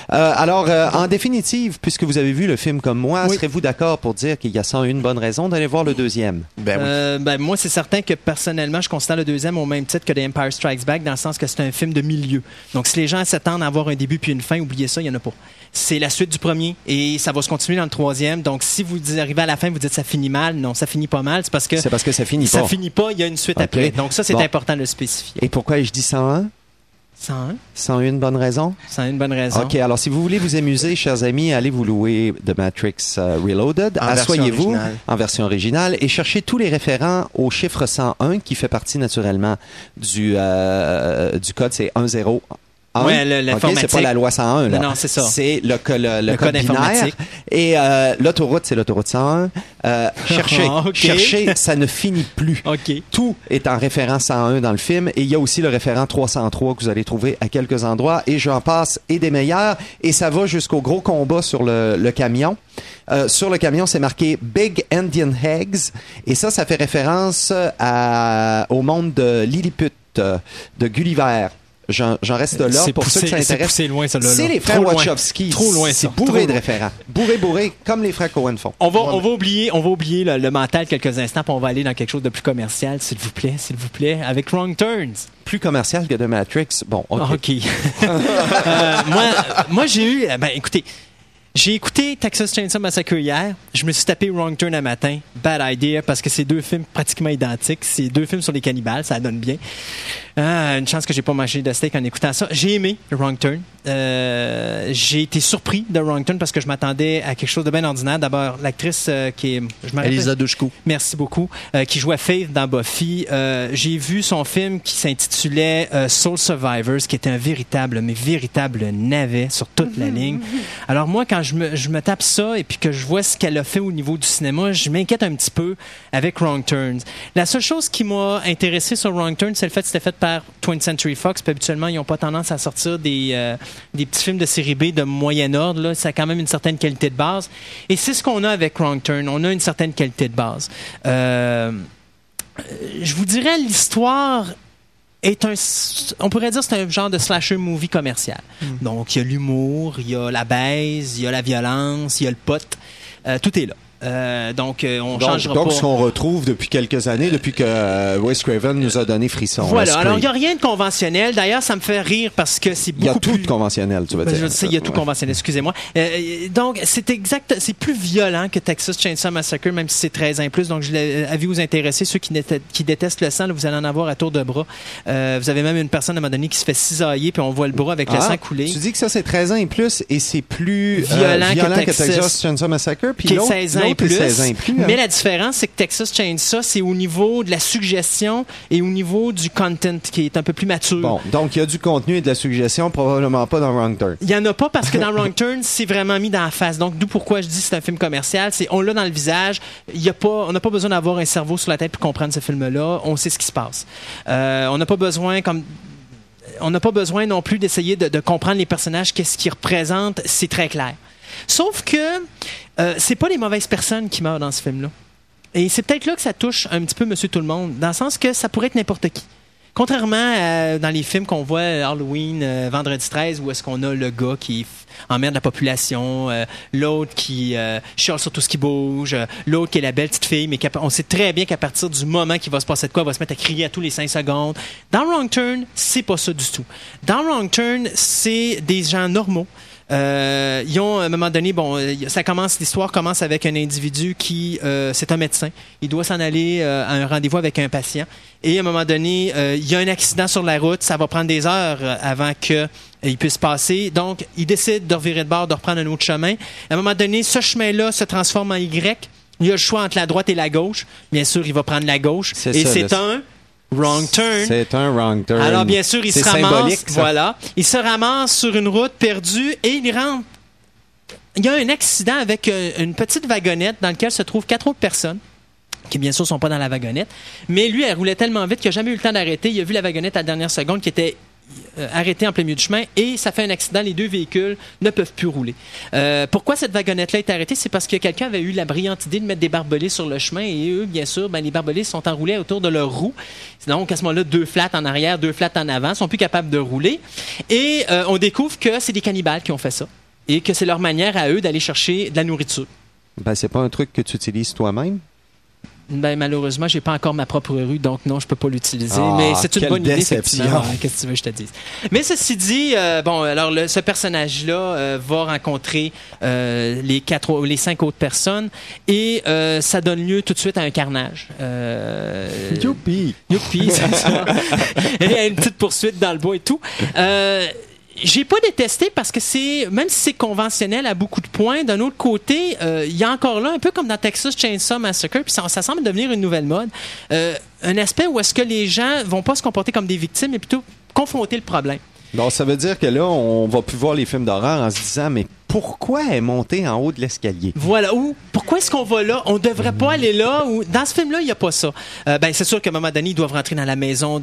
Alors, en définitive, puisque vous avez vu le film comme moi, Oui. serez-vous d'accord pour dire qu'il y a 101 bonnes raisons d'aller voir le deuxième? Ben oui. Moi, c'est certain que personnellement, je considère le deuxième au même titre que The Empire Strikes Back, dans le sens que c'est un film de milieu. Donc, si les gens s'attendent à avoir un début puis une fin, oubliez ça, il n'y en a pas. C'est la suite du premier et ça va se continuer dans le troisième. Donc, si vous arrivez à la fin, vous dites ça finit mal. Non, ça finit pas mal. C'est parce que ça finit pas. ça finit pas, il y a une suite Ok. après. Donc, ça, c'est Bon. important de le spécifier. Et pourquoi je dis 101? 101, 101 bonnes raisons? ça a une bonne raison. OK, alors si vous voulez vous amuser, chers amis, allez vous louer The Matrix Reloaded. En version Asseyez-vous originale. en version originale et cherchez tous les référents au chiffre 101 qui fait partie naturellement du code, c'est 101. Ouais, OK, l'informatique. c'est pas la loi 101. Là. Non, c'est ça. C'est le code code binaire. informatique. Et l'autoroute, c'est l'autoroute 101. Cherchez, OK. cherchez, ça ne finit plus. OK. Tout est en référent 101 dans le film et il y a aussi le référent 303 que vous allez trouver à quelques endroits et j'en passe et des meilleurs et ça va jusqu'au gros combat sur le camion. Sur le camion, c'est marqué Big Indian Eggs et ça fait référence au monde de Lilliput, de Gulliver. J'en reste là C'est pour ceux que ça poussé- intéresse. c'est poussé loin, ça, là. C'est les frères Trop loin. Wachowski. Trop loin, C'est ça. bourré Trop de loin. référents. Bourré, comme les frères Coen font. On va oublier le mental quelques instants, puis on va aller dans quelque chose de plus commercial, s'il vous plaît, avec Wrong Turns. Plus commercial que de Matrix. Bon, OK. OK. Moi, j'ai eu... écoutez, j'ai écouté Texas Chainsaw Massacre hier. Je me suis tapé Wrong Turn un matin. Bad idea, parce que c'est deux films pratiquement identiques. C'est deux films sur les cannibales. Ça donne bien. Une chance que j'ai pas mangé de steak en écoutant ça. J'ai aimé Wrong Turn. J'ai été surpris de Wrong Turn parce que je m'attendais à quelque chose de bien ordinaire. D'abord, l'actrice qui est... Je me rappelle- Elisa Dushku. Merci beaucoup. Qui jouait Faith dans Buffy. J'ai vu son film qui s'intitulait Soul Survivors, qui était un véritable navet sur toute la ligne. Alors moi, quand je me tape ça et puis que je vois ce qu'elle a fait au niveau du cinéma, je m'inquiète un petit peu avec Wrong Turns. La seule chose qui m'a intéressé sur Wrong Turns, c'est le fait que c'était fait par 20th Century Fox. Puis habituellement, ils n'ont pas tendance à sortir des petits films de série B de moyen ordre. Là. Ça a quand même une certaine qualité de base. Et c'est ce qu'on a avec Wrong Turn. On a une certaine qualité de base. Je vous dirais, l'histoire on pourrait dire que c'est un genre de slasher movie commercial. Donc, il y a l'humour, il y a la baise, il y a la violence, il y a le pote. Tout est là. Donc, on changera donc pas. ce qu'on retrouve depuis quelques années, depuis que Wes Craven nous a donné frisson. Voilà. là, Alors, il n'y a rien de conventionnel. D'ailleurs, ça me fait rire parce que c'est beaucoup Il y a tout plus... de conventionnel, tu vas dire. Je sais, il y a tout Ouais. conventionnel, excusez-moi. Donc, c'est plus violent que Texas Chainsaw Massacre, même si c'est 13 ans et plus. Donc, avis vous intéresser, ceux qui détestent le sang, là, vous allez en avoir à tour de bras. Vous avez même une personne à un moment donné qui se fait cisailler, puis on voit le bras avec le sang couler. Tu dis que ça, c'est 13 ans et plus et c'est plus Violent que que Texas Texas Chainsaw Massacre. Puis qui est l'autre, 16 ans et l'autre est plus. 16 ans et plus. Mais la différence, c'est que Texas Chainsaw, c'est au niveau de la suggestion et au niveau du content qui est un peu plus mature. Bon, donc il y a du contenu et de la suggestion, probablement pas dans Wrong Turn. Il n'y en a pas parce que dans Wrong Turn, c'est vraiment mis dans la face. Donc, d'où pourquoi je dis que c'est un film commercial. On l'a dans le visage. On n'a pas besoin d'avoir un cerveau sur la tête pour comprendre ce film-là. On sait ce qui se passe. On n'a pas besoin non plus d'essayer de comprendre les personnages, qu'est-ce qu'ils représentent. C'est très clair. Sauf que c'est pas les mauvaises personnes qui meurent dans ce film-là. Et c'est peut-être là que ça touche un petit peu Monsieur Tout-le-Monde, dans le sens que ça pourrait être n'importe qui. Contrairement à dans les films qu'on voit Halloween, Vendredi 13, où est-ce qu'on a le gars qui emmerde la population, l'autre qui chiale sur tout ce qui bouge, l'autre qui est la belle petite fille, mais on sait très bien qu'à partir du moment qu'il va se passer de quoi, elle va se mettre à crier à tous les 5 secondes. Dans Wrong Turn, c'est pas ça du tout. Dans Wrong Turn, c'est des gens normaux. Ils ont à un moment donné, l'histoire commence avec un individu qui c'est un médecin. Il doit s'en aller à un rendez-vous avec un patient. Et à un moment donné, il y a un accident sur la route. Ça va prendre des heures avant que il puisse passer. Donc, il décide de revirer de bord, de reprendre un autre chemin. À un moment donné, ce chemin-là se transforme en Y. Il a le choix entre la droite et la gauche. Bien sûr, il va prendre la gauche. C'est et ça, c'est un Wrong Turn. C'est un Wrong Turn. Alors, bien sûr, il C'est se ramasse. symbolique, ça. Voilà. Il se ramasse sur une route perdue et il rentre. Il y a un accident avec une petite wagonnette dans laquelle se trouvent 4 autres personnes, qui bien sûr sont pas dans la wagonnette. Mais lui, elle roulait tellement vite qu'il n'a jamais eu le temps d'arrêter. Il a vu la wagonnette à la dernière seconde qui était arrêté en plein milieu du chemin et ça fait un accident. Les deux véhicules ne peuvent plus rouler. Pourquoi cette wagonnette-là est arrêtée? C'est parce que quelqu'un avait eu la brillante idée de mettre des barbelés sur le chemin et eux, bien sûr, les barbelés sont enroulés autour de leur roue. Donc, à ce moment-là, 2 flats en arrière, 2 flats en avant, sont plus capables de rouler. Et on découvre que c'est des cannibales qui ont fait ça et que c'est leur manière à eux d'aller chercher de la nourriture. Ben, c'est pas un truc que tu utilises toi-même? Ben, malheureusement, j'ai pas encore ma propre rue, donc non, je peux pas l'utiliser. Ah, mais c'est une quelle bonne idée, déception. effectivement. Qu'est-ce que tu veux que je te dise? Mais ceci dit, ce personnage-là va rencontrer les 5 autres personnes et ça donne lieu tout de suite à un carnage. Youpi! Youpi, c'est ça. Et il y a une petite poursuite dans le bois et tout. J'ai pas détesté parce que même si c'est conventionnel à beaucoup de points, d'un autre côté, il y a encore là, un peu comme dans Texas Chainsaw Massacre, puis ça semble devenir une nouvelle mode, un aspect où est-ce que les gens vont pas se comporter comme des victimes, mais plutôt confronter le problème. Bon, ça veut dire que là, on va plus voir les films d'horreur en se disant, mais pourquoi elle est montée en haut de l'escalier? Voilà. Ou pourquoi est-ce qu'on va là? On devrait pas aller là. Ou dans ce film-là, il n'y a pas ça. C'est sûr qu'à un moment donné, ils doivent rentrer dans la maison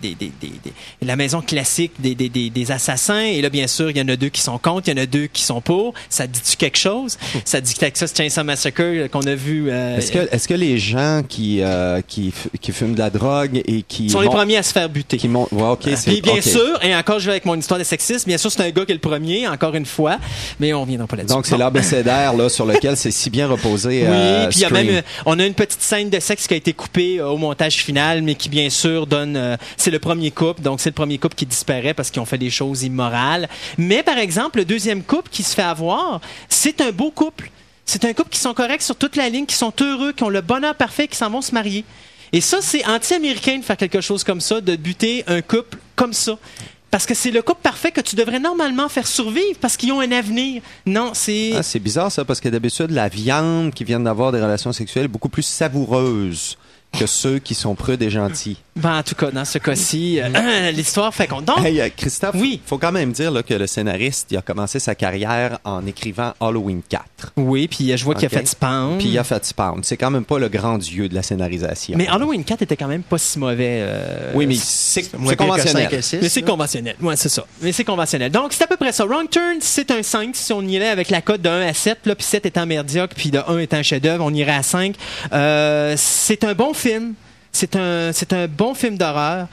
la maison classique des assassins. Et là, bien sûr, il y en a 2 qui sont contre, il y en a 2 qui sont pour. Ça dit-tu quelque chose? Ça dit que Texas Chainsaw Massacre qu'on a vu. Est-ce que les gens qui fument de la drogue et qui sont les premiers à se faire buter? Puis bien sûr, et encore je vais avec mon histoire de sexisme, bien sûr, c'est un gars qui est le premier, encore une fois, mais on reviendra pas là-dessus. Donc, c'est l'abécédaire là, sur lequel c'est si bien reposé. Oui, puis il y a même, on a une petite scène de sexe qui a été coupée au montage final, mais qui, bien sûr, donne... c'est le premier couple, donc c'est le premier couple qui disparaît parce qu'ils ont fait des choses immorales. Mais, par exemple, le deuxième couple qui se fait avoir, c'est un beau couple. C'est un couple qui sont corrects sur toute la ligne, qui sont heureux, qui ont le bonheur parfait, qui s'en vont se marier. Et ça, c'est anti-américain de faire quelque chose comme ça, de buter un couple comme ça. Parce que c'est le couple parfait que tu devrais normalement faire survivre parce qu'ils ont un avenir. Non, c'est... Ah, c'est bizarre ça, parce que d'habitude, la viande qui vient d'avoir des relations sexuelles est beaucoup plus savoureuse que ceux qui sont prudes et gentils. Ben, en tout cas, dans ce cas-ci, l'histoire fait qu'on... Donc, hey, Christophe, oui. Faut quand même dire là, que le scénariste il a commencé sa carrière en écrivant Halloween 4. Oui, puis je vois qu'il a fait Spawn. Puis il a fait Spawn. C'est quand même pas le grand dieu de la scénarisation. Mais Halloween 4 était quand même pas si mauvais. Oui, mais c'est conventionnel. Mais c'est conventionnel. Ouais, c'est ça. Mais c'est conventionnel. Donc, c'est à peu près ça. Wrong Turn, c'est un 5 si on y allait avec la cote de 1 à 7, là, puis 7 étant merdiaque, puis de 1 étant chef-d'œuvre, on irait à 5. C'est un bon film. C'est un bon film d'horreur.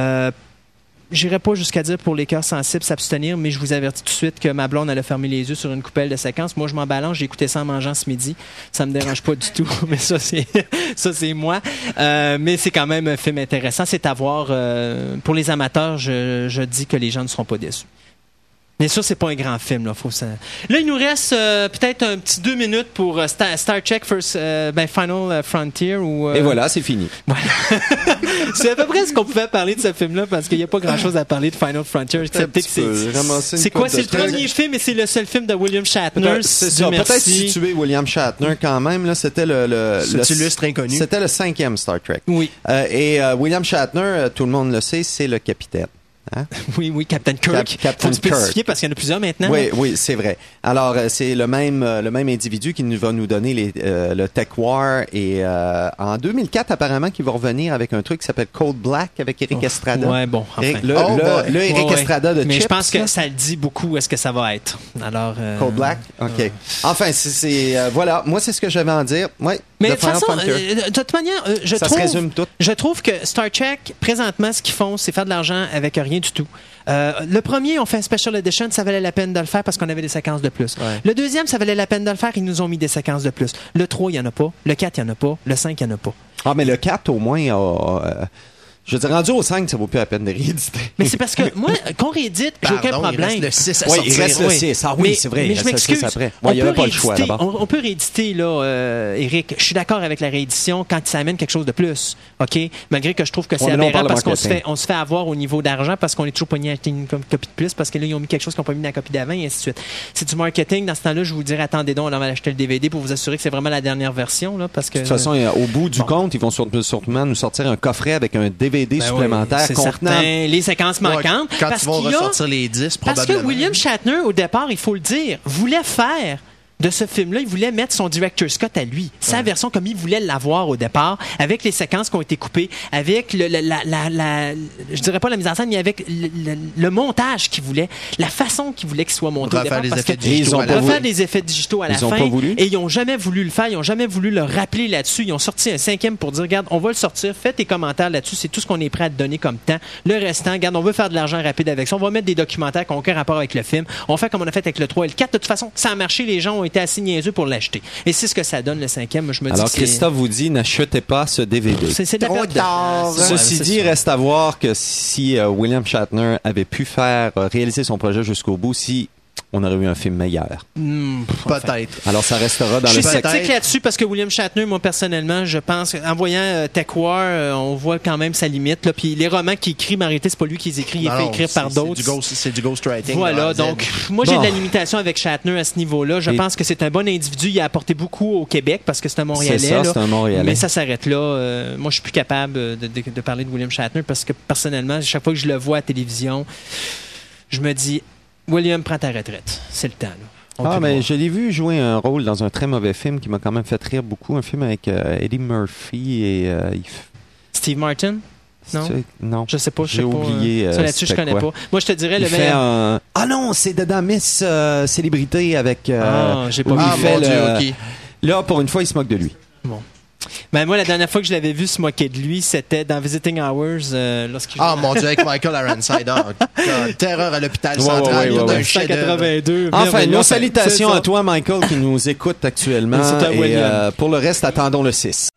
J'irai pas jusqu'à dire pour les cœurs sensibles s'abstenir, mais je vous avertis tout de suite que ma blonde, elle a fermé les yeux sur une coupelle de séquence. Moi, je m'en balance, j'ai écouté ça en mangeant ce midi. Ça me dérange pas du tout, mais ça, c'est moi. Mais c'est quand même un film intéressant. C'est à voir. Pour les amateurs, je dis que les gens ne seront pas déçus. Bien sûr, c'est pas un grand film. Là, il nous reste peut-être un petit 2 minutes pour Star Trek Final Frontier. Et voilà, c'est fini. Voilà. C'est à peu près ce qu'on pouvait parler de ce film-là parce qu'il n'y a pas grand-chose à parler de Final Frontier. C'est quoi? C'est le premier film et c'est le seul film de William Shatner. C'est ça. Peut-être situer William Shatner quand même. Là, c'était cet illustre inconnu. C'était le 5e Star Trek. Oui. Et William Shatner, tout le monde le sait, c'est le capitaine. Hein? Oui, Captain Kirk. Faut spécifier parce qu'il y en a plusieurs maintenant. Oui, c'est vrai. Alors, c'est le même individu qui va nous donner le Tech War et en 2004, apparemment, qu'il va revenir avec un truc qui s'appelle Cold Black avec Eric Estrada. Ouais, bon, enfin. Eric Estrada de Chips. Mais je pense que ça le dit beaucoup est-ce que ça va être. Alors, Cold Black? OK. Enfin, voilà. Moi, c'est ce que j'avais à en dire. Ouais. Mais de toute façon, de toute manière, je trouve que Star Trek, présentement, ce qu'ils font, c'est faire de l'argent avec rien du tout. Le premier, on fait un Special Edition, ça valait la peine de le faire parce qu'on avait des séquences de plus. Ouais. Le deuxième, ça valait la peine de le faire, ils nous ont mis des séquences de plus. Le 3, il n'y en a pas. Le 4, il n'y en a pas. Le 5, il n'y en a pas. Ah, mais le 4, au moins, je veux dire, rendu au 5, ça vaut plus la peine de rééditer. Mais c'est parce que moi, qu'on réédite, j'ai aucun problème. Il reste le 6 à sortir. Oui, il reste le 6. Ah oui, c'est vrai. Mais je m'excuse. Il n'y avait pas le choix là-bas. On peut rééditer, là, Eric. Je suis d'accord avec la réédition quand ça amène quelque chose de plus. OK? Malgré que je trouve que c'est aberrant parce qu'on se fait avoir au niveau d'argent parce qu'on est toujours pogné à acheter une copie de plus parce que là, ils ont mis quelque chose qu'ils n'ont pas mis dans la copie d'avant et ainsi de suite. C'est du marketing. Dans ce temps-là, je vous dirais, attendez donc, on va acheter le DVD pour vous assurer que c'est vraiment la dernière version, là, parce que. De toute façon, au bout du compte, ils vont sûrement nous sortir un coffret avec un DVD supplémentaire. C'est certain, les séquences manquantes. Quand ils vont ressortir les 10, probablement. Parce que William Shatner, au départ, il faut le dire, voulait faire de ce film-là, il voulait mettre son director's cut à lui, sa version comme il voulait l'avoir au départ, avec les séquences qui ont été coupées, avec je dirais pas la mise en scène, mais avec le montage qu'il voulait, la façon qu'il voulait qu'il soit monté au départ. Parce qu'ils ont refait des effets digitaux à la fin, et ils ont jamais voulu le faire, ils ont jamais voulu le rappeler là-dessus. Ils ont sorti un 5e pour dire, regarde, on va le sortir, fais tes commentaires là-dessus, c'est tout ce qu'on est prêt à te donner comme temps. Le restant, regarde, on veut faire de l'argent rapide avec ça, on va mettre des documentaires qui n'ont aucun rapport avec le film, on fait comme on a fait avec le 3 et le 4. De toute façon, ça a marché, les gens ont été assez niaiseux pour l'acheter. Et c'est ce que ça donne, le 5e. Je me dis alors, Christophe vous dit, n'achetez pas ce DVD. C'est trop tard. Ceci dit, reste à voir que si William Shatner avait pu réaliser son projet jusqu'au bout, si on aurait eu un film meilleur. Peut-être. Alors, ça restera dans le Je suis sceptique là-dessus parce que William Shatner, moi, personnellement, je pense, en voyant Tech War, on voit quand même sa limite. Là. Puis les romans qu'il écrit, mais en réalité, c'est pas lui qui les écrit, il est fait écrire par d'autres. C'est du ghostwriting. Voilà, donc, moi, j'ai de la limitation avec Shatner à ce niveau-là. Je pense que c'est un bon individu. Il a apporté beaucoup au Québec parce que c'est un Montréalais. C'est ça, c'est un Montréalais. Mais ça s'arrête là. Moi, je suis plus capable de parler de William Shatner parce que, personnellement, chaque fois que je le vois à la télévision, je me dis, William, prends ta retraite. C'est le temps, là. Mais je l'ai vu jouer un rôle dans un très mauvais film qui m'a quand même fait rire beaucoup. Un film avec Eddie Murphy et... Steve Martin? Non? Non. Je sais pas. J'ai oublié. Ça là-dessus, je connais pas. Moi, je te dirais il le fait meilleur. Ah non, c'est dedans Miss Célébrité avec... j'ai pas vu. Mon Dieu, OK. Là, pour une fois, il se moque de lui. Bon. Ben moi, la dernière fois que je l'avais vu se moquer de lui, c'était dans Visiting Hours. Mon Dieu, avec Michael Ironside. Terreur à l'hôpital central. Ouais. 182. Enfin, nos salutations à toi, Michael, qui nous écoute actuellement. Et pour le reste, attendons le 6.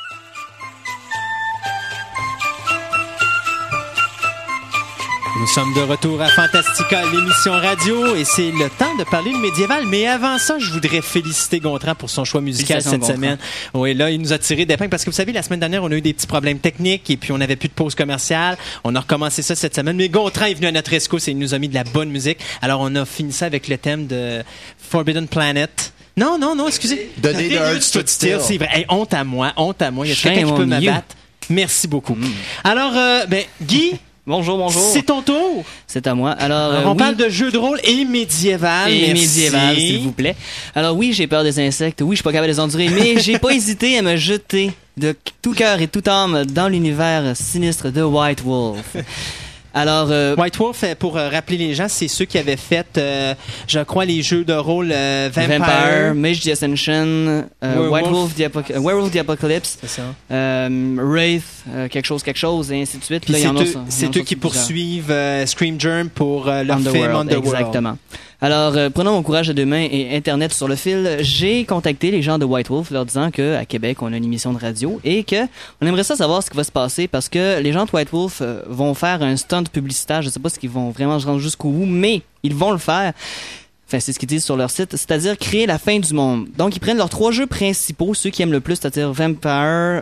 Nous sommes de retour à Fantastica, l'émission radio, et c'est le temps de parler de médiéval. Mais avant ça, je voudrais féliciter Gontran pour son choix musical cette semaine. Oui, là, il nous a tiré d'épingle parce que vous savez, la semaine dernière, on a eu des petits problèmes techniques et puis on n'avait plus de pause commerciale. On a recommencé ça cette semaine. Mais Gontran est venu à notre rescousse et il nous a mis de la bonne musique. Alors, on a fini ça avec le thème de Forbidden Planet. Non, excusez. The Day the Earth Stood Still. C'est vrai. Hey, honte à moi. Il y a quelqu'un qui peut m'abattre. Merci beaucoup. Alors, Guy... Bonjour. C'est ton tour. C'est à moi. Alors, on parle de jeux de rôle et médiéval. Médiéval, s'il vous plaît. Alors oui, j'ai peur des insectes. Oui, je suis pas capable de les endurer, mais j'ai pas hésité à me jeter de tout cœur et toute âme dans l'univers sinistre de White Wolf. Alors, White Wolf, pour rappeler les gens, c'est ceux qui avaient fait, je crois, les jeux de rôle Vampire, Mage the Ascension, Werewolf the Apocalypse, c'est ça. Wraith, quelque chose, et ainsi de suite. Là, c'est eux qui poursuivent Scream Germ pour leur film Underworld. Exactement. Alors, prenons mon courage à deux mains et Internet sur le fil, j'ai contacté les gens de White Wolf leur disant qu'à Québec, on a une émission de radio et que on aimerait ça savoir ce qui va se passer parce que les gens de White Wolf vont faire un stunt publicitaire. Je sais pas s'ils vont vraiment se rendre jusqu'au bout, mais ils vont le faire. Enfin, c'est ce qu'ils disent sur leur site, c'est-à-dire créer la fin du monde. Donc, ils prennent leurs 3 jeux principaux, ceux qui aiment le plus, c'est-à-dire Vampire,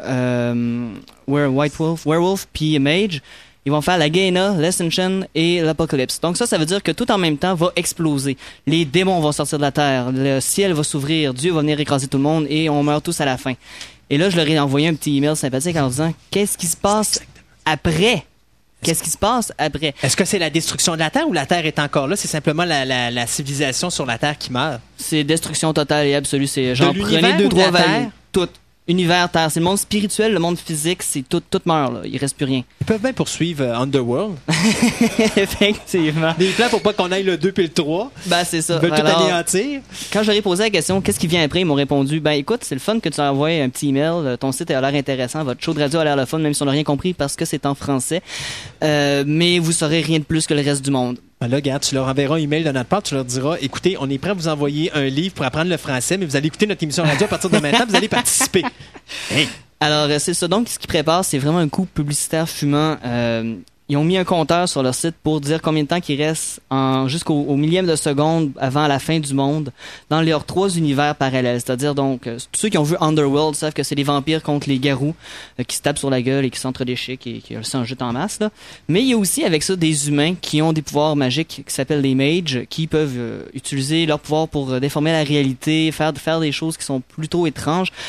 Werewolf, puis Mage. Ils vont faire la Gehenna, l'Ascension et l'Apocalypse. Donc ça veut dire que tout en même temps va exploser. Les démons vont sortir de la terre, le ciel va s'ouvrir, Dieu va venir écraser tout le monde et on meurt tous à la fin. Et là, je leur ai envoyé un petit email sympathique en leur disant « Qu'est-ce qui se passe après? » Qu'est-ce qui se passe après? Est-ce que c'est la destruction de la Terre ou la Terre est encore là? C'est simplement la civilisation sur la Terre qui meurt? C'est destruction totale et absolue. C'est genre, prenez 2-3 valeurs. Tout. Univers, Terre. C'est le monde spirituel, le monde physique, c'est tout meurt, là. Il reste plus rien. Ils peuvent bien poursuivre Underworld. Effectivement. Des plans pour pas qu'on aille le 2 puis le 3. Ben, c'est ça. Ils veulent tout anéantir. Quand je leur ai posé la question, qu'est-ce qui vient après, ils m'ont répondu, ben, écoute, c'est le fun que tu envoies un petit email. Ton site a l'air intéressant. Votre show de radio a l'air le fun, même si on n'a rien compris parce que c'est en français. Mais vous saurez rien de plus que le reste du monde. Ben là, regarde, tu leur enverras un email de notre part, tu leur diras, écoutez, on est prêt à vous envoyer un livre pour apprendre le français, mais vous allez écouter notre émission radio à partir de maintenant, vous allez participer. Hey. Alors, c'est ça. Donc, ce qu'ils préparent, c'est vraiment un coup publicitaire fumant. Ils ont mis un compteur sur leur site pour dire combien de temps qu'il reste jusqu'au millième de seconde avant la fin du monde dans leurs 3 univers parallèles. C'est-à-dire, donc, tous ceux qui ont vu Underworld savent que c'est les vampires contre les garous qui se tapent sur la gueule et qui s'entredéchiquent et qui s'en jettent en masse, là. Mais il y a aussi, avec ça, des humains qui ont des pouvoirs magiques qui s'appellent les mages, qui peuvent utiliser leurs pouvoirs pour déformer la réalité, faire des choses qui sont plutôt étranges.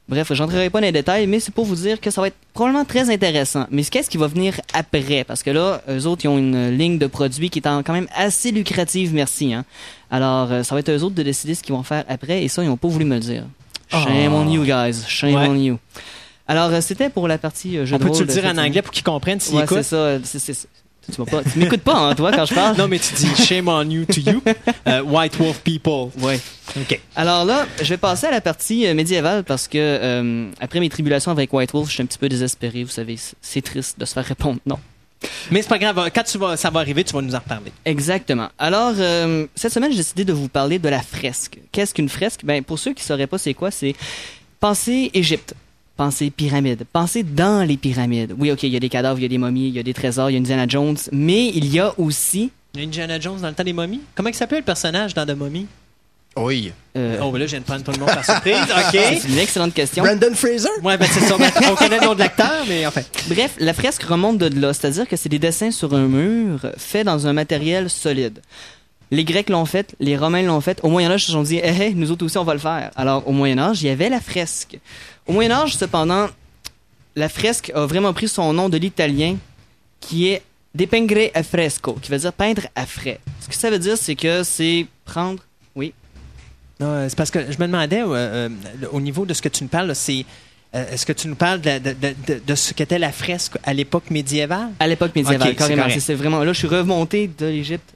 Bref, j'entrerai pas dans les détails, mais c'est pour vous dire que ça va être probablement très intéressant. Mais qu'est-ce qui va venir après? Parce que là, eux autres, ils ont une ligne de produits qui est quand même assez lucrative, merci. Hein? Alors, ça va être eux autres de décider ce qu'ils vont faire après, et ça, ils n'ont pas voulu me le dire. Shame on you, guys. Shame on you. Alors, c'était pour la partie jeu de rôle. On peut-tu le dire en anglais pour qu'ils comprennent s'ils écoutent? C'est ça. Tu m'écoutes pas, hein, toi, quand je parle? Non, mais tu dis shame on you to you. White Wolf people. Ouais. OK. Alors là, je vais passer à la partie médiévale parce que après mes tribulations avec White Wolf, je suis un petit peu désespéré. Vous savez, c'est triste de se faire répondre non. Mais c'est pas grave. Quand ça va arriver, tu vas nous en reparler. Exactement. Alors, cette semaine, j'ai décidé de vous parler de la fresque. Qu'est-ce qu'une fresque? Ben, pour ceux qui sauraient pas c'est quoi, c'est pensez Égypte. Pensez pyramides. Pensez dans les pyramides. Oui, OK, il y a des cadavres, il y a des momies, il y a des trésors, il y a Indiana Jones, mais il y a aussi... Il y a Indiana Jones dans le temps des momies? Comment il s'appelle le personnage dans The Mummy? Oui. Oh, ben là, je viens de prendre tout le monde par surprise. OK. C'est une excellente question. Brandon Fraser? Ouais, ben c'est ça. On connaît le nom de l'acteur, mais enfin. Bref, la fresque remonte de là, c'est-à-dire que c'est des dessins sur un mur faits dans un matériel solide. Les Grecs l'ont fait, les Romains l'ont fait. Au Moyen-Âge, ils se sont dit, hey, nous autres aussi, on va le faire. Alors, au Moyen-Âge, il y avait la fresque. Au Moyen-Âge, cependant, la fresque a vraiment pris son nom de l'italien, qui est dipingere a fresco, qui veut dire peindre à frais. Ce que ça veut dire, c'est que c'est prendre... Oui? Non, c'est parce que je me demandais, au niveau de ce que tu nous parles, c'est... est-ce que tu nous parles de ce qu'était la fresque à l'époque médiévale? À l'époque médiévale, okay, carrément. C'est c'est vraiment... Là, je suis remonté de l'Égypte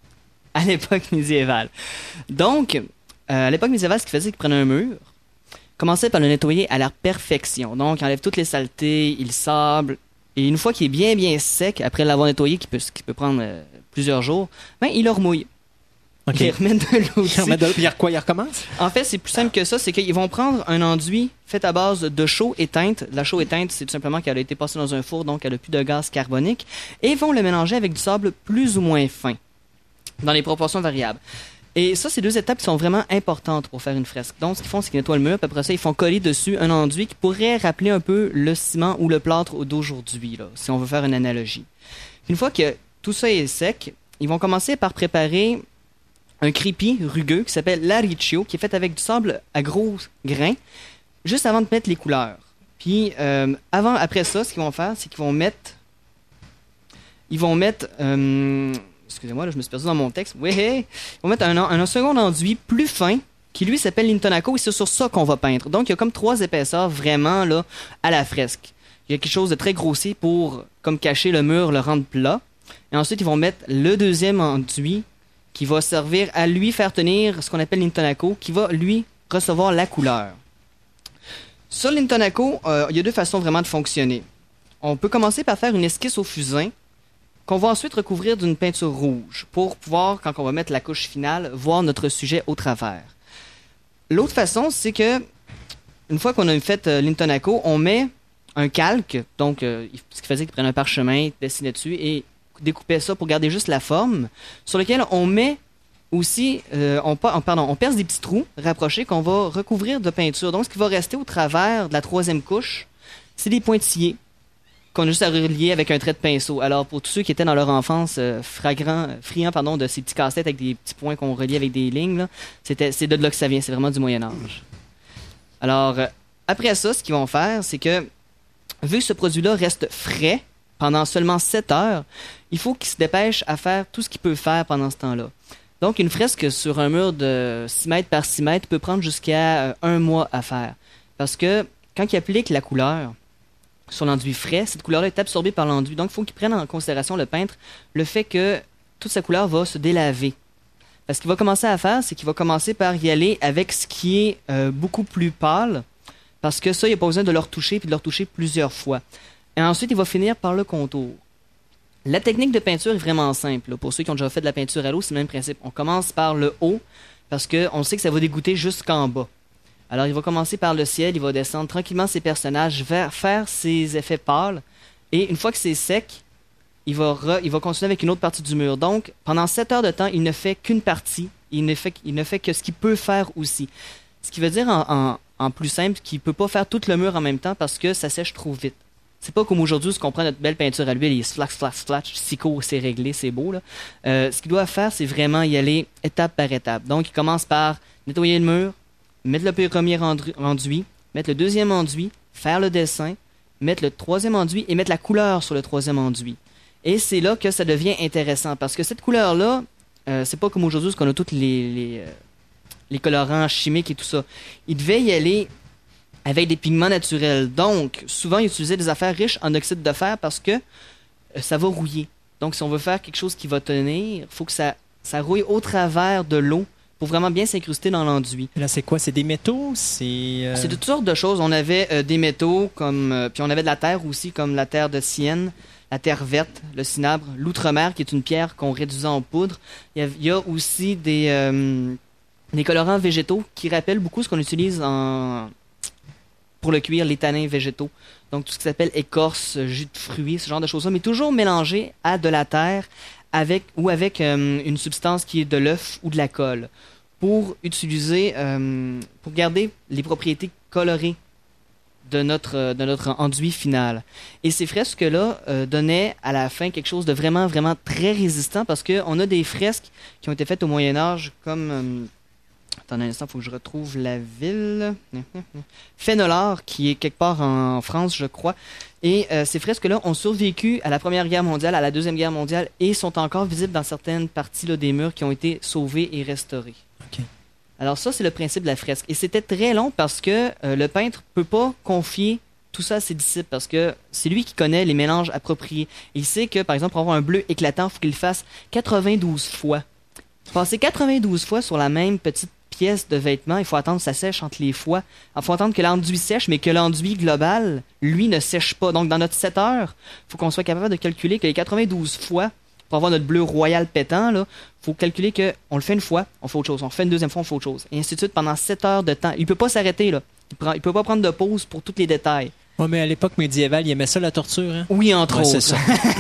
à l'époque médiévale. Donc, à l'époque médiévale, ce qu'il faisait, c'est qu'il prenait un mur, commençait par le nettoyer à la perfection. Donc, il enlève toutes les saletés, il sable, et une fois qu'il est bien sec, après l'avoir nettoyé, qui peut prendre plusieurs jours, ben, il le remouille. Okay. Il remet de l'eau aussi. Il remet de l'eau, puis il recommence? En fait, c'est plus simple que ça, c'est qu'ils vont prendre un enduit fait à base de chaux éteinte. La chaux éteinte, c'est tout simplement qu'elle a été passée dans un four, donc elle n'a plus de gaz carbonique, et ils vont le mélanger avec du sable plus ou moins fin, dans les proportions variables. Et ça, c'est deux étapes qui sont vraiment importantes pour faire une fresque. Donc, ce qu'ils font, c'est qu'ils nettoient le mur, puis après ça, ils font coller dessus un enduit qui pourrait rappeler un peu le ciment ou le plâtre d'aujourd'hui, là, si on veut faire une analogie. Une fois que tout ça est sec, ils vont commencer par préparer un crépi rugueux qui s'appelle l'ariccio, qui est fait avec du sable à gros grains, juste avant de mettre les couleurs. Puis, après ça, ce qu'ils vont faire, c'est qu'ils vont mettre... excusez-moi, là, je me suis perdu dans mon texte. Oui, ils vont mettre un second enduit plus fin qui, lui, s'appelle l'intonaco, et c'est sur ça qu'on va peindre. Donc, il y a comme 3 épaisseurs vraiment là à la fresque. Il y a quelque chose de très grossier pour comme cacher le mur, le rendre plat. Et ensuite, ils vont mettre le deuxième enduit qui va servir à lui faire tenir ce qu'on appelle l'intonaco, qui va, lui, recevoir la couleur. Sur l'intonaco, il y a 2 façons vraiment de fonctionner. On peut commencer par faire une esquisse au fusain, qu'on va ensuite recouvrir d'une peinture rouge pour pouvoir, quand on va mettre la couche finale, voir notre sujet au travers. L'autre façon, c'est que une fois qu'on a fait l'intonaco, on met un calque, donc ce qui faisait qu'ils prennent un parchemin, dessinaient dessus et découpaient ça pour garder juste la forme, sur lequel on met aussi, on perce des petits trous rapprochés qu'on va recouvrir de peinture. Donc, ce qui va rester au travers de la 3e couche, c'est des pointillés qu'on a juste à relier avec un trait de pinceau. Alors, pour tous ceux qui étaient dans leur enfance friands de ces petits casse-têtes avec des petits points qu'on relie avec des lignes, là, c'est de là que ça vient. C'est vraiment du Moyen-Âge. Alors, après ça, ce qu'ils vont faire, c'est que, vu que ce produit-là reste frais pendant seulement 7 heures, il faut qu'il se dépêche à faire tout ce qu'il peut faire pendant ce temps-là. Donc, une fresque sur un mur de 6 mètres par 6 mètres peut prendre jusqu'à 1 mois à faire. Parce que, quand il applique la couleur sur l'enduit frais, cette couleur-là est absorbée par l'enduit. Donc, il faut qu'il prenne en considération, le peintre, le fait que toute sa couleur va se délaver. Parce qu'il va commencer à faire, c'est qu'il va commencer par y aller avec ce qui est beaucoup plus pâle, parce que ça, il n'y a pas besoin de le retoucher puis de le retoucher plusieurs fois. Et ensuite, il va finir par le contour. La technique de peinture est vraiment simple. Là. Pour ceux qui ont déjà fait de la peinture à l'eau, c'est le même principe. On commence par le haut, parce qu'on sait que ça va dégoûter jusqu'en bas. Alors, il va commencer par le ciel, il va descendre tranquillement ses personnages vers faire ses effets pâles. Et une fois que c'est sec, il va continuer avec une autre partie du mur. Donc, pendant 7 heures de temps, il ne fait qu'une partie. Il ne fait que ce qu'il peut faire aussi. Ce qui veut dire, en plus simple, qu'il ne peut pas faire tout le mur en même temps parce que ça sèche trop vite. C'est pas comme aujourd'hui, ce qu'on prend notre belle peinture à l'huile, il est flash, sicot, c'est réglé, c'est beau. Là. Ce qu'il doit faire, c'est vraiment y aller étape par étape. Donc, il commence par nettoyer le mur, mettre le premier enduit, mettre le deuxième enduit, faire le dessin, mettre le troisième enduit et mettre la couleur sur le troisième enduit. Et c'est là que ça devient intéressant, parce que cette couleur-là, c'est pas comme aujourd'hui, parce qu'on a tous les colorants chimiques et tout ça. Il devait y aller avec des pigments naturels. Donc, souvent, ils utilisaient des affaires riches en oxyde de fer parce que ça va rouiller. Donc, si on veut faire quelque chose qui va tenir, il faut que ça rouille au travers de l'eau pour vraiment bien s'incruster dans l'enduit. Là, c'est quoi? C'est des métaux? C'est de toutes sortes de choses. On avait des métaux, puis on avait de la terre aussi, comme la terre de Sienne, la terre verte, le cinabre, l'outremer, qui est une pierre qu'on réduisait en poudre. Il y a aussi des colorants végétaux qui rappellent beaucoup ce qu'on utilise pour le cuir, les tanins végétaux. Donc, tout ce qui s'appelle écorce, jus de fruits, ce genre de choses-là, mais toujours mélangé à de la terre avec une substance qui est de l'œuf ou de la colle pour garder les propriétés colorées de notre enduit final. Et ces fresques-là donnaient à la fin quelque chose de vraiment, vraiment très résistant parce qu'on a des fresques qui ont été faites au Moyen-Âge comme... attendez un instant, il faut que je retrouve la ville. Fénelard, qui est quelque part en France, je crois. Et ces fresques-là ont survécu à la Première Guerre mondiale, à la Deuxième Guerre mondiale, et sont encore visibles dans certaines parties là, des murs qui ont été sauvés et restaurés. OK. Alors ça, c'est le principe de la fresque. Et c'était très long parce que le peintre ne peut pas confier tout ça à ses disciples parce que c'est lui qui connaît les mélanges appropriés. Il sait que, par exemple, pour avoir un bleu éclatant, il faut qu'il le fasse 92 fois. Passer 92 fois sur la même petite pièce de vêtement, il faut attendre que ça sèche entre les fois. Il faut attendre que l'enduit sèche, mais que l'enduit global, lui, ne sèche pas. Donc, dans notre 7 heures, il faut qu'on soit capable de calculer que les 92 fois, pour avoir notre bleu royal pétant, il faut calculer qu'on le fait une fois, on fait autre chose. On le fait une deuxième fois, on fait autre chose. Et ainsi de suite pendant 7 heures de temps. Il ne peut pas s'arrêter, là. Il peut pas prendre de pause pour tous les détails. Oui, mais à l'époque médiévale, il aimait ça, la torture, hein? Oui, entre autres. C'est ça.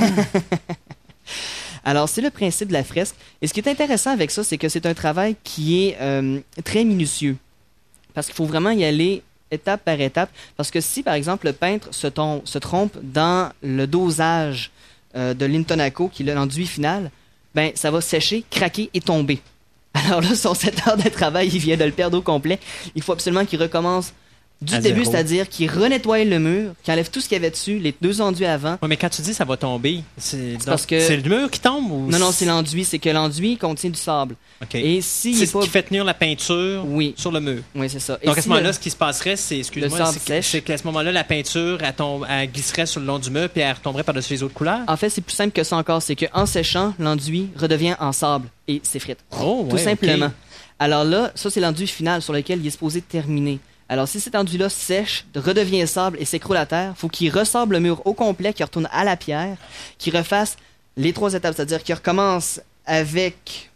Alors, c'est le principe de la fresque. Et ce qui est intéressant avec ça, c'est que c'est un travail qui est très minutieux. Parce qu'il faut vraiment y aller étape par étape. Parce que si, par exemple, le peintre se trompe dans le dosage de l'intonaco, qui est l'enduit final, ben, ça va sécher, craquer et tomber. Alors là, son 7 heures de travail, il vient de le perdre au complet. Il faut absolument qu'il recommence du début, c'est-à-dire qu'il renettoie le mur, qu'il enlève tout ce qu'il y avait dessus, les 2 enduits avant. Oui, mais quand tu dis ça va tomber, c'est parce que c'est le mur qui tombe ou Non, c'est l'enduit. C'est que l'enduit contient du sable. Okay. Et si c'est ce qui fait tenir la peinture sur le mur. Oui, c'est ça. Donc, à ce moment-là, ce qui se passerait, c'est, excuse-moi, c'est qu'à ce moment-là, la peinture, elle glisserait sur le long du mur puis elle retomberait par-dessus les autres couleurs? En fait, c'est plus simple que ça encore. C'est qu'en séchant, l'enduit redevient en sable et s'effrite. Oh, tout simplement. Okay. Alors là, ça, c'est l'enduit final sur lequel il est supposé terminer. Alors, si cet enduit-là sèche, redevient sable et s'écroule à terre, il faut qu'il ressable le mur au complet, qu'il retourne à la pierre, qu'il refasse les 3 étapes, c'est-à-dire qu'il recommence avec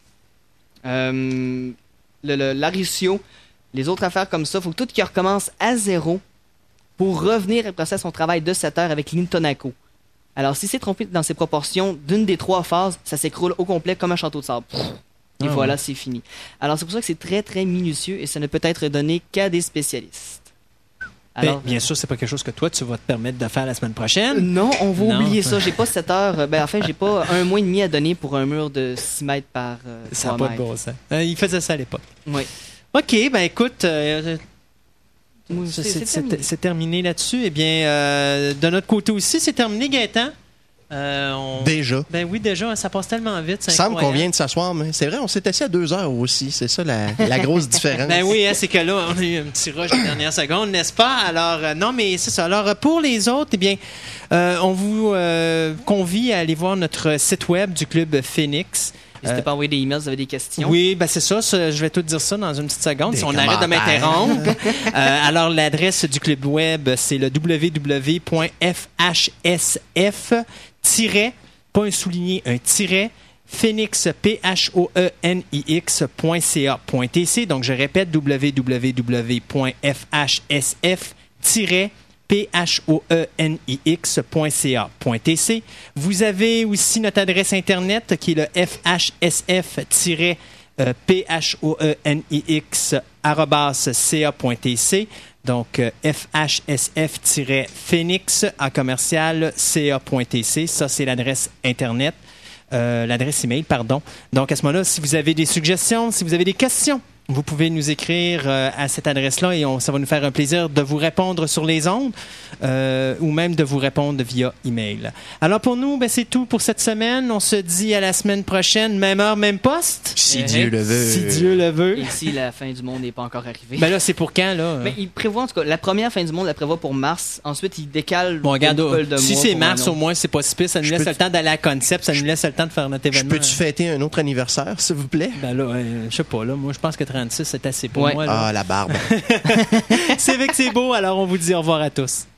l'aritio, les autres affaires comme ça. Il faut tout qu'il recommence à zéro pour revenir après ça à son travail de 7 heures avec l'intonaco. Alors, si c'est trompé dans ses proportions d'une des 3 phases, ça s'écroule au complet comme un château de sable. Et voilà, c'est fini. Alors, c'est pour ça que c'est très, très minutieux et ça ne peut être donné qu'à des spécialistes. Alors, bien sûr, c'est pas quelque chose que toi, tu vas te permettre de faire la semaine prochaine. Non, on va oublier ça. J'ai pas 7 heures. En fait, j'ai pas 1 mois et demi à donner pour un mur de 6 mètres par 3 ça n'a mètres. pas de bon sens. Il faisait ça à l'époque. Oui. OK, ben écoute... c'est c'est terminé là-dessus. Eh bien, de notre côté aussi, c'est terminé, Gaëtan. Déjà. Ben oui, déjà, ça passe tellement vite. Il semble qu'on vient de s'asseoir, mais c'est vrai, on s'est assis à 2 heures aussi. C'est ça la grosse différence. Ben oui, c'est que là, on a eu un petit rush de dernière seconde, n'est-ce pas? Alors, non, mais c'est ça. Alors, pour les autres, eh bien, on vous convie à aller voir notre site web du Club Phoenix. N'hésitez pas à envoyer des emails si vous avez des questions. Oui, ben c'est ça. Je vais tout dire ça dans une petite seconde. Si on arrête de m'interrompre. Alors, l'adresse du club web, c'est le www.fhsf- pas un souligné, un tiret, Phoenix, Phoenix.ca.tc. Donc, je répète, www.fhsf-phoenix.ca.tc. Vous avez aussi notre adresse Internet qui est le fhsf-phoenix@ca.tc. Donc, fhsf-phoenix@ca.tc. Ça, c'est l'adresse Internet. L'adresse email, pardon. Donc, à ce moment-là, si vous avez des suggestions, si vous avez des questions vous pouvez nous écrire à cette adresse-là et ça va nous faire un plaisir de vous répondre sur les ondes ou même de vous répondre via email. Alors pour nous, c'est tout pour cette semaine. On se dit à la semaine prochaine, même heure, même poste. Si Dieu le veut. Si Dieu le veut. Et si la fin du monde n'est pas encore arrivée. Ben là, c'est pour quand, là? Mais il prévoit, en tout cas, la première fin du monde, la prévoit pour mars. Ensuite, il décale. Bon, regarde, si c'est mars, au moins. moins, c'est pas si pire. Ça nous laisse le temps d'aller à Concept. Ça nous laisse le temps de faire notre événement. Peux-tu fêter un autre anniversaire, s'il vous plaît? Ben là, je sais pas, là. Moi, je pense que 36, c'est assez pour moi. Là. Ah, la barbe. C'est vrai que c'est beau. Alors, on vous dit au revoir à tous.